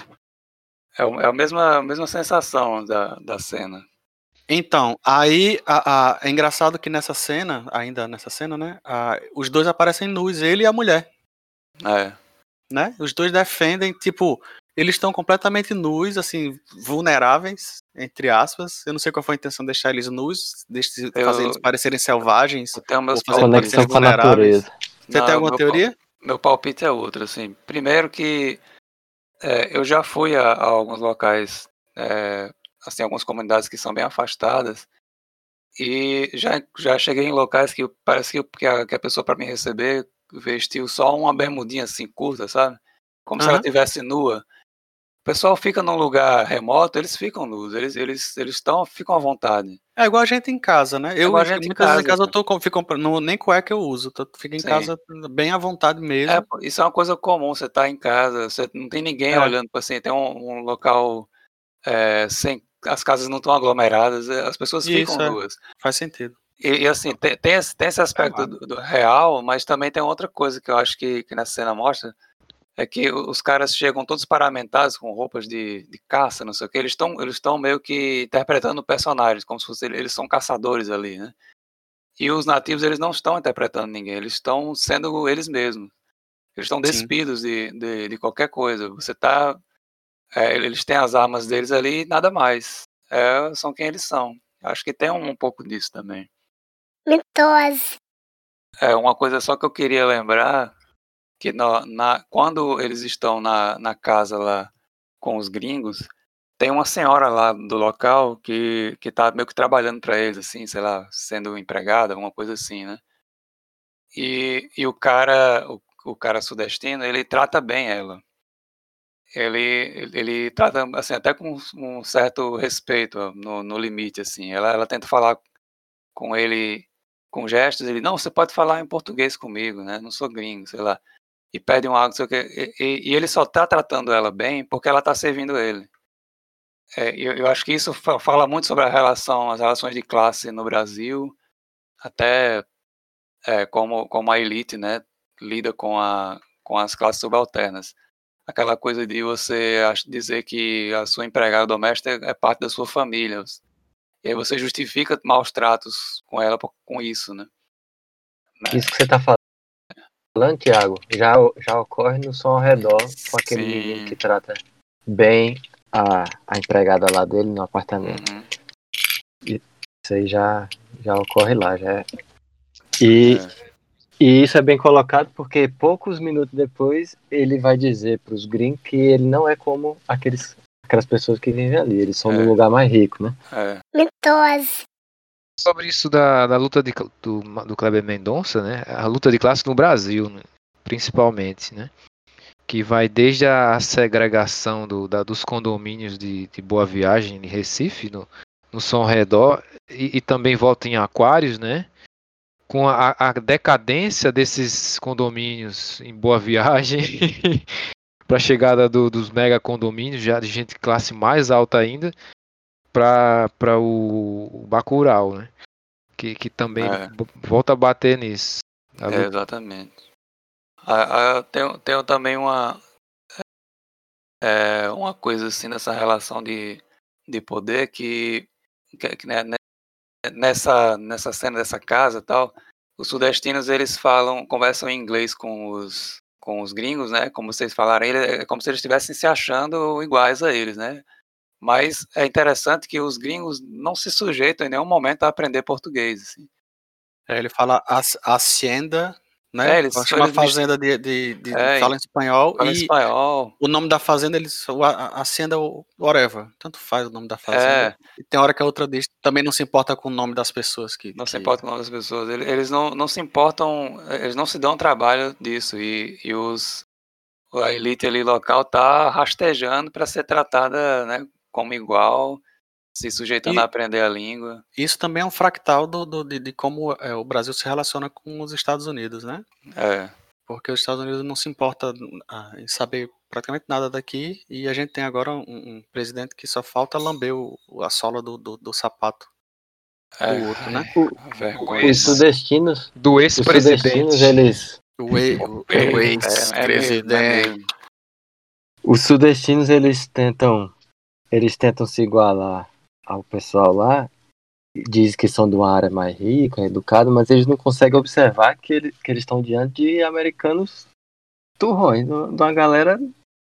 É, o- é a mesma, a mesma sensação da, da cena. Então, aí a, a- é engraçado que nessa cena, ainda nessa cena, né? a- os dois aparecem nus, ele e a mulher, É. né? Os dois defendem, tipo, eles estão completamente nus, assim, vulneráveis, entre aspas. Eu não sei qual foi a intenção de deixar eles nus, de fazer Eu- eles parecerem selvagens, Eu tenho meus ou fazer eles Conexão parecerem com a vulneráveis. natureza. Você Não, tem alguma meu teoria? pal- Meu palpite é outro, assim. Primeiro que é, eu já fui a, a alguns locais, é, assim, algumas comunidades que são bem afastadas, e já, já cheguei em locais que parece que, que, a, que a pessoa, para me receber, vestiu só uma bermudinha assim curta, sabe? Como se ela Aham. estivesse nua. O pessoal fica num lugar remoto, eles ficam nus, eles eles eles estão, ficam à vontade. É igual a gente em casa, né? É Eu, igual a gente em muitas vezes em casa, casa eu cara. tô com, fico, comprando- não, nem cueca eu uso, tô, fico em Sim. casa bem à vontade É, mesmo. pô, isso é uma coisa comum, você tá em casa, você não tem ninguém É. olhando pra assim, tem um, um local é, sem. As casas não estão aglomeradas, é, as pessoas ficam Isso, é. nuas. Faz sentido. E, e, assim, tem, tem, esse, tem esse aspecto É, do, do real, mas também tem outra coisa que eu acho que, que nessa cena mostra, é que o- os caras chegam todos paramentados com roupas de, de caça, não sei o que, eles estão eles estão meio que interpretando personagens, como se fosse, eles são caçadores ali, né? E os nativos, eles não estão interpretando ninguém, eles estão sendo eles mesmos. Eles estão Sim. despidos de, de, de qualquer coisa. Você tá. É, eles têm as armas deles ali e nada mais. É, são quem eles são. Acho que tem um, um pouco disso também. Mitose. É uma coisa só que eu queria lembrar, que na, na- quando eles estão na, na casa lá com os gringos, tem uma senhora lá do local que, que tá meio que trabalhando para eles, assim, sei lá, sendo empregada, alguma coisa assim, né? E, e o cara, o, o cara sudestino, ele trata bem ela. Ele, ele ele trata, assim, até com um certo respeito, ó, no, no limite, assim. Ela, ela tenta falar com ele com gestos, ele, não, você pode falar em português comigo, né? Não sou gringo, sei lá. E pede um algo, não sei o quê. E, e- e ele só tá tratando ela bem porque ela tá servindo ele. É, eu, eu acho que isso fa- fala muito sobre a relação, as relações de classe no Brasil, até é, como, como a elite, né, lida com, a, com as classes subalternas. Aquela coisa de você ach- dizer que a sua empregada doméstica é é parte da sua família. E aí você justifica maus tratos com ela por- com isso, né? Isso que você tá falando, Thiago, já, já ocorre no Som ao Redor, com aquele Sim. menino que trata bem a, a empregada lá dele no apartamento. Uhum. Isso aí já, já ocorre lá. Já é. E, É. e isso é bem colocado porque poucos minutos depois ele vai dizer para os gringos que ele não é como aqueles, aquelas pessoas que vivem ali. Eles são É. num lugar mais rico, né? É. Mitose. Sobre isso da, da luta de, cl- do, do Kleber Mendonça, né? A luta de classe no Brasil, né, principalmente, né? Que vai desde a segregação do, da- dos condomínios de, de Boa Viagem, em Recife, no, no Som Redor, e, e também volta em Aquários, né? Com a, a decadência desses condomínios em Boa Viagem para a chegada do- dos mega condomínios, já de gente de classe mais alta ainda, para o, o Bacurau, né? Que, que também É, b- volta a bater nisso. A é, luta. exatamente. Ah, ah, tenho, tenho também uma, é, uma coisa assim nessa relação de, de poder que, que, que, né, né, nessa, nessa cena dessa casa e tal, os sudestinos eles falam, conversam em inglês com os, com os gringos, né? Como vocês falaram, ele, é como se eles estivessem se achando iguais a eles, né? Mas é interessante que os gringos não se sujeitam em nenhum momento a aprender português, assim. É, ele fala hac- hacienda, É, né? eles, Chama eles mis- fazenda de, de, de, de- é, fala em espanhol falam e espanhol. o nome da fazenda, eles, o a- a- hacienda, o- whatever, tanto faz o nome da fazenda. É, E tem hora que a outra diz, também não se importa com o nome das pessoas que, não se que... importa com o nome das pessoas. Ele- Eles não, não se importam, eles não se dão trabalho disso. E, e os, a elite ali local tá rastejando para ser tratada, né, como igual, se sujeitando a E aprender a língua. isso também é um fractal do, do- de, de como é, o Brasil se relaciona com os Estados Unidos, né? É, Porque os Estados Unidos não se importa ah, em saber praticamente nada daqui e a gente tem agora um, um presidente que só falta lamber o, a sola do, do, do sapato do é, outro, né? O- vergonha Os Esse- demais. sudestinos, Do os ex-presidente. sudestinos, eles, O, e- o, É, o é mesmo, é ex-presidente. mesmo. os sudestinos, eles tentam, eles tentam se igualar ao pessoal lá, diz que são de uma área mais rica, educada, mas eles não conseguem observar que, ele, que eles estão diante de americanos turrões, de uma galera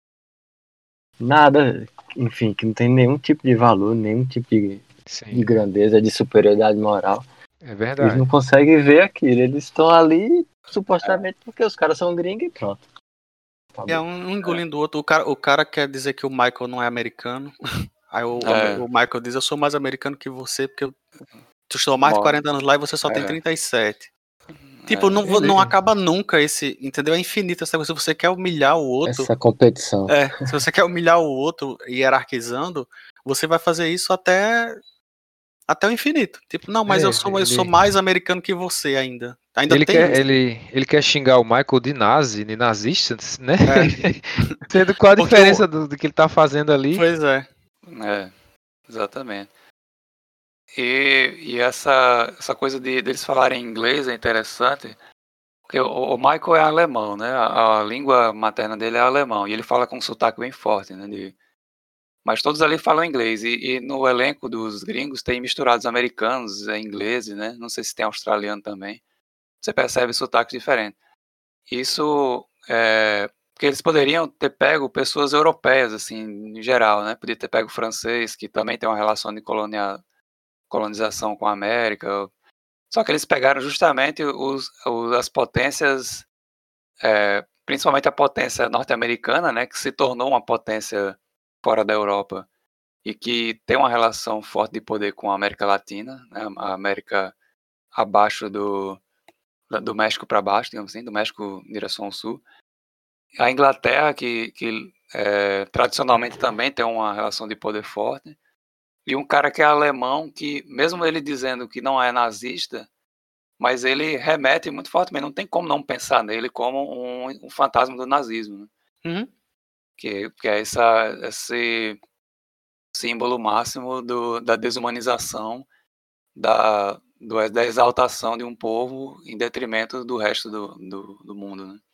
nada, enfim, que não tem nenhum tipo de valor, nenhum tipo de, de Sim, grandeza, de superioridade moral. é Eles verdade. não conseguem ver aquilo, eles estão ali supostamente porque os caras são gringos e pronto. E é um, um engolindo o outro. O cara, o cara quer dizer que o Michael não é americano. Aí o, É. o Michael diz, eu sou mais americano que você, porque eu, tu estou há mais de Bom, quarenta anos lá e você só tem é. trinta e sete. Tipo, É. não, vo- não acaba nunca esse, entendeu? É infinito essa coisa. Se você quer humilhar o outro, Essa competição. é, se você quer humilhar o outro hierarquizando, você vai fazer isso até até o infinito. Tipo, não, mas É, eu sou eu sou ele- mais americano que você ainda. Ainda Ele tem quer, isso. ele, ele quer xingar o Michael de nazi, de nazista, né? É. Sendo qual a Porque diferença o- do, do que ele tá fazendo ali? Pois é. É, exatamente. E, e essa, essa coisa de deles falarem inglês é interessante, porque o, o Michael é alemão, né? A, a língua materna dele é alemão, e ele fala com um sotaque bem forte, né? De- mas todos ali falam inglês, e, e no elenco dos gringos tem misturados americanos, é, ingleses, né? Não sei se tem australiano também. Você percebe sotaques diferentes. Isso é porque eles poderiam ter pego pessoas europeias, assim, em geral, né? Podia ter pego francês, que também tem uma relação de colonia, colonização com a América. Só que eles pegaram justamente os, os- as potências, é, principalmente a potência norte-americana, né? Que se tornou uma potência fora da Europa e que tem uma relação forte de poder com a América Latina, né? A América abaixo do, do México para baixo, digamos assim, do México em direção ao sul. A Inglaterra, que, que é, tradicionalmente também tem uma relação de poder forte, e um cara que é alemão, que mesmo ele dizendo que não é nazista, mas ele remete muito fortemente, não tem como não pensar nele como um, um fantasma do nazismo, né? Uhum. que, que é essa, esse símbolo máximo do, da desumanização, da, do, da exaltação de um povo em detrimento do resto do, do, do mundo, né?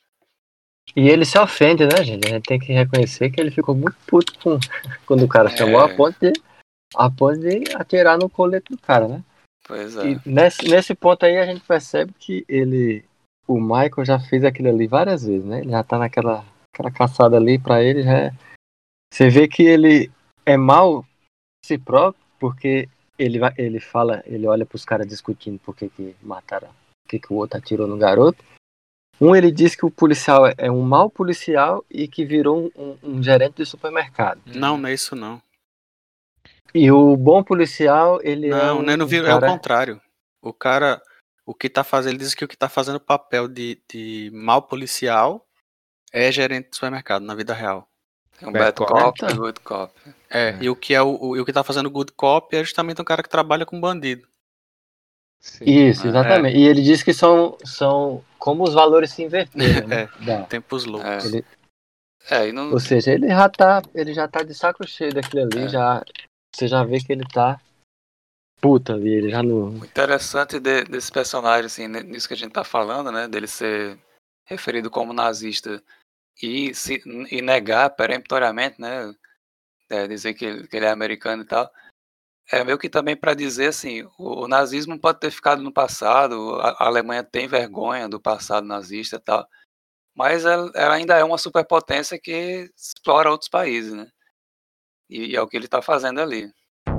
E ele se ofende, né, gente? A gente tem que reconhecer que ele ficou muito puto com, quando o cara chamou, a É, ponto de, a ponto de atirar no colete do cara, né? pois E é. nesse, nesse ponto aí a gente percebe que ele, o Michael já fez aquilo ali várias vezes, né? Ele já tá naquela aquela caçada ali pra ele, já é... Você vê que ele é mal si próprio, porque ele, vai, ele fala, ele olha pros caras discutindo por que que mataram, por que que o outro atirou no garoto. Um, ele diz que o policial é um mau policial e que virou um, um, um gerente de supermercado. Não, não é isso não. E o bom policial, ele Não, é um, não é no um vi- é o cara... contrário. O cara, o que tá fazendo, ele diz que o que tá fazendo o papel de, de mal policial é gerente de supermercado na vida real. Tem um bad cop e good cop. É, É. e o que é o, o, e o que tá fazendo good cop é justamente um cara que trabalha com bandido. Sim. Isso, É. exatamente. E ele diz que são, são como os valores se inverteram, né? É, Da- tempos loucos. É. ele- É, e não. ou seja, ele já tá, ele já tá de saco cheio daquilo ali, É. já, você já vê que ele tá puta ali, ele já não... O interessante de- desse personagem, assim, né, nisso que a gente tá falando, né? Dele ser referido como nazista e, se, e negar peremptoriamente, né? é, dizer que ele, que ele é americano e tal. É meio que também para dizer assim, o, o nazismo pode ter ficado no passado, a, a Alemanha tem vergonha do passado nazista e tal, mas ela, ela ainda é uma superpotência que explora outros países, né? E, e é o que ele está fazendo ali.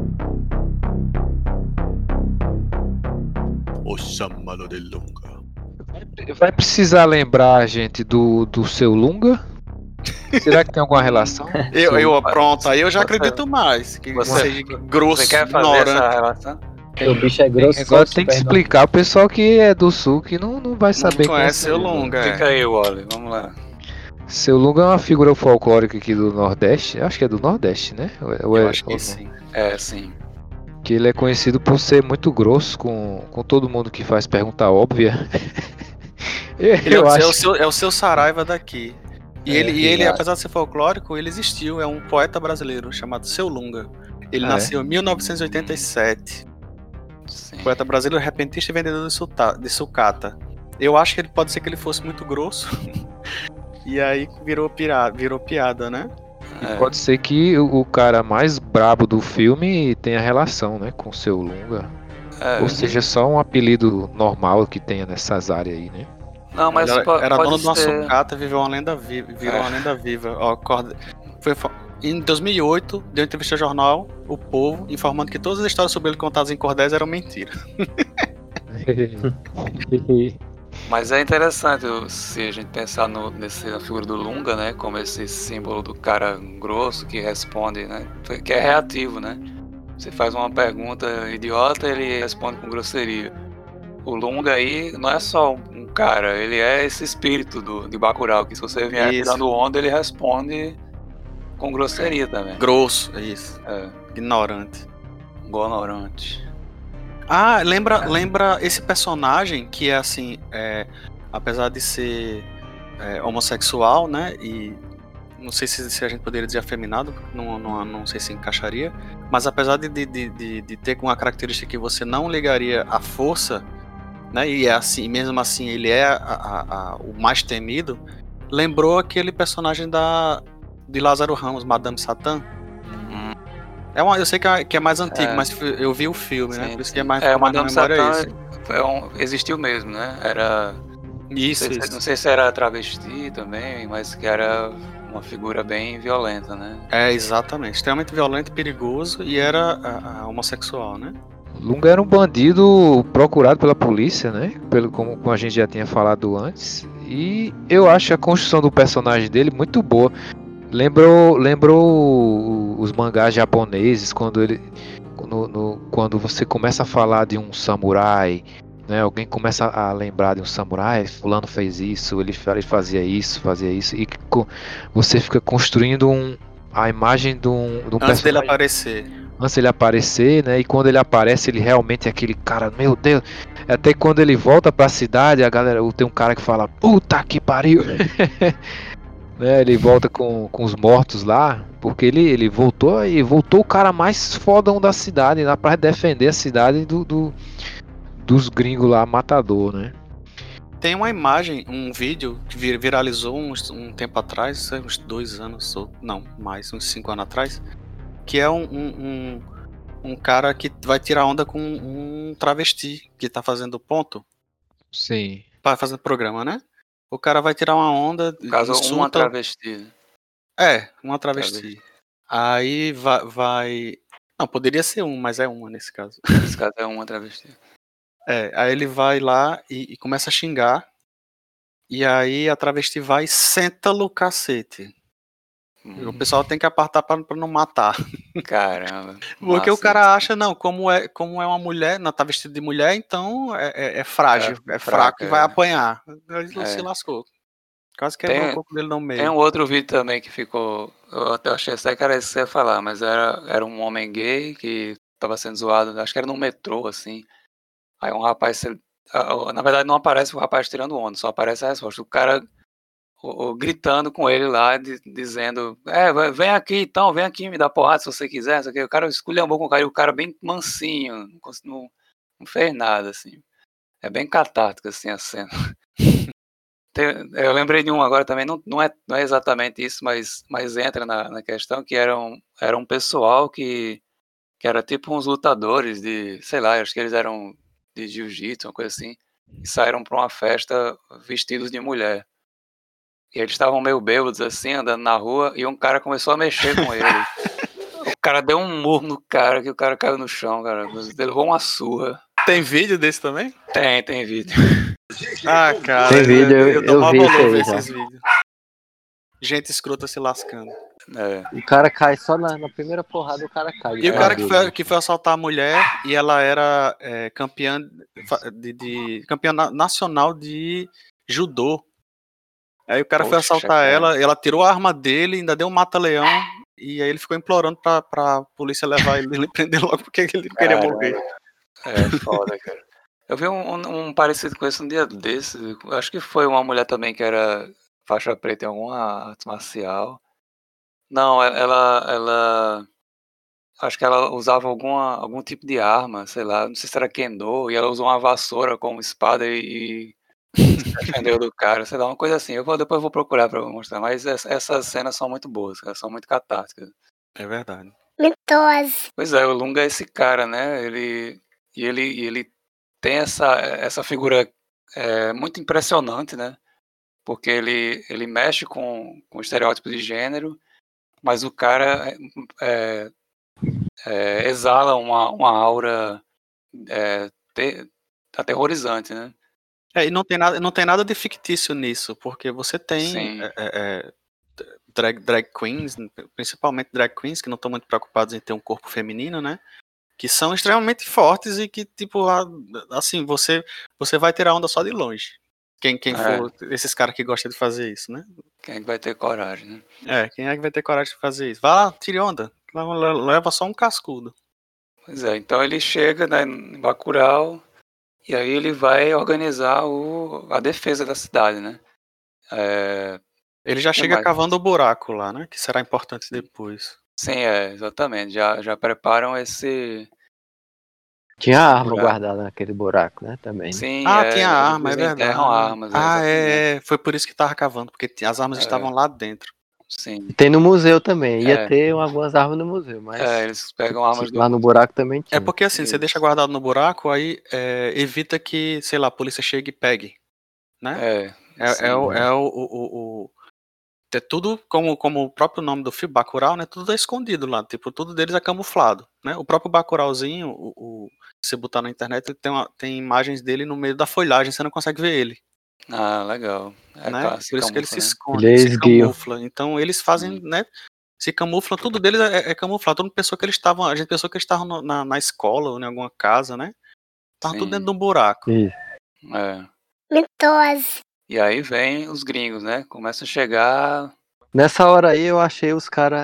O chamado de Lunga. Vai precisar lembrar, gente, do, do seu Lunga? Será que tem alguma relação? Eu, Seu- eu, pronto, aí eu já Você- acredito mais. Que você- seja grosso, Você quer fazer ignorante. essa relação? O bicho é grosso. Agora só tem que super explicar o pessoal que é do sul que não, não vai Não saber quem é conhece seu o Lunga, Fica é. aí, Wally, vamos lá. Seu Lunga é uma figura folclórica aqui do Nordeste. Acho que é do Nordeste, né? Ou é- ou Eu é- acho ou que não? sim. É, sim. Que ele é conhecido por ser muito grosso com, com todo mundo que faz pergunta óbvia. eu Ele é, o- acho é o seu, é o seu Saraiva daqui. E É, ele, e ele exato. apesar de ser folclórico, ele existiu. É um poeta brasileiro chamado Seu Lunga. Ele Ah, nasceu em mil novecentos e oitenta e sete. sim. Poeta brasileiro, repentista e vendedor de, suta- de sucata. Eu acho que ele pode ser que ele fosse muito grosso. E aí virou, pira, virou piada, né? É. Pode ser que o, o cara mais brabo do filme tenha relação, né, com o seu Lunga. É, Ou seja, só um apelido normal que tenha nessas áreas aí, né? não, mas Ele po- era pode dono de uma ser... sucata, viveu uma lenda viva, virou É. uma lenda viva. Ó, acorda- foi, fa- em dois mil e oito, deu entrevista ao jornal O Povo, informando que todas as histórias sobre ele contadas em cordéis eram mentira. Mas é interessante se a gente pensar no, nesse, na figura do Lunga, né? Como esse símbolo do cara grosso que responde, né? Que é reativo, né? Você faz uma pergunta idiota, ele responde com grosseria. O Lunga aí não é só um cara, ele é esse espírito do, de Bacurau, que se você vier Isso. tirando onda, ele responde com grosseria também. Grosso, é isso. É, Ignorante. ignorante. Ah, lembra, lembra esse personagem que é assim, é, apesar de ser é, homossexual, né? E não sei se, se a gente poderia dizer afeminado, não, não, não sei se encaixaria, mas apesar de, de, de, de, de ter uma característica que você não ligaria à força, né? E é assim, mesmo assim ele é a, a, a, o mais temido, lembrou aquele personagem da, de Lázaro Ramos, Madame Satã. É uma, eu sei que é, que é mais antigo, É. mas eu vi o filme, né? Sim, Por isso sim. que é mais, É, ficou o mais na Madame memória Satã isso. foi um- existiu mesmo, né? Era. Isso, não sei, se- isso. não sei se era travesti também, mas que era uma figura bem violenta, né? É, exatamente. Extremamente violento e perigoso e era a, a homossexual, né? Lunga era um bandido procurado pela polícia, né? Pelo, como, como a gente já tinha falado antes. E eu acho a construção do personagem dele muito boa. Lembrou, lembrou o- os mangás japoneses quando ele, no- no- quando você começa a falar de um samurai, né? Alguém começa a lembrar de um samurai, fulano fez isso, ele, fa- ele fazia isso, fazia isso, e co- você fica construindo um, a imagem de um, de um Antes dele personagem aparecer. antes ele aparecer, né? E quando ele aparece, ele realmente é aquele cara, meu Deus. Até quando ele volta pra cidade, a galera, tem um cara que fala, puta que pariu. né? Ele volta com, com os mortos lá, porque ele, ele voltou e voltou o cara mais fodão da cidade, lá pra defender a cidade do, do- dos gringos lá, matador, né? Tem uma imagem, um vídeo que vir- viralizou uns, um tempo atrás, uns dois anos, ou não, mais, uns cinco anos atrás, que é um, um, um, um cara que vai tirar onda com um travesti que tá fazendo ponto, Sim. tá fazendo programa, né? O cara vai tirar uma onda, No caso, uma insulta... travesti. É, uma travesti. Travesti. Aí vai, vai... Não, poderia ser um, mas é uma nesse caso. Nesse caso é uma travesti. É, aí ele vai lá e, e começa a xingar. E aí a travesti vai e senta no cacete. Hum. O pessoal tem que apartar pra, pra não matar. Caramba. Porque o massa cara isso. acha, não, como é, como é uma mulher, não tá vestido de mulher, então é, é- é frágil, É é, fraco fraco, e vai é. apanhar. Ele se É. lascou. Quase quebrou o Tem, corpo dele no tem meio. um outro vídeo também que ficou. Eu até achei até que era isso que você ia falar, mas era, era um homem gay que tava sendo zoado, acho que era no metrô, assim. Aí um rapaz. se- a- a- Na verdade, não aparece o rapaz tirando onda, só aparece a resposta. O cara o- o gritando com ele lá, di- dizendo: É, vai- vem aqui então, vem aqui me dar porrada se você quiser. Não sei o quê. O cara esculhambou com o cara e o cara bem mansinho, não, cons- não, não fez nada, assim. É bem catártico, assim, a cena. Tem- eu lembrei de um agora também, não, não, é, não é exatamente isso, mas, mas entra na, na questão que era um, era um pessoal que, que era tipo uns lutadores de, sei lá, acho que eles eram de jiu-jitsu, uma coisa assim, e saíram para uma festa vestidos de mulher. E eles estavam meio bêbados assim, andando na rua, e um cara começou a mexer com ele. O cara deu um murro no cara, que o cara caiu no chão, cara. Ele levou uma surra. Tem vídeo desse também? Tem, tem vídeo. Ah, cara, Tem vídeo, eu, eu, eu dou eu maior vi isso valor ver aí já. esses vídeos. Gente escrota se lascando. É. O cara cai só na, na primeira porrada, o cara cai. E o É. cara que foi, que foi assaltar a mulher e ela era é, campeã de, de campeã na- nacional de judô. Aí o cara foi Poxa, assaltar cara. ela, ela tirou a arma dele, ainda deu um mata-leão e aí ele ficou implorando pra, pra polícia levar ele e prender logo porque ele não queria Caramba. morrer. É foda, cara. Eu vi um, um- um parecido com esse um dia desses. Acho que foi uma mulher também que era faixa preta em alguma arte marcial. Não, e- ela, ela, acho que ela usava alguma, algum tipo de arma, sei lá, não sei se era kendo, e ela usou uma vassoura como espada e, e se defendeu do cara, sei lá, uma coisa assim. Eu vou, depois eu vou procurar pra mostrar, mas essa- essas cenas são muito boas, cara, são muito catárticas. É verdade. Mitose. Pois é, o Lunga é esse cara, né? Ele e ele e ele tem essa essa figura é, muito impressionante, né? Porque ele ele mexe com com estereótipos de gênero, mas o cara é, é, exala uma uma aura é, te- aterrorizante, né? É, e não tem nada, não tem nada de fictício nisso, porque você tem Sim. é, é, é, drag, drag queens, principalmente drag queens, que não estão muito preocupados em ter um corpo feminino, né? Que são extremamente fortes e que, tipo, a- assim, você, você vai ter a onda só de longe. Quem, quem É. for esses caras que gostam de fazer isso, né? Quem é que vai ter coragem, né? É, quem é que vai ter coragem de fazer isso? Vai lá, tire onda. Leva, leva só um cascudo. Pois é, então ele chega, né, em Bacurau e aí ele vai organizar o, a defesa da cidade, né? É, Ele já que chega mais? cavando o buraco lá, né? Que será importante depois. Sim, é, exatamente. Já, já preparam esse. Tinha esse arma buraco. guardada naquele buraco, né? Também. Né? Sim, Ah, é, tinha eles arma, é desenterram verdade. armas, é, Ah, exatamente. é, é. Foi por isso que tava cavando, porque t- as armas É. estavam lá dentro. Sim. E tem no museu também. Ia É. ter algumas armas no museu, mas É, eles pegam armas do lá no museu. buraco também tinha. É porque assim, você Isso. deixa guardado no buraco, aí é, evita que, sei lá, a polícia chegue e pegue, né? É, É, sim. é, o, é o, o, o, o- é tudo, como, como o próprio nome do filme, Bacurau, né? Tudo é escondido lá, tipo, tudo deles é camuflado, né? O próprio Bacurauzinho, o, o, se você botar na internet, ele tem, uma, tem imagens dele no meio da folhagem, você não consegue ver ele, Ah, legal. É, né? claro, se Por isso que ele camufla, se né? esconde, Ele é ele se esguio. camufla. Então eles fazem, Sim. né? Se camuflam, tudo deles é, é camuflado. Todo mundo pensou que eles estavam, a gente pensou que eles estavam no- na, na escola ou em alguma casa, né? Tava tudo Sim. dentro de um buraco. Isso. É. Mitose. E aí vem os gringos, né? Começam a chegar. Nessa hora aí eu achei os caras.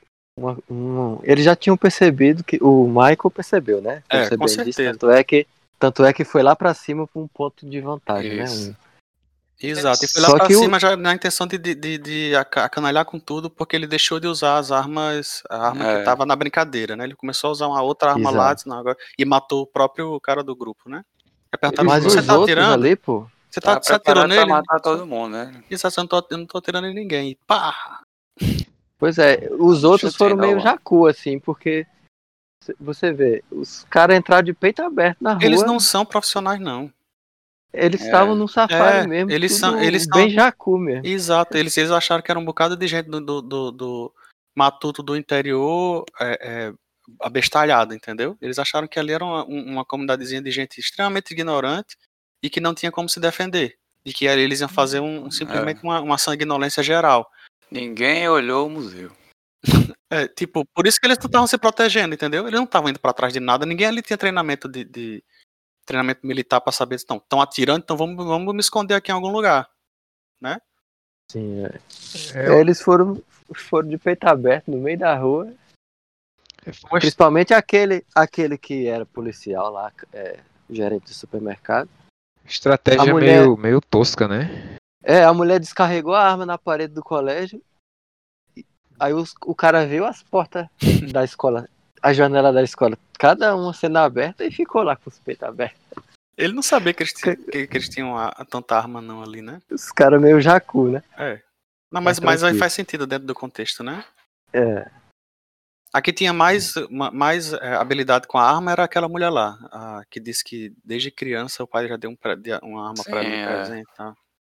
Um, eles já tinham percebido que. O Michael percebeu, né? É, Você com bem disse, certeza. tanto é que. Tanto é que foi lá pra cima pra um ponto de vantagem, Isso. né? Um- Exato, e foi lá Só pra que o- cima já na intenção de, de, de, de aca- acanalhar com tudo, porque ele deixou de usar as armas, a arma É. que tava na brincadeira, né? Ele começou a usar uma outra arma lá, Exato. disse, não, agora, e matou o próprio cara do grupo, né? Aí perguntaram, Mas você os tá outros atirando? ali, pô. Você, tá, Tá você atirou preparado pra nele? matar todo mundo, né? Exato, eu não tô, eu não tô atirando em ninguém. E pá! Pois é, os outros Chutei foram na meio bola. jacu, assim, porque. c- Você vê, os caras entraram de peito aberto na rua. Eles não são profissionais, não. Eles É. estavam num safari É, mesmo. eles tudo são- eles bem são- jacu mesmo. Exato, eles, eles acharam que era um bocado de gente do, do, do, do matuto do interior é, é, abestalhada, entendeu? Eles acharam que ali era uma, um- uma comunidadezinha de gente extremamente ignorante e que não tinha como se defender. E que ali eles iam fazer um, um- simplesmente uma, uma sanguinolência geral. Ninguém olhou o museu. É, tipo, por isso que eles não estavam se protegendo, entendeu? Eles não estavam indo pra trás de nada, ninguém ali tinha treinamento de, de treinamento militar pra saber se estão estão atirando, então vamos, vamos me esconder aqui em algum lugar, né? Sim, é. É, Eles foram, foram de peito aberto no meio da rua. Foi- Principalmente aquele, aquele que era policial lá, é, gerente do supermercado. Estratégia A mulher- meio, meio tosca, né? É, a mulher descarregou a arma na parede do colégio. e- Aí os- o cara viu as portas da escola, a janela da escola, cada uma sendo aberta e ficou lá com os peitos abertos. Ele não sabia que eles, ti- que, que eles tinham a, a tanta arma não ali, né? Os caras meio jacu, né? É. Não, mas, É mas aí tranquilo. faz sentido dentro do contexto, né? É, Aqui tinha mais, ma- mais é, habilidade com a arma, era aquela mulher lá, a, que disse que desde criança o pai já deu um pre- de- uma arma pra ela Sim, de é. presente. Tá?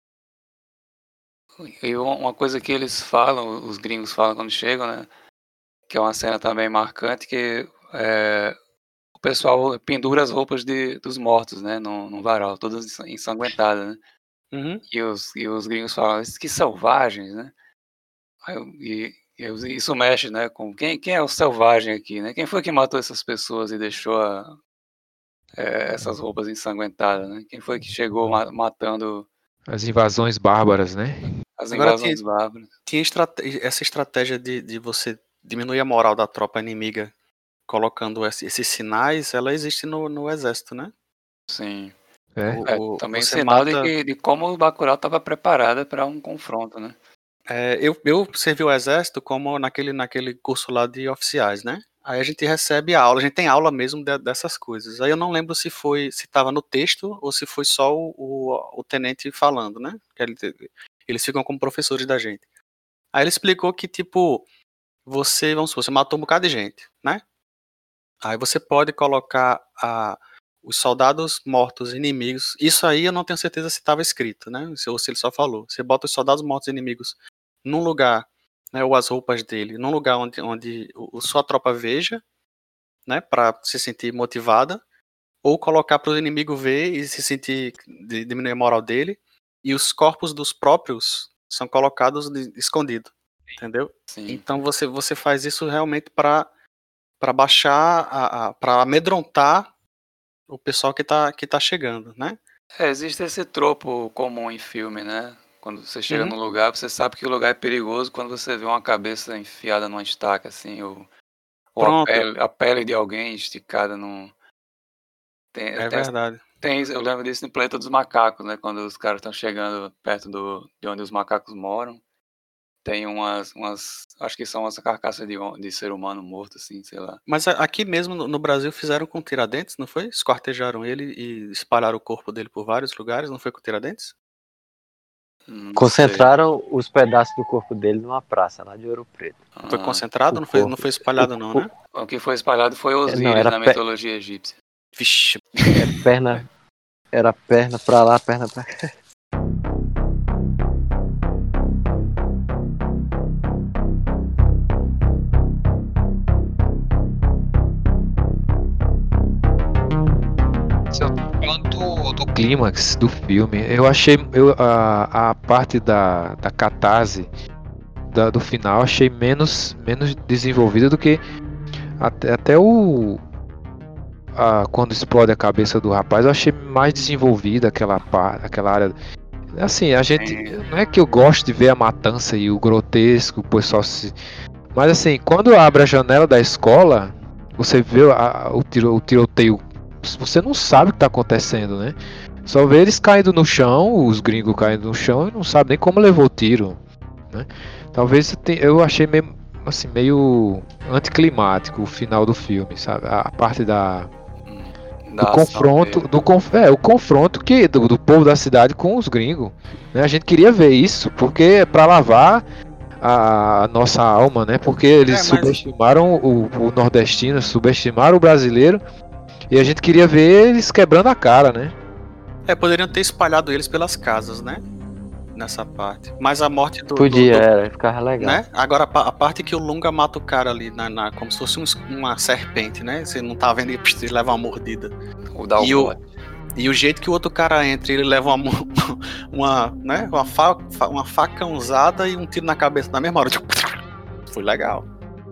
E uma uma coisa que eles falam, os gringos falam quando chegam, né? Que é uma cena também marcante, que é, o pessoal pendura as roupas de, dos mortos, né? No, no varal, todas ensa- ensanguentadas, né? Uhum. E os, e os gringos falam, "Isso que selvagens, né? Aí eu- e, e eu- isso mexe, né? Com quem, quem é o selvagem aqui, né? Quem foi que matou essas pessoas e deixou a- é, essas roupas ensanguentadas, né? Quem foi que chegou ma- matando As invasões bárbaras, né? as Agora invasões bárbaras? Tinha estrate- essa estratégia de, de você diminuir a moral da tropa inimiga colocando esse- esses sinais, ela existe no, no exército, né? Sim. É. O- É, o- também você sinal mata- de, que, de como o Bacurau estava preparada para um confronto, né? É, eu, eu servi o exército como naquele, naquele curso lá de oficiais, né? Aí a gente recebe a aula, a gente tem aula mesmo de- dessas coisas. Aí eu não lembro se foi, se estava no texto ou se foi só o, o, o tenente falando, né? Que ele- eles ficam como professores da gente. Aí ele explicou que, tipo, você, vamos supor, você matou um bocado de gente, né? Aí você pode colocar a, os soldados mortos inimigos. Isso aí eu não tenho certeza se estava escrito, né? Se- Ou se ele só falou. Você bota os soldados mortos inimigos num lugar, né? Ou as roupas dele, num lugar onde, onde o, o- sua tropa veja, né? Pra se sentir motivada. Ou colocar para o inimigo ver e se sentir, de- diminuir a moral dele. E os corpos dos próprios são colocados de- escondido, entendeu? Sim. Então você, você faz isso realmente para para baixar, a, a, para amedrontar o pessoal que tá, que tá chegando, né? É, existe esse tropo comum em filme, né? Quando você chega Uhum. num lugar, você sabe que o lugar é perigoso quando você vê uma cabeça enfiada numa estaca, assim, ou, ou a, Pronto. pele, a pele de alguém esticada num... Tem, É tem, verdade. tem, eu lembro disso no Planeta dos Macacos, né? Quando os caras estão chegando perto do, de onde os macacos moram, tem umas, umas acho que são umas carcaças de, hom- de ser humano morto, assim, sei lá. Mas a- aqui mesmo no, no Brasil fizeram com Tiradentes, não foi? Esquartejaram ele e espalharam o corpo dele por vários lugares, não foi com Tiradentes? Não concentraram os pedaços do corpo dele numa praça lá de Ouro Preto. sei. Foi Ah, concentrado, o não foi, não corpo. foi espalhado não, né? o que foi espalhado foi Osíris Não, era na pe- mitologia egípcia. Vixe. É perna, era perna pra lá, perna pra cá. Se eu tô falando do, do clímax do filme, eu achei eu, a, a parte da, da catarse da- do final achei menos, menos desenvolvida do que até, até o a- quando explode a cabeça do rapaz, eu achei mais desenvolvida aquela parte, aquela área. Assim, a gente não é que eu gosto de ver a matança e o grotesco, o pessoal se, mas assim, quando abre a janela da escola, você vê a- o, tiro, o tiroteio. Você não sabe o que está acontecendo, né? Só vê eles caindo no chão, os gringos caindo no chão e não sabe nem como levou o tiro, né? Talvez eu te- eu achei meio, assim, meio anticlimático o final do filme, sabe? A parte da do Da ação confronto, dele. do conf, é, o confronto que do, do povo da cidade com os gringos, né? A gente queria ver isso, porque é para lavar a nossa alma, né? Porque eles É, mas- subestimaram o, o nordestino, subestimaram o brasileiro. E a gente queria ver eles quebrando a cara, né? É, poderiam ter espalhado eles pelas casas, né? Nessa parte. Mas a morte do... Podia, do, do era, ficava legal. né? Agora, a, pa- a parte que o Lunga mata o cara ali, na, na- como se fosse um es- uma serpente, né? Você não tá vendo ele pss, ele leva uma mordida. O da E o, Algote. e o jeito que o outro cara entra, ele leva uma, mo- uma, né? uma, fa, fa- uma facãozada e um tiro na cabeça na mesma hora. Tipo, foi legal.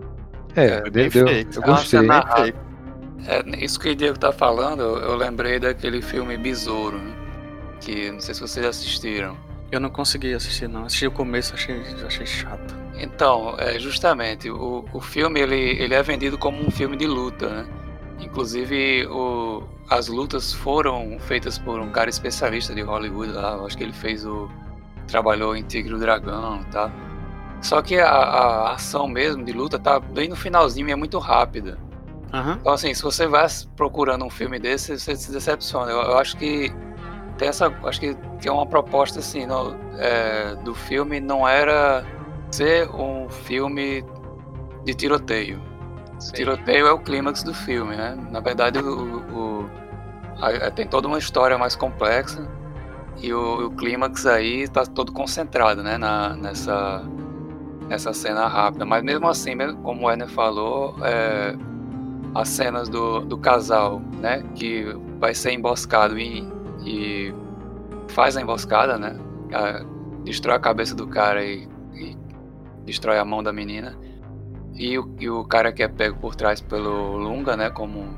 É, Foi deu, bem deu- feito. eu É uma gostei. cena Bem rápida. feito. É, isso que o Diego tá falando, eu, eu lembrei daquele filme Besouro, né? Que não sei se vocês assistiram. Eu não consegui assistir, não. Assisti o começo, achei, achei chato. Então, é, justamente, o, o filme ele, ele é vendido como um filme de luta, né? Inclusive, o, as lutas foram feitas por um cara especialista de Hollywood lá. Eu acho que ele fez o... trabalhou em Tigre e o Dragão e tal. Só que a, a ação mesmo de luta tá bem no finalzinho e é muito rápida. Uhum. Então, assim, se você vai procurando um filme desse, você se decepciona. Eu, eu acho que tem essa... Acho que, que é uma proposta, assim, no, é, do filme não era ser um filme de tiroteio. Sim. Tiroteio é o clímax do filme, né? Na verdade, o, o- a- tem toda uma história mais complexa e o, o clímax aí tá todo concentrado, né? Na, nessa, nessa cena rápida. Mas mesmo assim, mesmo como o Werner falou, é, as cenas do, do casal, né? Que vai ser emboscado e, e faz a emboscada, né? A- destrói a cabeça do cara e, e destrói a mão da menina. E o, e o cara que é pego por trás pelo Lunga, né, como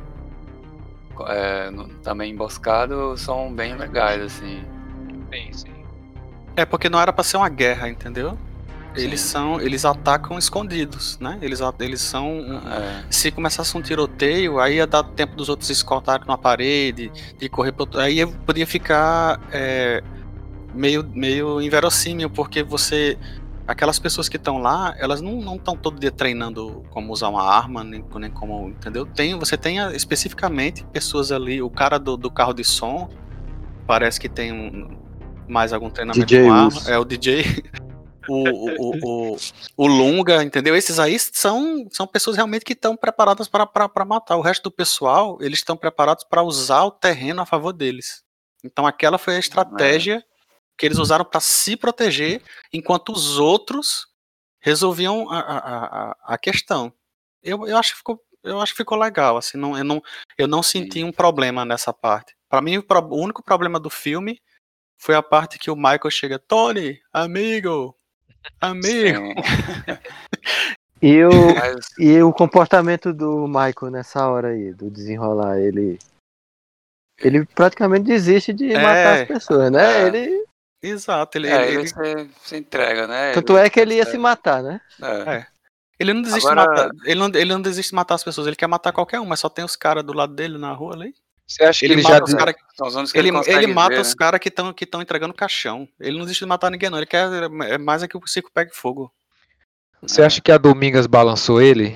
é, no- também emboscado, são bem legais, assim. Sim, sim. É porque não era pra ser uma guerra, entendeu? Eles Sim. são, eles atacam escondidos, né? Eles, a- eles são. um- É, Se começasse um tiroteio, aí ia dar tempo dos outros se escoltarem numa parede, de correr pro outro. Aí podia ficar é, meio, meio inverossímil, porque você. Aquelas pessoas que estão lá, elas não estão todo dia treinando como usar uma arma, nem, nem como. Entendeu? Tem, você tem ah, especificamente pessoas ali, o cara do, do carro de som, parece que tem um, mais algum treinamento D J com arma. Wilson. É o D J. O, o, o, o, o Lunga, entendeu? Esses aí são, são pessoas realmente que estão preparadas para matar. O resto do pessoal, eles estão preparados para usar o terreno a favor deles. Então aquela foi a estratégia que eles usaram para se proteger, enquanto os outros resolviam a, a, a, a questão. Eu, eu, acho que ficou, eu acho que ficou legal. Assim, não, eu, não, eu não senti sim. um problema nessa parte. Para mim, o, pro- o único problema do filme foi a parte que o Michael chega, Tony, amigo, amigo. Sim. E o, Mas, e o comportamento do Michael nessa hora aí, do desenrolar, ele. Ele praticamente desiste de matar as É, pessoas, né? é, Ele. exato. Ele, é, ele, ele ele, se, se entrega, né? Tanto Ele é que ele ia se percebe. matar, né? É. é. Ele não desiste de Agora, matar. Ele não, ele não desiste de matar as pessoas. Ele quer matar qualquer um, mas só tem os caras do lado dele na rua ali. Você acha que Ele ele já. mata os des- caras. são os únicos que Ele, ele ele consegue mata ver, os né? caras que estão que estão entregando caixão. Ele não desiste de matar ninguém, não. Ele quer é mais é que o circo pegue fogo. Você acha que a Domingas balançou ele?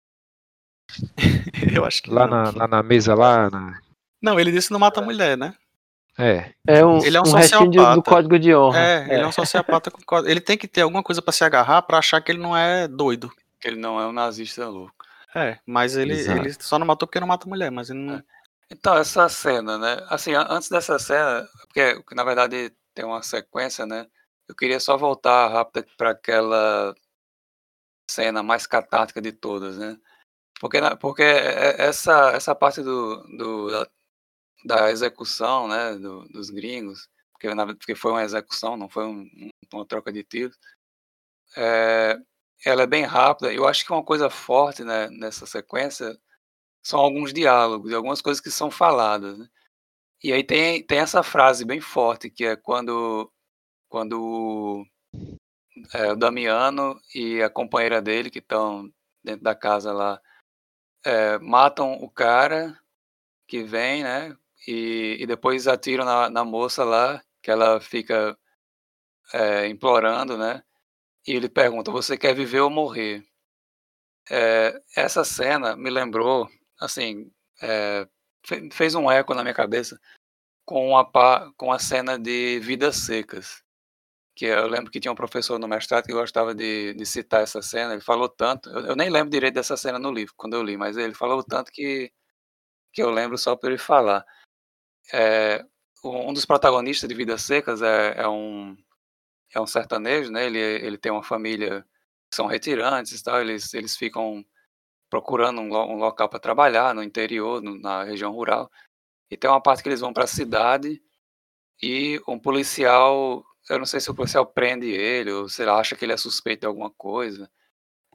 Eu acho que Lá não. na, lá na mesa, lá na. Não, ele disse que não mata a mulher, né? É. É um, Ele é um um restinho de- do sociopata. código de honra. É, ele é um sociopata com código. Ele tem que ter alguma coisa pra se agarrar pra achar que ele não é doido. Que ele não é um nazista louco. É, mas ele, Exato. ele só não matou porque não mata mulher, mas ele não. Então, essa cena, né? Assim, an- antes dessa cena, porque porque, na verdade tem uma sequência, né? Eu queria só voltar rápido para aquela cena mais catártica de todas, né? Porque, na- porque é- é- essa, essa parte do, do- da, da execução, né? do- dos gringos, porque, na, porque foi uma execução, não foi um- um- uma troca de tiros. É, ela é bem rápida. Eu acho que uma coisa forte, né, nessa sequência são alguns diálogos, algumas coisas que são faladas, né? E aí tem, tem essa frase bem forte, que é quando, quando o, é, o Damiano e a companheira dele, que estão dentro da casa lá, é, matam o cara que vem, né? E, e depois atiram na, na moça lá, que ela fica é, implorando, né? E ele pergunta, você quer viver ou morrer? É, essa cena me lembrou, assim, é, fe- fez um eco na minha cabeça com a, pa- com a cena de Vidas Secas. Que eu lembro que tinha um professor no mestrado que gostava de, de citar essa cena. Ele falou tanto, eu, eu nem lembro direito dessa cena no livro, quando eu li, mas ele falou tanto que, que eu lembro só por ele falar. É, um um dos protagonistas de Vidas Secas é, é um, é um sertanejo, né? Ele, ele tem uma família que são retirantes e tal, eles, eles ficam procurando um, lo- um local para trabalhar no interior, no- na região rural. E tem uma parte que eles vão para a cidade e um policial, eu não sei se o policial prende ele ou se ele acha que ele é suspeito de alguma coisa,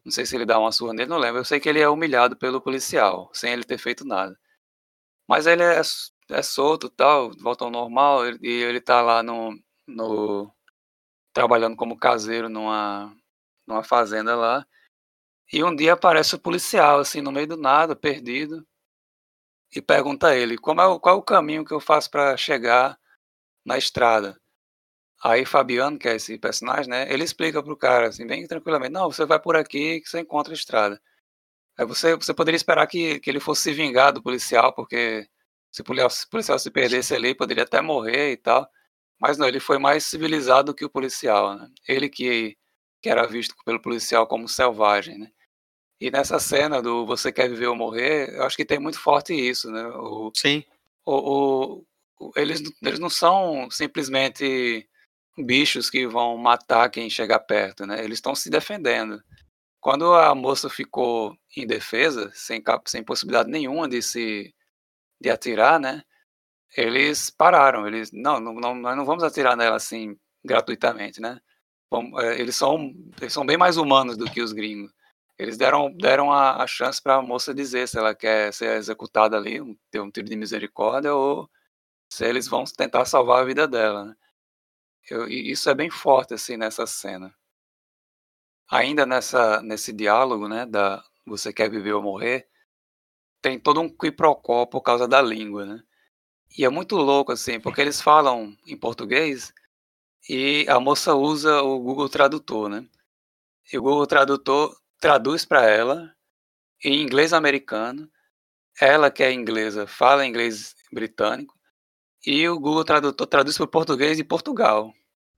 Não sei se ele dá uma surra nele, não lembro. Eu sei que ele é humilhado pelo policial, sem ele ter feito nada. Mas ele é, é solto e tal, volta ao normal, e ele, ele tá lá no, no trabalhando como caseiro numa, numa fazenda lá. E um dia aparece o policial, assim, no meio do nada, perdido, e pergunta a ele, como é o, qual é o caminho que eu faço para chegar na estrada? Aí Fabiano, que é esse personagem, né, ele explica pro cara, assim, bem tranquilamente, não, você vai por aqui que você encontra a estrada. Aí você, você poderia esperar que, que ele fosse se vingar do policial, porque se o policial, se o policial se perdesse ali, poderia até morrer e tal. Mas não, ele foi mais civilizado que o policial, né? Ele que, que era visto pelo policial como selvagem, né? E nessa cena do Você Quer Viver ou Morrer, eu acho que tem muito forte isso, né? O, Sim. O, o, o, eles, eles não são simplesmente bichos que vão matar quem chegar perto, né? Eles estão se defendendo. Quando a moça ficou indefesa, sem, sem possibilidade nenhuma de se de atirar, né? Eles pararam. Eles não, não, não, nós não vamos atirar nela assim gratuitamente, né? Vamos, é, eles são eles são bem mais humanos do que os gringos. Eles deram deram a, a chance para a moça dizer se ela quer ser executada ali, um, ter um tiro de misericórdia ou se eles vão tentar salvar a vida dela, né? Eu, e isso é bem forte assim nessa cena. Ainda nessa, nesse diálogo, né, da Você Quer Viver ou Morrer, tem todo um quiprocó por causa da língua, né? E é muito louco, assim, porque eles falam em português e a moça usa o Google Tradutor, né? E o Google Tradutor traduz para ela em inglês americano, ela que é inglesa fala inglês britânico, e o Google Tradutor traduz para o português de Portugal.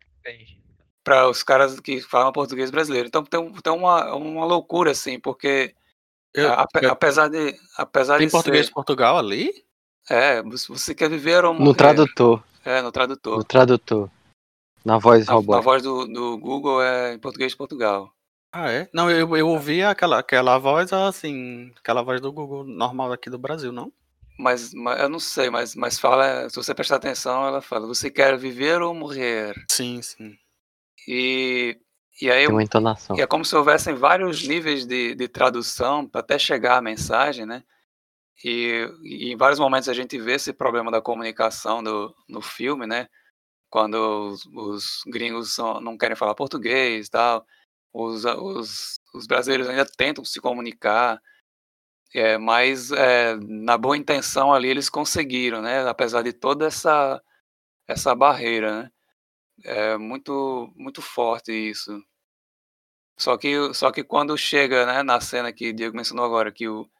Para os caras que falam português brasileiro. Então tem, tem uma, uma loucura, assim, porque Eu, a, eu, apesar de. Apesar tem de português ser, de Portugal ali? É, você quer viver ou morrer? No tradutor. É, no tradutor. No tradutor. Na voz Na, robótica. na voz do, do Google é em português de Portugal. Ah, é? Não, eu, eu ouvi aquela, aquela voz assim, aquela voz do Google normal aqui do Brasil, não? Mas, mas eu não sei, mas, mas fala, se você prestar atenção, ela fala, você quer viver ou morrer? Sim, sim. E, e aí Tem uma entonação. E é como se houvessem vários níveis de, de tradução para até chegar a mensagem, né? E, e em vários momentos a gente vê esse problema da comunicação do, no filme, né? Quando os, os gringos são, não querem falar português e tal, os, os, os brasileiros ainda tentam se comunicar, é, mas é, na boa intenção ali eles conseguiram, né? Apesar de toda essa, essa barreira, né? É muito, muito forte isso. Só que, só que quando chega, né, na cena que o Diego mencionou agora, que o,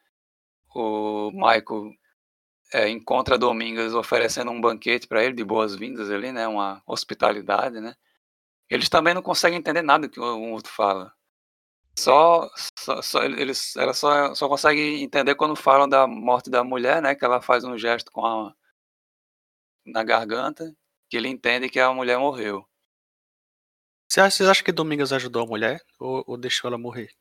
o Michael é, encontra Domingas oferecendo um banquete para ele, de boas-vindas ali, né, uma hospitalidade, né, eles também não conseguem entender nada que um outro fala. Só, só, só eles, ela só, só consegue entender quando falam da morte da mulher, né, que ela faz um gesto com a, na garganta, que ele entende que a mulher morreu. Vocês acham que Domingas ajudou a mulher ou, ou deixou ela morrer?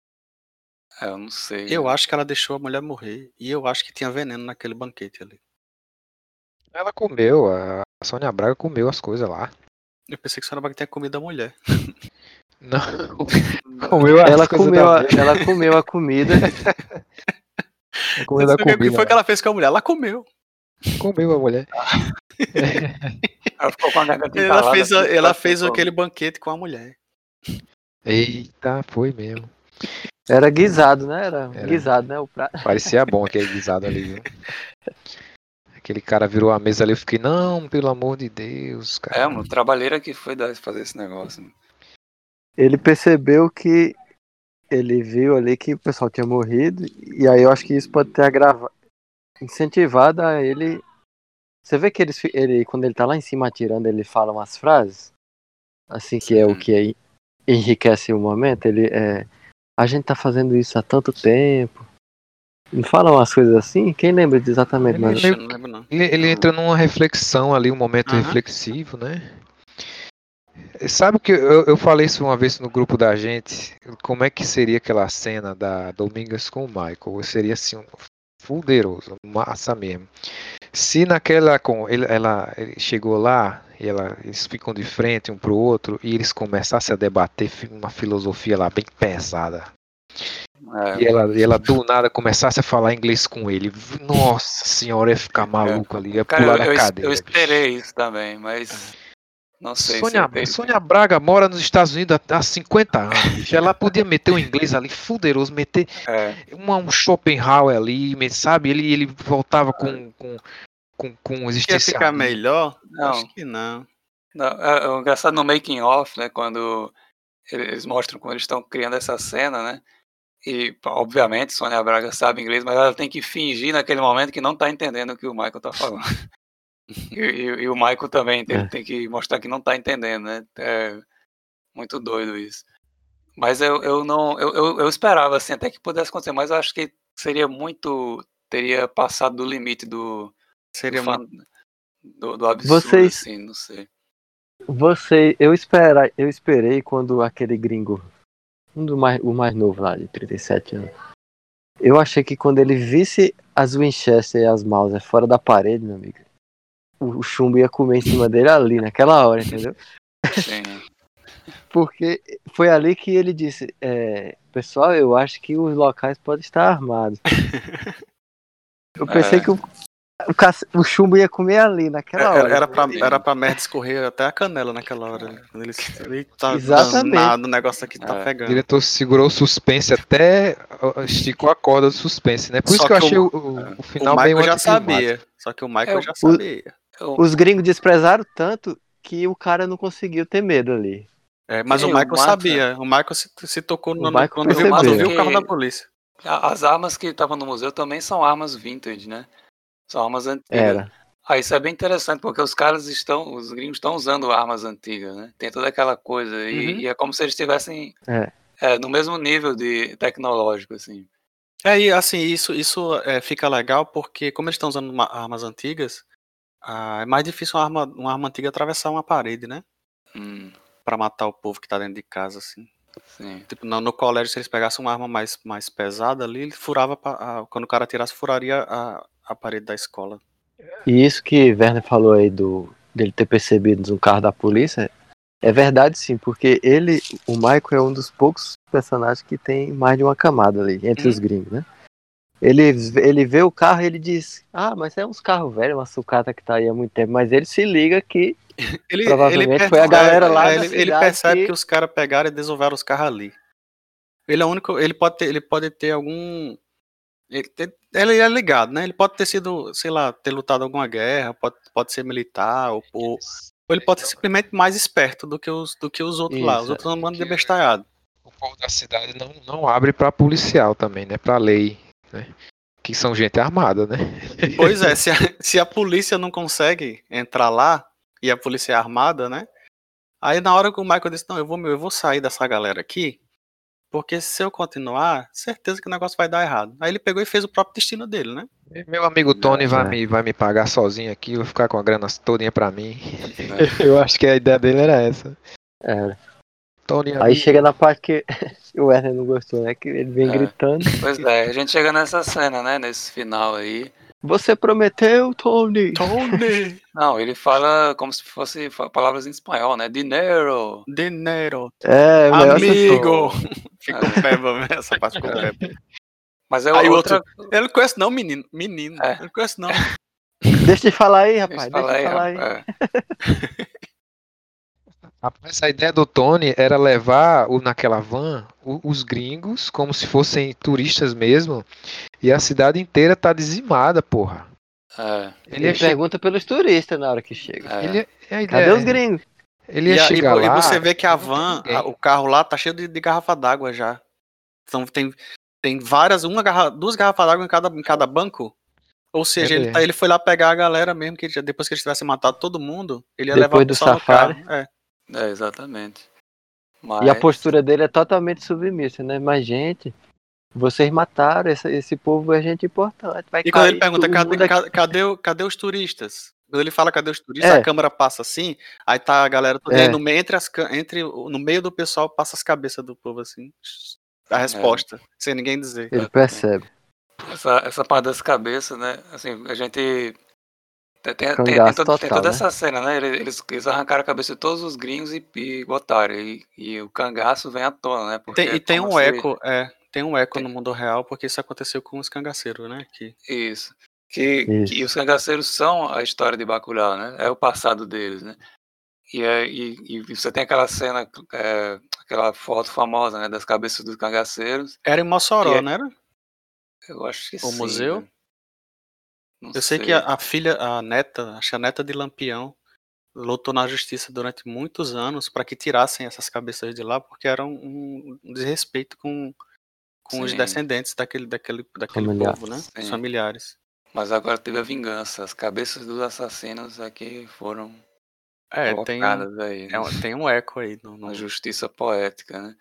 É, eu não sei. Eu né? acho que ela deixou a mulher morrer e eu acho que tinha veneno naquele banquete ali. Ela comeu, a Sônia Braga comeu as coisas lá. Eu pensei que a Sônia Braga tinha comido a mulher. Não, comeu as ela coisas comeu a, também. Ela comeu a comida. Comeu a comida. O que foi que ela fez com a mulher? Ela comeu. Comeu a mulher. Ela ficou com a garganta Ela entalada, fez, a- assim, ela assim, fez como- aquele banquete com a mulher. Eita, foi mesmo. Era guisado, né? Era, Era. guisado, né? O prato. Parecia bom aquele guisado ali, viu? Aquele cara virou a mesa ali, eu fiquei, não, pelo amor de Deus, cara. É, mano, trabalheira que foi dar- fazer esse negócio. né? Ele percebeu que ele viu ali que o pessoal tinha morrido, e aí eu acho que isso pode ter agravado, incentivado a ele. Você vê que ele, ele, quando ele tá lá em cima atirando, ele fala umas frases, assim, que é o que aí enriquece o momento. Ele é. A gente tá fazendo isso há tanto tempo. Não fala umas coisas assim? Quem lembra de exatamente? Ele, Mas... Eu não lembro, não. ele, ele entra numa reflexão ali, um momento Aham. reflexivo, né? Sabe que eu, eu falei isso uma vez no grupo da gente, como é que seria aquela cena da Domingas com o Michael? Seria assim, um fuderoso, massa mesmo. Se naquela, com ele, ela ele chegou lá, e ela, eles ficam de frente um pro outro, e eles começassem a debater fi- uma filosofia lá bem pesada. É. E ela, e ela do nada começasse a falar inglês com ele. Nossa senhora, ia ficar maluco ali, ia Cara, pular eu, da eu, cadeira. eu esperei isso também, mas não sei Sônia, se eu tenho... Sônia Braga mora nos Estados Unidos há, há cinquenta anos, bicho. Ela podia meter um inglês ali fuderoso, meter É. uma, um Schopenhauer ali, me- sabe? Ele, ele voltava com, com, com, com Ia ficar existencialismo. melhor? Não. Acho que não. Não, é, é engraçado no making off, né, quando eles mostram como eles estão criando essa cena, né, e obviamente Sônia Braga sabe inglês, mas ela tem que fingir naquele momento que não está entendendo o que o Michael está falando. e, e, e o Michael também ele É. tem que mostrar que não está entendendo, né, é muito doido isso. Mas eu, eu não, eu, eu, eu esperava assim até que pudesse acontecer, mas eu acho que seria muito, teria passado do limite do, Seria do, fan- muito. do, do absurdo, Vocês- assim, não sei. Você, eu espera, eu esperei quando aquele gringo, um do mais, o mais novo lá, de trinta e sete anos, eu achei que quando ele visse as Winchester e as Mauser fora da parede, meu amigo, o, o chumbo ia comer em cima dele ali, naquela hora, entendeu? Sim. Porque foi ali que ele disse, é, pessoal, eu acho que os locais podem estar armados. Eu pensei É. que o, o, cac- o chumbo ia comer ali, naquela Era, hora. era, pra, entendeu? era pra merda escorrer até a canela naquela hora. né? Quando ele, ele tá Exatamente. danado, o negócio aqui tá É. O pegando. diretor segurou o suspense até ó, esticou a corda do suspense, né? Por isso Só que eu que achei o- o, o, o O final meio Michael já anticlimático. sabia. Só que o Michael É, já o- sabia. Eu- Os gringos desprezaram tanto que o cara não conseguiu ter medo ali. É, mas Sim, o o Michael massa- sabia. O Michael se, se tocou O no, Michael quando, viu, percebeu. quando viu o carro Que- da polícia. a- As armas que estavam no museu também são armas vintage, né? São armas antigas. Era. Ah, isso é bem interessante, porque os caras estão, os gringos estão usando armas antigas, né? Tem toda aquela coisa, e, Uhum. e é como se eles estivessem É. é, no mesmo nível de tecnológico, assim. É, e assim, isso, isso é, fica legal porque, como eles estão usando uma- armas antigas, ah, é mais difícil uma arma, uma arma antiga atravessar uma parede, né? Hum, Pra matar o povo que tá dentro de casa, assim. sim. Tipo, no, no colégio, se eles pegassem uma arma mais, mais pesada ali, ele furava. pra- a- quando o cara tirasse, furaria a, a parede da escola. E isso que Werner falou aí do dele ter percebido no carro da polícia, é verdade sim, porque ele, o Michael é um dos poucos personagens que tem mais de uma camada ali, entre Uhum. os gringos, né? Ele, ele vê o carro e ele diz, ah, mas é uns carros velhos, uma sucata que tá aí há muito tempo, mas ele se liga que Ele, Provavelmente ele foi a percebe- galera lá é, da ele, ele cidade percebe que... que- os caras pegaram e desolveram os carros ali. Ele é o único. Ele pode ter, ele pode ter algum. Ele, te- ele é ligado, né? Ele pode ter sido, sei lá, ter lutado alguma guerra, pode, pode ser militar, ou, ou, ou ele pode ser simplesmente mais esperto do que os, do que os outros lá. Os Isso, outros não mandam de que- bestalhado. O povo da cidade não, não abre pra policial também, né? Pra lei, né? Que são gente armada, né? Pois é, se a, se a polícia não consegue entrar lá, e a polícia é armada, né? Aí na hora que o Michael disse, não, eu vou, eu vou sair dessa galera aqui, porque se eu continuar, certeza que o negócio vai dar errado. Aí ele pegou e fez o próprio destino dele, né? Meu amigo Tony vai, é. me, vai me pagar sozinho aqui, vai ficar com a grana todinha pra mim. Eu acho que a ideia dele era essa. Era. Tony, Aí amigo. chega na parte que o Werner não gostou, né? Que ele vem É. gritando. Pois é, a gente chega nessa cena, né? Nesse final aí. Você prometeu, Tony! Tony! Não, ele fala como se fosse fa- palavras em espanhol, né? Dinero. Dinero. É, o melhor Amigo! setor. Ficou É. peba, né? Essa parte ficou peba. Mas é Aí o outra. outro, eu não conheço não, menino. Menino. É. Eu não conheço não. Deixa de falar aí, Deixa rapaz. eu Deixa falar de aí, falar aí. rapaz. Rapaz, a ideia do Tony era levar o, naquela van o- os gringos como se fossem turistas mesmo. E a cidade inteira tá dizimada, porra. É, Ele Ele ia, che- pergunta pelos turistas na hora que chega. é. ele ia- a ideia- Cadê os gringos? Ele ia E, a- e chegar vo- e lá. você vê que a não tem van, ninguém. a- o carro lá tá cheio de, de garrafa d'água já. Então tem, tem várias, uma garra, duas garrafas d'água em cada, em cada banco. Ou seja, É ele, mesmo. tá- ele foi lá pegar a galera mesmo, que já- depois que eles tivessem matado todo mundo, ele ia levar Depois o do pessoal no safari. carro. É. É, exatamente. Mas, E a postura dele é totalmente submissa, né? Mas, gente, vocês mataram esse, esse povo, é gente importante. Vai E quando cair ele pergunta, todo cadê, mundo aqui." ca- cadê, o- cadê os turistas? Quando ele fala cadê os turistas, É. a câmera passa assim, aí tá a galera toda, É. e aí no meio, entre as, ca- entre, o- no meio do pessoal passa as cabeças do povo assim. A resposta, sem ninguém dizer. Ele percebe. essa, essa parte das cabeças, né? Assim, a gente. Tem, tem, tem, Cangaço todo- tem total, toda né? essa cena, né? Eles, eles arrancaram a cabeça de todos os gringos e, e botaram. E, e o cangaço vem à tona, né? Porque Tem- e é tem como um se- eco, é, tem um eco no mundo real, porque isso aconteceu com os cangaceiros, né? Que... Isso. Que, Isso. que os cangaceiros são a história de Bacurau, né? É o passado deles, né? E, é, e, e você tem aquela cena, é, aquela foto famosa, né? Das cabeças dos cangaceiros. Era em Mossoró, que é- não era? Eu acho que O sim. museu? né? Não Eu sei sei. que a, a filha, a neta, acho que a neta de Lampião, lutou na justiça durante muitos anos para que tirassem essas cabeças de lá, porque era um, um desrespeito com, com os Sim. descendentes daquele, daquele, daquele Familiar. povo, né? Os Sim. familiares. Mas agora teve a vingança. As cabeças dos assassinos aqui foram É, tem um, colocadas aí. é né? um- tem um eco aí. No, no- Na justiça poética, né?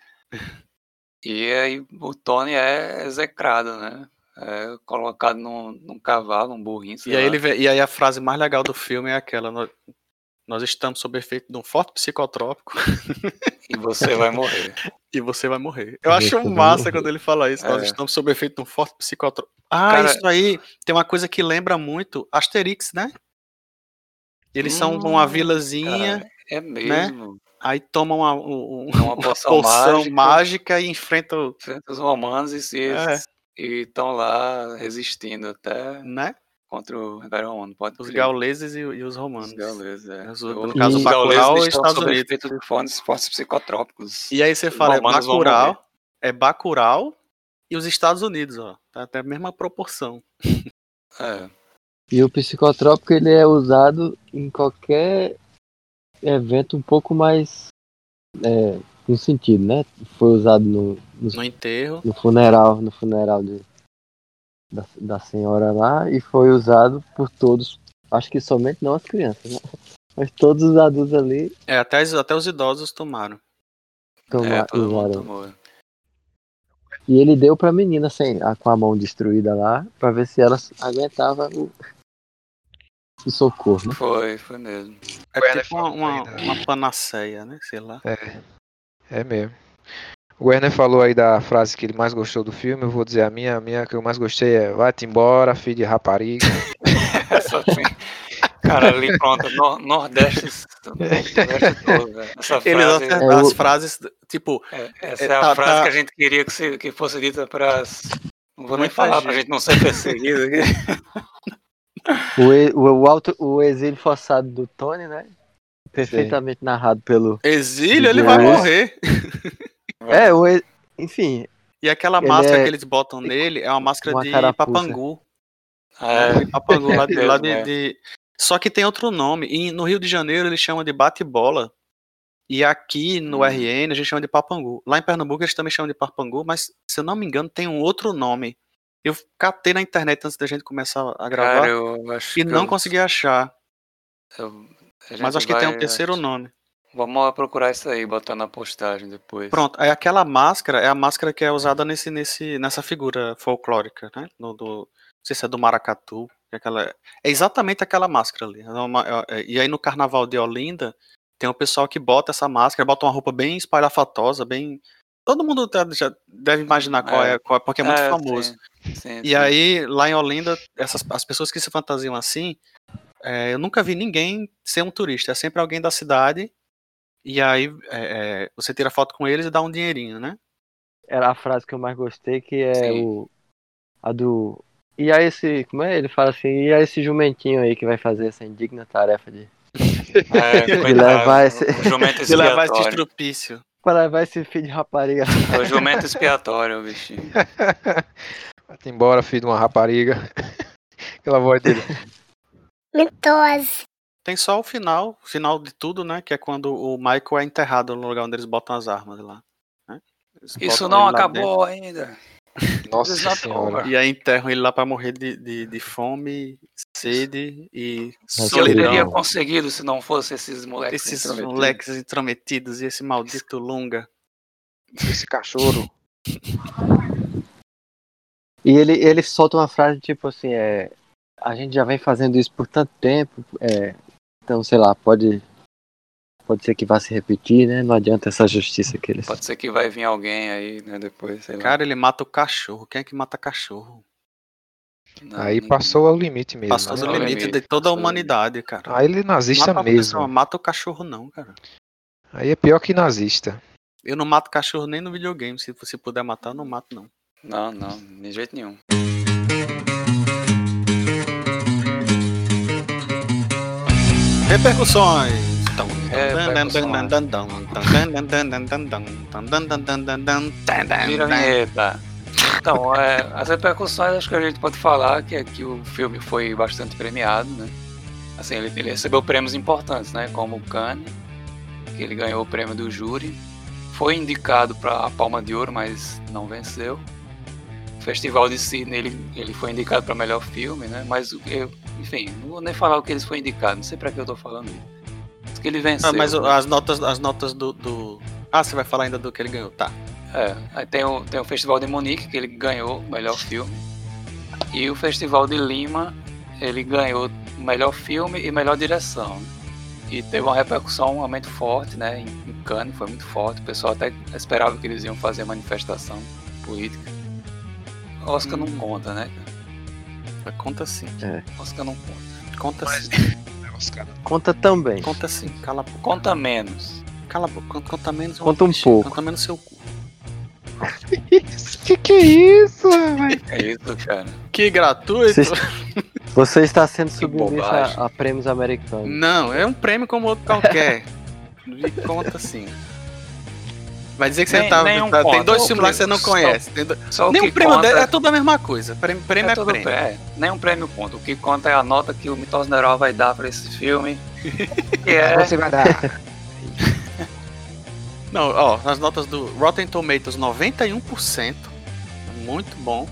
E aí o Tony é execrado, né? É colocado num, num cavalo, um burrinho, sei E aí, lá. ele, vê- e aí a frase mais legal do filme é aquela: nós, nós estamos sob efeito de um forte psicotrópico E você vai morrer. e você vai morrer. Eu E acho você vai massa morrer. quando ele fala isso. Nós É. estamos sob efeito de um forte psicotrópico. Ah, Cara- isso aí tem uma coisa que lembra muito Asterix, né? Eles são Hum, uma vilazinha, Cara, é mesmo. aí tomam uma, um- Uma uma poção poção mágica. mágica e enfrentam, Enfrenta os romanos e É. estão lá resistindo até né? contra o Império Romano. Pode Os crer. gauleses e, e os Os romanos. gauleses, é. Os- Ou- no caso, os Bacurau gauleses e estão Estados sob Unidos. efeito de fortes, fortes psicotrópicos. E aí você Os fala, é romanos vão Bacurau, é Bacurau e os Estados Unidos, ó. Tá até a mesma proporção. É. E o psicotrópico ele é usado em qualquer evento um pouco mais é, com sentido, né? Foi usado no, no, No enterro. no funeral, no funeral de, da, da senhora lá e foi usado por todos. Acho que somente não as crianças, né? Mas todos os adultos ali É, até, os- até os idosos tomaram. toma, É, todo mundo usaram. tomou. E ele deu pra menina sem, a, com a mão destruída lá, pra ver se ela aguentava o, o socorro, né? Foi, foi mesmo. É Werner tipo uma, falou uma, aí da- uma panaceia, né? Sei lá. É, é mesmo. O Werner falou aí da frase que ele mais gostou do filme, eu vou dizer a minha, a minha que eu mais gostei é vai-te embora, filho de rapariga. Essa assim. Cara, ali pronto, no, Nordeste, Nordeste todo, velho. Essa Eles frase, acertam É as o- frases, tipo, é, essa é, é a tá- frase tá- que a gente queria que, se- que fosse dita para as... Não vou nem Muita falar pra gente. gente não ser perseguido aqui. O, e- o, o, auto, o exílio forçado do Tony, né? Perfeitamente narrado pelo. exílio, ele vai Isso. morrer. É, o, e- enfim, E aquela Ele máscara é- que eles botam nele é uma máscara uma de carapuça. papangu. É, De papangu lá de, mesmo, lá de, é. de- Só que tem outro nome. E no Rio de Janeiro eles chamam de bate-bola. E aqui no Hum. R N a gente chama de papangu. Lá em Pernambuco eles também chamam de papangu, mas se eu não me engano tem um outro nome. Eu catei na internet antes da gente começar a gravar Cara, eu acho e que não eu- consegui achar. eu- a gente Mas acho que tem um vai- terceiro nome. Vamos procurar isso aí, botar na postagem depois. Pronto, aí aquela máscara é a máscara que é usada nesse, nesse, nessa figura folclórica, né? No, do, não sei se é do maracatu. que é Aquela, é exatamente aquela máscara ali. É uma- é- e aí no carnaval de Olinda, tem um pessoal que bota essa máscara, bota uma roupa bem espalhafatosa, bem. Todo mundo tá- já deve imaginar qual é, É. qual é, porque é muito É, famoso. sim, sim, E sim. aí, lá em Olinda, essas, as pessoas que se fantasiam assim, é, eu nunca vi ninguém ser um turista. É sempre alguém da cidade. E aí é, é, você tira foto com eles e dá um dinheirinho, né? Era a frase que eu mais gostei, que é Sim. o. A do. E aí esse. Como é? Ele fala assim, e aí esse jumentinho aí que vai fazer essa indigna tarefa de. É, de coitado, levar esse. o jumento De levar esse expiatório. estrupício. Pra levar esse filho de rapariga. É o jumento expiatório, o bichinho. Vai-te embora, filho de uma rapariga. Aquela voz dele. Mitose. Tem só o final, o final de tudo, né? Que é quando o Michael é enterrado no lugar onde eles botam as armas lá. né? Eles Isso botam não ele lá acabou ainda. Nossa It's not senhora. over. E aí enterram ele lá pra morrer de, de, de fome, sede e Que eu solidão. teria conseguido se não fosse esses moleques Esses intrometidos. moleques intrometidos e esse maldito Lunga. Esse cachorro. E ele, ele solta uma frase tipo assim, é. A gente já vem fazendo isso por tanto tempo. É, então, sei lá, pode. Pode ser que vá se repetir, né? Não adianta essa justiça que eles. Pode ser que vai vir alguém aí, né, depois, sei lá. Cara, ele mata o cachorro. Quem é que mata cachorro? Não, Aí ninguém. passou o limite mesmo. Passou né? do o limite limite, de toda a passou do humanidade, cara. Aí ele é nazista Mata a mesmo. pessoa, mata o cachorro não, cara. Aí é pior que nazista. Eu não mato cachorro nem no videogame. Se você puder matar, eu não mato, não. Não, não, de jeito nenhum. Repercussões. Vira a vinheta. Então, é, as repercussões, acho que a gente pode falar que, que o filme foi bastante premiado, né? Assim, ele, ele recebeu prêmios importantes, né? Como o Cannes, que ele ganhou o prêmio do júri. Foi indicado para a Palma de Ouro, mas não venceu. O Festival de Sydney, ele, ele foi indicado para melhor filme, né? Mas, eu, enfim, não vou nem falar o que ele foi indicado, não sei para que eu tô falando isso. Diz que ele venceu. Ah, mas né? as notas, as notas do, do... Ah, você vai falar ainda do que ele ganhou, tá. É, aí tem o, tem o Festival de Munique, que ele ganhou o melhor filme. E o Festival de Lima, ele ganhou o melhor filme e melhor direção. E teve uma repercussão realmente forte, né? Em, em Cannes, foi muito forte. O pessoal até esperava que eles iam fazer manifestação política. Oscar hum. não conta, né? Conta sim. É. Oscar não conta. Conta Mas, sim. Oscar. Conta também. Conta sim, cala a boca. Conta menos. Cala a boca, conta menos. Conta um pouco. Conta menos seu cu. Que que é isso, velho? É isso, cara. Que gratuito. Você, você está sendo Que submisso bobagem. a, a prêmios americanos. Não, é um prêmio como outro qualquer. Me conta sim. Vai dizer que você Nem- tá, nenhum tá- tem conta. dois O filmes lá que você não só- conhece. Tem do... Só o Nenhum que prêmio conta- dele, é tudo a mesma coisa. Prêmio, prêmio é, é tudo prêmio. pré- nenhum prêmio conta. O que conta é a nota que o Mitos Neral vai dar pra esse filme. Que é. Você vai dar. Não, ó, as notas do Rotten Tomatoes, noventa e um por cento. Muito bom.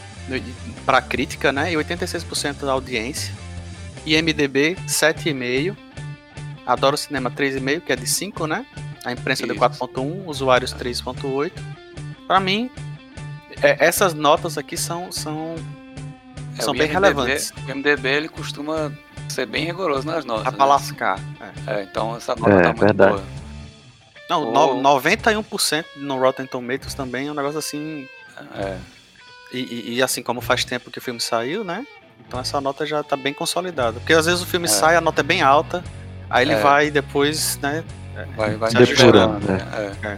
Pra crítica, né? E oitenta e seis por cento da audiência. I M D B, sete vírgula cinco. Adoro Cinema, três vírgula cinco, que é de cinco, né? A imprensa deu Isso. quatro ponto um, usuários três ponto oito. Pra mim, é, essas notas aqui são, são, É, são o bem I M D B relevantes. O I M D B ele costuma ser bem rigoroso nas notas. Dá pra né? lascar. É. É, então essa nota É, tá muito verdade. boa. Não, O- no- noventa e um por cento no Rotten Tomatoes também é um negócio assim. É, E, e- e assim como faz tempo que o filme saiu, né? Então essa nota já tá bem consolidada. Porque às vezes o filme É. sai, a nota é bem alta, aí ele É. vai depois, né? vai, vai Se melhorando, ajustando, né? É. É.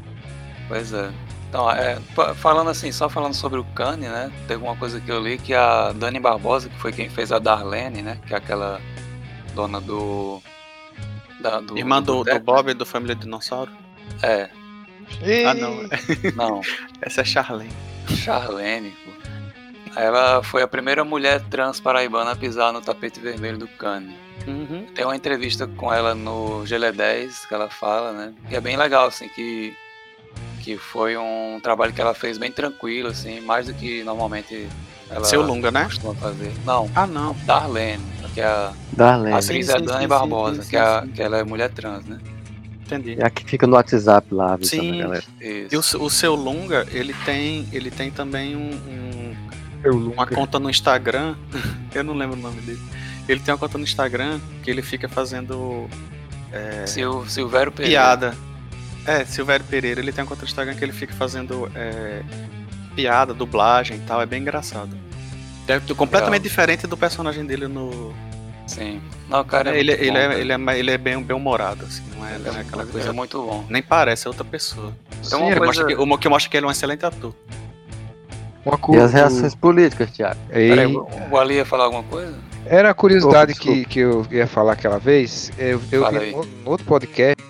Pois é. Então, é, pa- falando assim, só falando sobre o Cannes, né? Teve uma coisa que eu li que a Dani Barbosa, que foi quem fez a Darlene, né? Que é aquela dona do. Da, do Irmã do, do boteco, Bob do Família Dinossauro? É, Ah, não. não. Essa é Charlene. Charlene, pô. Ela foi a primeira mulher trans paraibana a pisar no tapete vermelho do Cannes. Uhum. Tem uma entrevista com ela no G L dez que ela fala, né? E é bem legal, assim, que, que foi um trabalho que ela fez bem tranquilo, assim, mais do que normalmente ela Seu Lunga, né? costuma fazer. Não, Ah, não. Darlene, que é a, Darlene. a atriz sim, é sim, Dani sim, Barbosa, sim, que, é a- sim, sim. que ela é mulher trans, né? Entendi. É a que fica no WhatsApp lá, avisando Sim. a galera. Isso. E o, seu- o seu Lunga, ele tem, ele tem também um, um- Eu uma conta no Instagram. Eu não lembro o nome dele. Ele tem uma conta no Instagram que ele fica fazendo é, Sil, Silvério Pereira. piada. É, Silvério Pereira, ele tem uma conta no Instagram que ele fica fazendo é, piada, dublagem e tal, é bem engraçado. É completamente Legal. diferente do personagem dele no. Sim. Não, cara, é ele, muito ele, bom, é, cara. ele, é, mais- ele é bem, bem humorado, assim, não é, Ele não é é aquela muito- coisa. é muito bom. Nem parece, é outra pessoa. Então, Sim, uma Que coisa... mostra que, o que mostra que ele é um excelente ator. Uma E coisa. as reações políticas, Thiago? Peraí, o Ali ia falar alguma coisa? Era a curiosidade Opa, que, desculpa. que eu ia falar aquela vez. Eu, eu Fala vi aí. no, no outro podcast,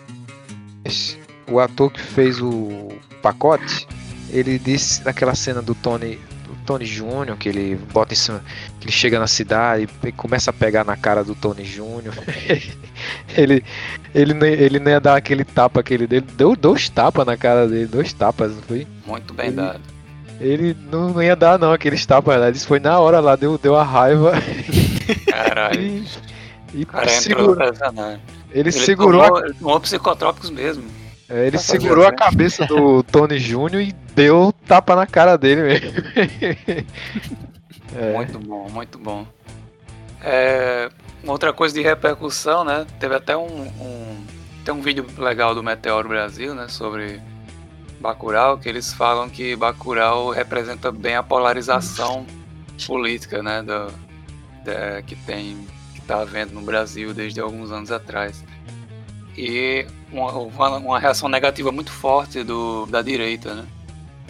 o ator que fez o pacote, ele disse naquela cena do Tony, do Tony Júnior, que ele bota em cima, que ele chega na cidade e começa a pegar na cara do Tony Júnior. ele, ele, nem- ele nem ia dar aquele tapa que ele deu, deu dois tapas na cara dele, dois tapas, não foi? Muito bem Ele- dado. Ele não, não ia dar não aqueles tapas, né? Isso foi na hora lá, deu, deu a raiva. Caralho. E, e O cara entrou segurou, pra sanar. ele, Ele segurou, tomou, a, ele tomou psicotrópicos mesmo. é, ele pra fazer segurou a assim. cabeça do Tony Júnior e deu tapa na cara dele mesmo. É. Muito bom, muito bom. É, uma outra coisa de repercussão, né? Teve até um, um tem um vídeo legal do Meteoro Brasil, né? Sobre Bacurau, que eles falam que Bacurau representa bem a polarização política, né? Do, da- que tem, que tá havendo no Brasil desde alguns anos atrás. E uma, uma, uma reação negativa muito forte do, da direita, né?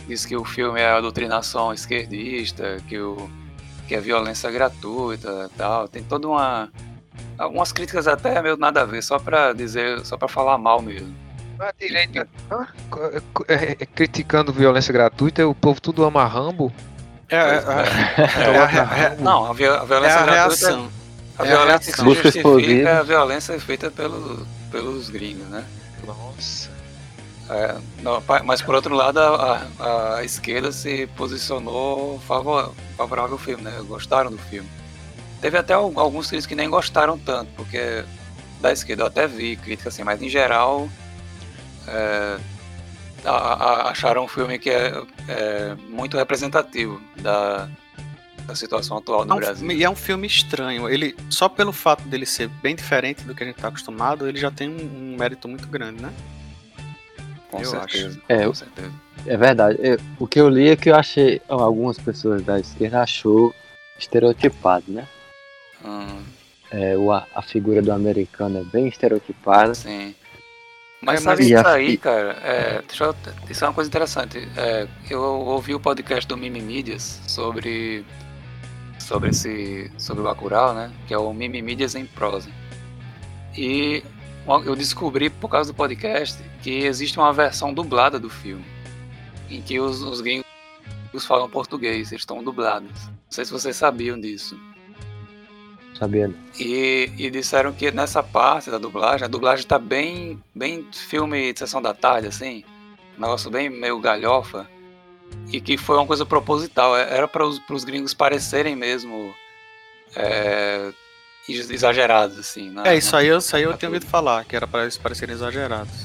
diz que o filme é a doutrinação esquerdista, que, o, que é violência gratuita e tal. Tem toda uma... algumas críticas até meio nada a ver, só pra dizer, só pra falar mal mesmo. A direita é, é, criticando violência gratuita, o povo tudo ama Rambo. É, é, é, é, é, é, não, a, viol, a violência é a gratuita... reação. A é violência a que se justifica é a violência feita pelo, pelos gringos, né? Nossa. É, não, mas por outro lado, a, a, a esquerda se posicionou favor, favorável ao filme, né? Gostaram do filme. Teve até alguns críticos que nem gostaram tanto, porque da esquerda eu até vi críticas assim, mas em geral é, a, a, acharam um filme que é, é muito representativo da, da situação atual do é um, Brasil. E é um filme estranho. Ele, só pelo fato dele ser bem diferente do que a gente está acostumado, ele já tem um, um mérito muito grande, né? Com eu certeza. Acho. É, com certeza. É verdade. Eu, o que eu li é que eu achei, algumas pessoas da esquerda achou estereotipado, né? Hum. É, o, a, a figura do americano é bem estereotipada. Sim. Mas é, sabe mas... isso aí, cara? É, deixa eu, isso é uma coisa interessante. É, eu ouvi o podcast do Mimimídias sobre sobre esse sobre o Bacurau, né? Que é o Mimimídias em prosa. E eu descobri por causa do podcast que existe uma versão dublada do filme, em que os, os gringos falam português, eles estão dublados. Não sei se vocês sabiam disso. Sabendo. E, e disseram que nessa parte da dublagem, a dublagem tá bem, bem filme de sessão da tarde, assim, um negócio bem meio galhofa, e que foi uma coisa proposital, era para os gringos parecerem mesmo é, exagerados, assim. Na, é, isso na, aí eu, isso aí eu tenho ouvido falar, que era para eles parecerem exagerados.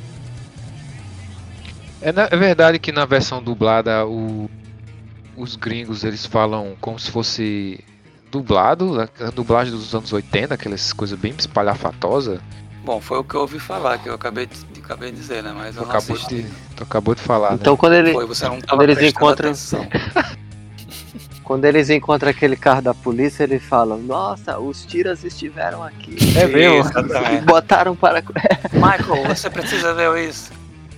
É, na, é verdade que na versão dublada o, os gringos eles falam como se fosse dublado, a dublagem dos anos oitenta, aquelas coisas bem espalhafatosas. Bom, foi o que eu ouvi falar, que eu acabei de, acabei de dizer, né? Mas eu tu não acabou assisti. de, tu acabou de falar, então, né? quando, ele, foi, você não quando eles encontram atenção. Quando eles encontram aquele carro da polícia, eles falam: nossa, os tiras estiveram aqui. É mesmo? E botaram para... Michael, você precisa ver isso.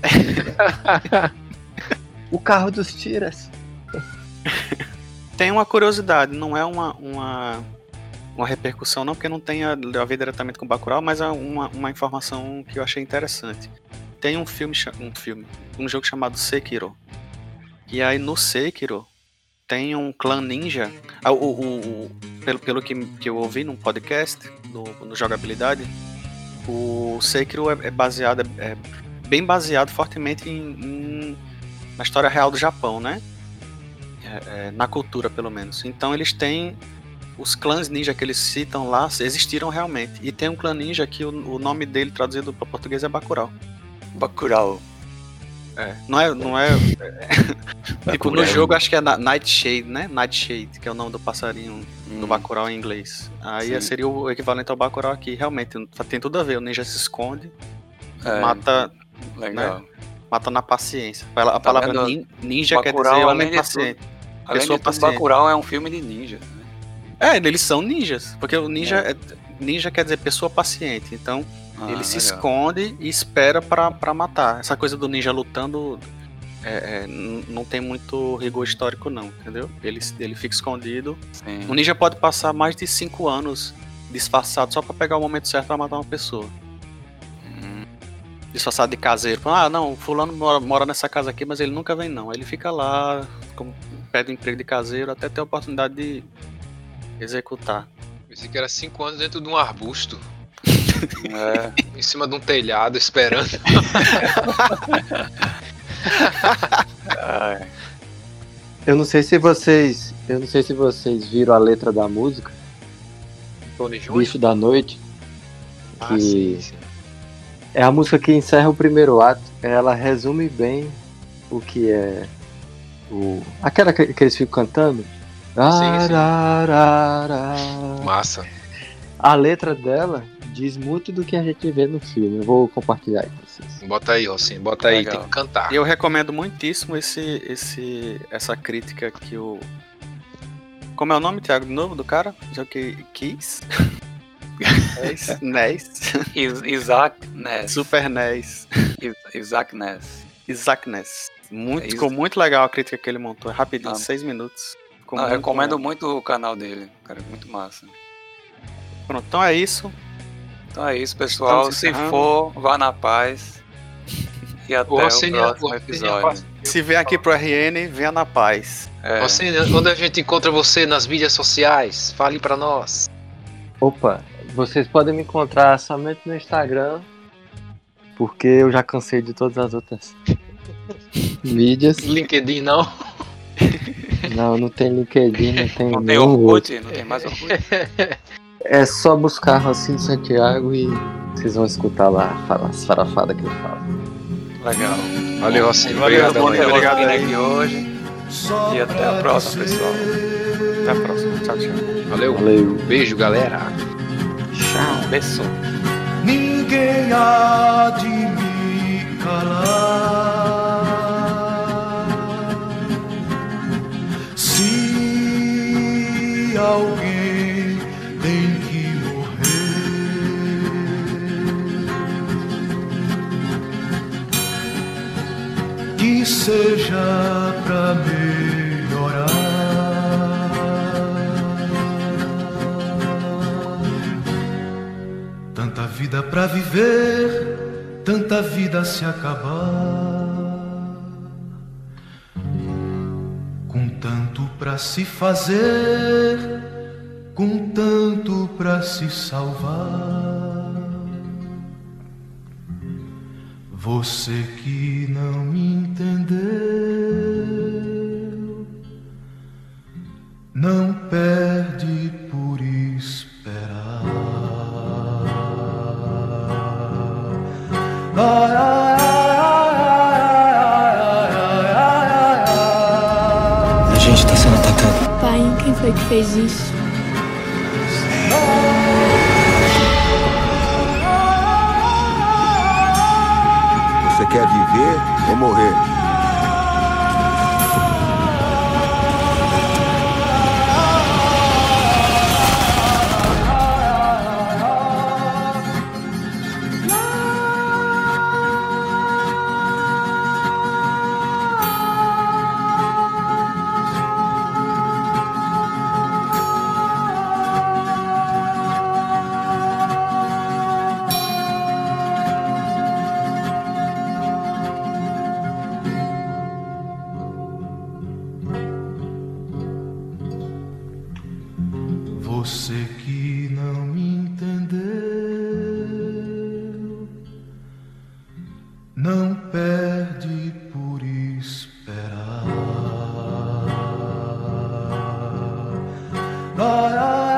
O carro dos tiras. Tem uma curiosidade, não é uma, uma, uma repercussão não, porque não tem a, a ver diretamente com o Bacurau, mas é uma, uma informação que eu achei interessante. Tem um filme, um filme, um jogo chamado Sekiro. E aí no Sekiro tem um clã ninja. Ah, o, o, o, pelo pelo que, que eu ouvi num podcast, no, no Jogabilidade, o Sekiro é, é baseado, é bem baseado fortemente em, em, na história real do Japão, né? É, é, na cultura, pelo menos. Então eles têm os clãs ninja que eles citam lá, existiram realmente. E tem um clã ninja que o, o nome dele traduzido para português é Bacurau. Bacurau. É, não é, não é, é tipo, no jogo acho que é Nightshade, né? Nightshade, que é o nome do passarinho hum. do Bacurau em inglês. Aí Sim. seria o equivalente ao Bacurau aqui. Realmente, tem tudo a ver. O ninja se esconde, é, mata, legal. Né? Mata na paciência. A, a tá palavra nin, ninja Bacurau, quer dizer homem paciente. Além Pessoa de tudo, Bacurau é um filme de ninja. Né? É, eles são ninjas, porque o ninja, é. É, ninja quer dizer pessoa paciente. Então ah, ele se legal. esconde e espera pra, pra matar. Essa coisa do ninja lutando é, é, não tem muito rigor histórico não, entendeu? Ele, ele fica escondido. Sim. O ninja pode passar mais de cinco anos disfarçado só pra pegar o momento certo pra matar uma pessoa. Hum. Disfarçado de caseiro. Ah, não, fulano mora, mora nessa casa aqui, mas ele nunca vem não. Ele fica lá, como, pede um emprego de caseiro até ter a oportunidade de executar. Pensei que era cinco anos dentro de um arbusto. É. Em cima de um telhado, esperando. Eu não sei se vocês. Eu não sei se vocês viram a letra da música. Tony Júnior? Bicho da Noite. Ah, que sim, sim. É a música que encerra o primeiro ato. Ela resume bem o que é. O... Aquela que, que eles ficam cantando. Sim, sim. Massa. A letra dela diz muito do que a gente vê no filme. Eu vou compartilhar com vocês. Bota aí, ó, sim, bota aí, legal. Tem que cantar. Eu recomendo muitíssimo esse, esse, essa crítica que o... Como é o nome, Thiago, de novo, do cara? Já que quis? Ness. Isaac Ness. Super Ness. Isaac Ness. Isaac Ness. Muito, É ficou isso. muito legal a crítica que ele montou. É rapidinho, Ah. seis minutos. Ficou Não, eu muito recomendo bom. muito o canal dele, cara, muito massa. Pronto, então é isso. Então é isso, pessoal. Estamos Se encerrando. for, vá na paz. E até O o Rocinha- próximo o Rocinha episódio. passa- Se vier aqui pro R N, venha na paz. É, Você, onde a gente encontra você nas mídias sociais? Fale pra nós. Opa, vocês podem me encontrar somente no Instagram, porque eu já cansei de todas as outras mídias. LinkedIn não. Não, não tem LinkedIn, não tem não tem nenhum outro. Orkut? Não tem mais Orkut? É só buscar Rocinho Santiago e vocês vão escutar lá as farafadas que eu falo. Legal. Valeu, Rocinho. Valeu, Obrigado, bom ter amanhã. obrigado Obrigado aí. aqui hoje. E até a próxima, pessoal. Até a próxima. Tchau, tchau. Valeu. Valeu. Beijo, galera. Tchau. Beijo. Ninguém há de me calar. Se alguém tem que morrer, que seja pra melhorar. Tanta vida pra viver, tanta vida a se acabar. Com tanto pra se fazer, com tanto pra se salvar. Você que não me entendeu, não perde por esperar. Ai, ai, A gente tá sendo atacado. Pai, quem foi que fez isso? Você quer viver ou morrer? você que não me entendeu, não perde por esperar. Ai, ai,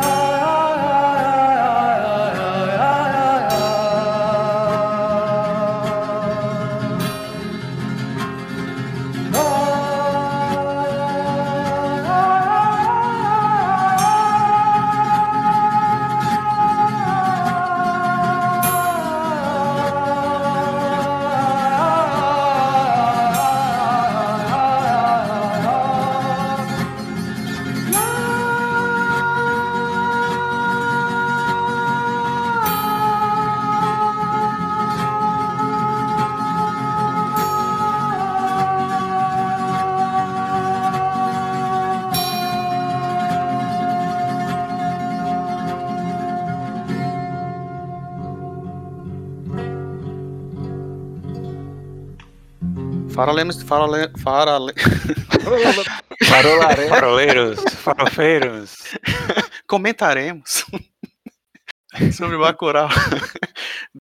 Farolemos, farole, farole... Farolare... Faroleiros, farofeiros. Comentaremos sobre Bacurau.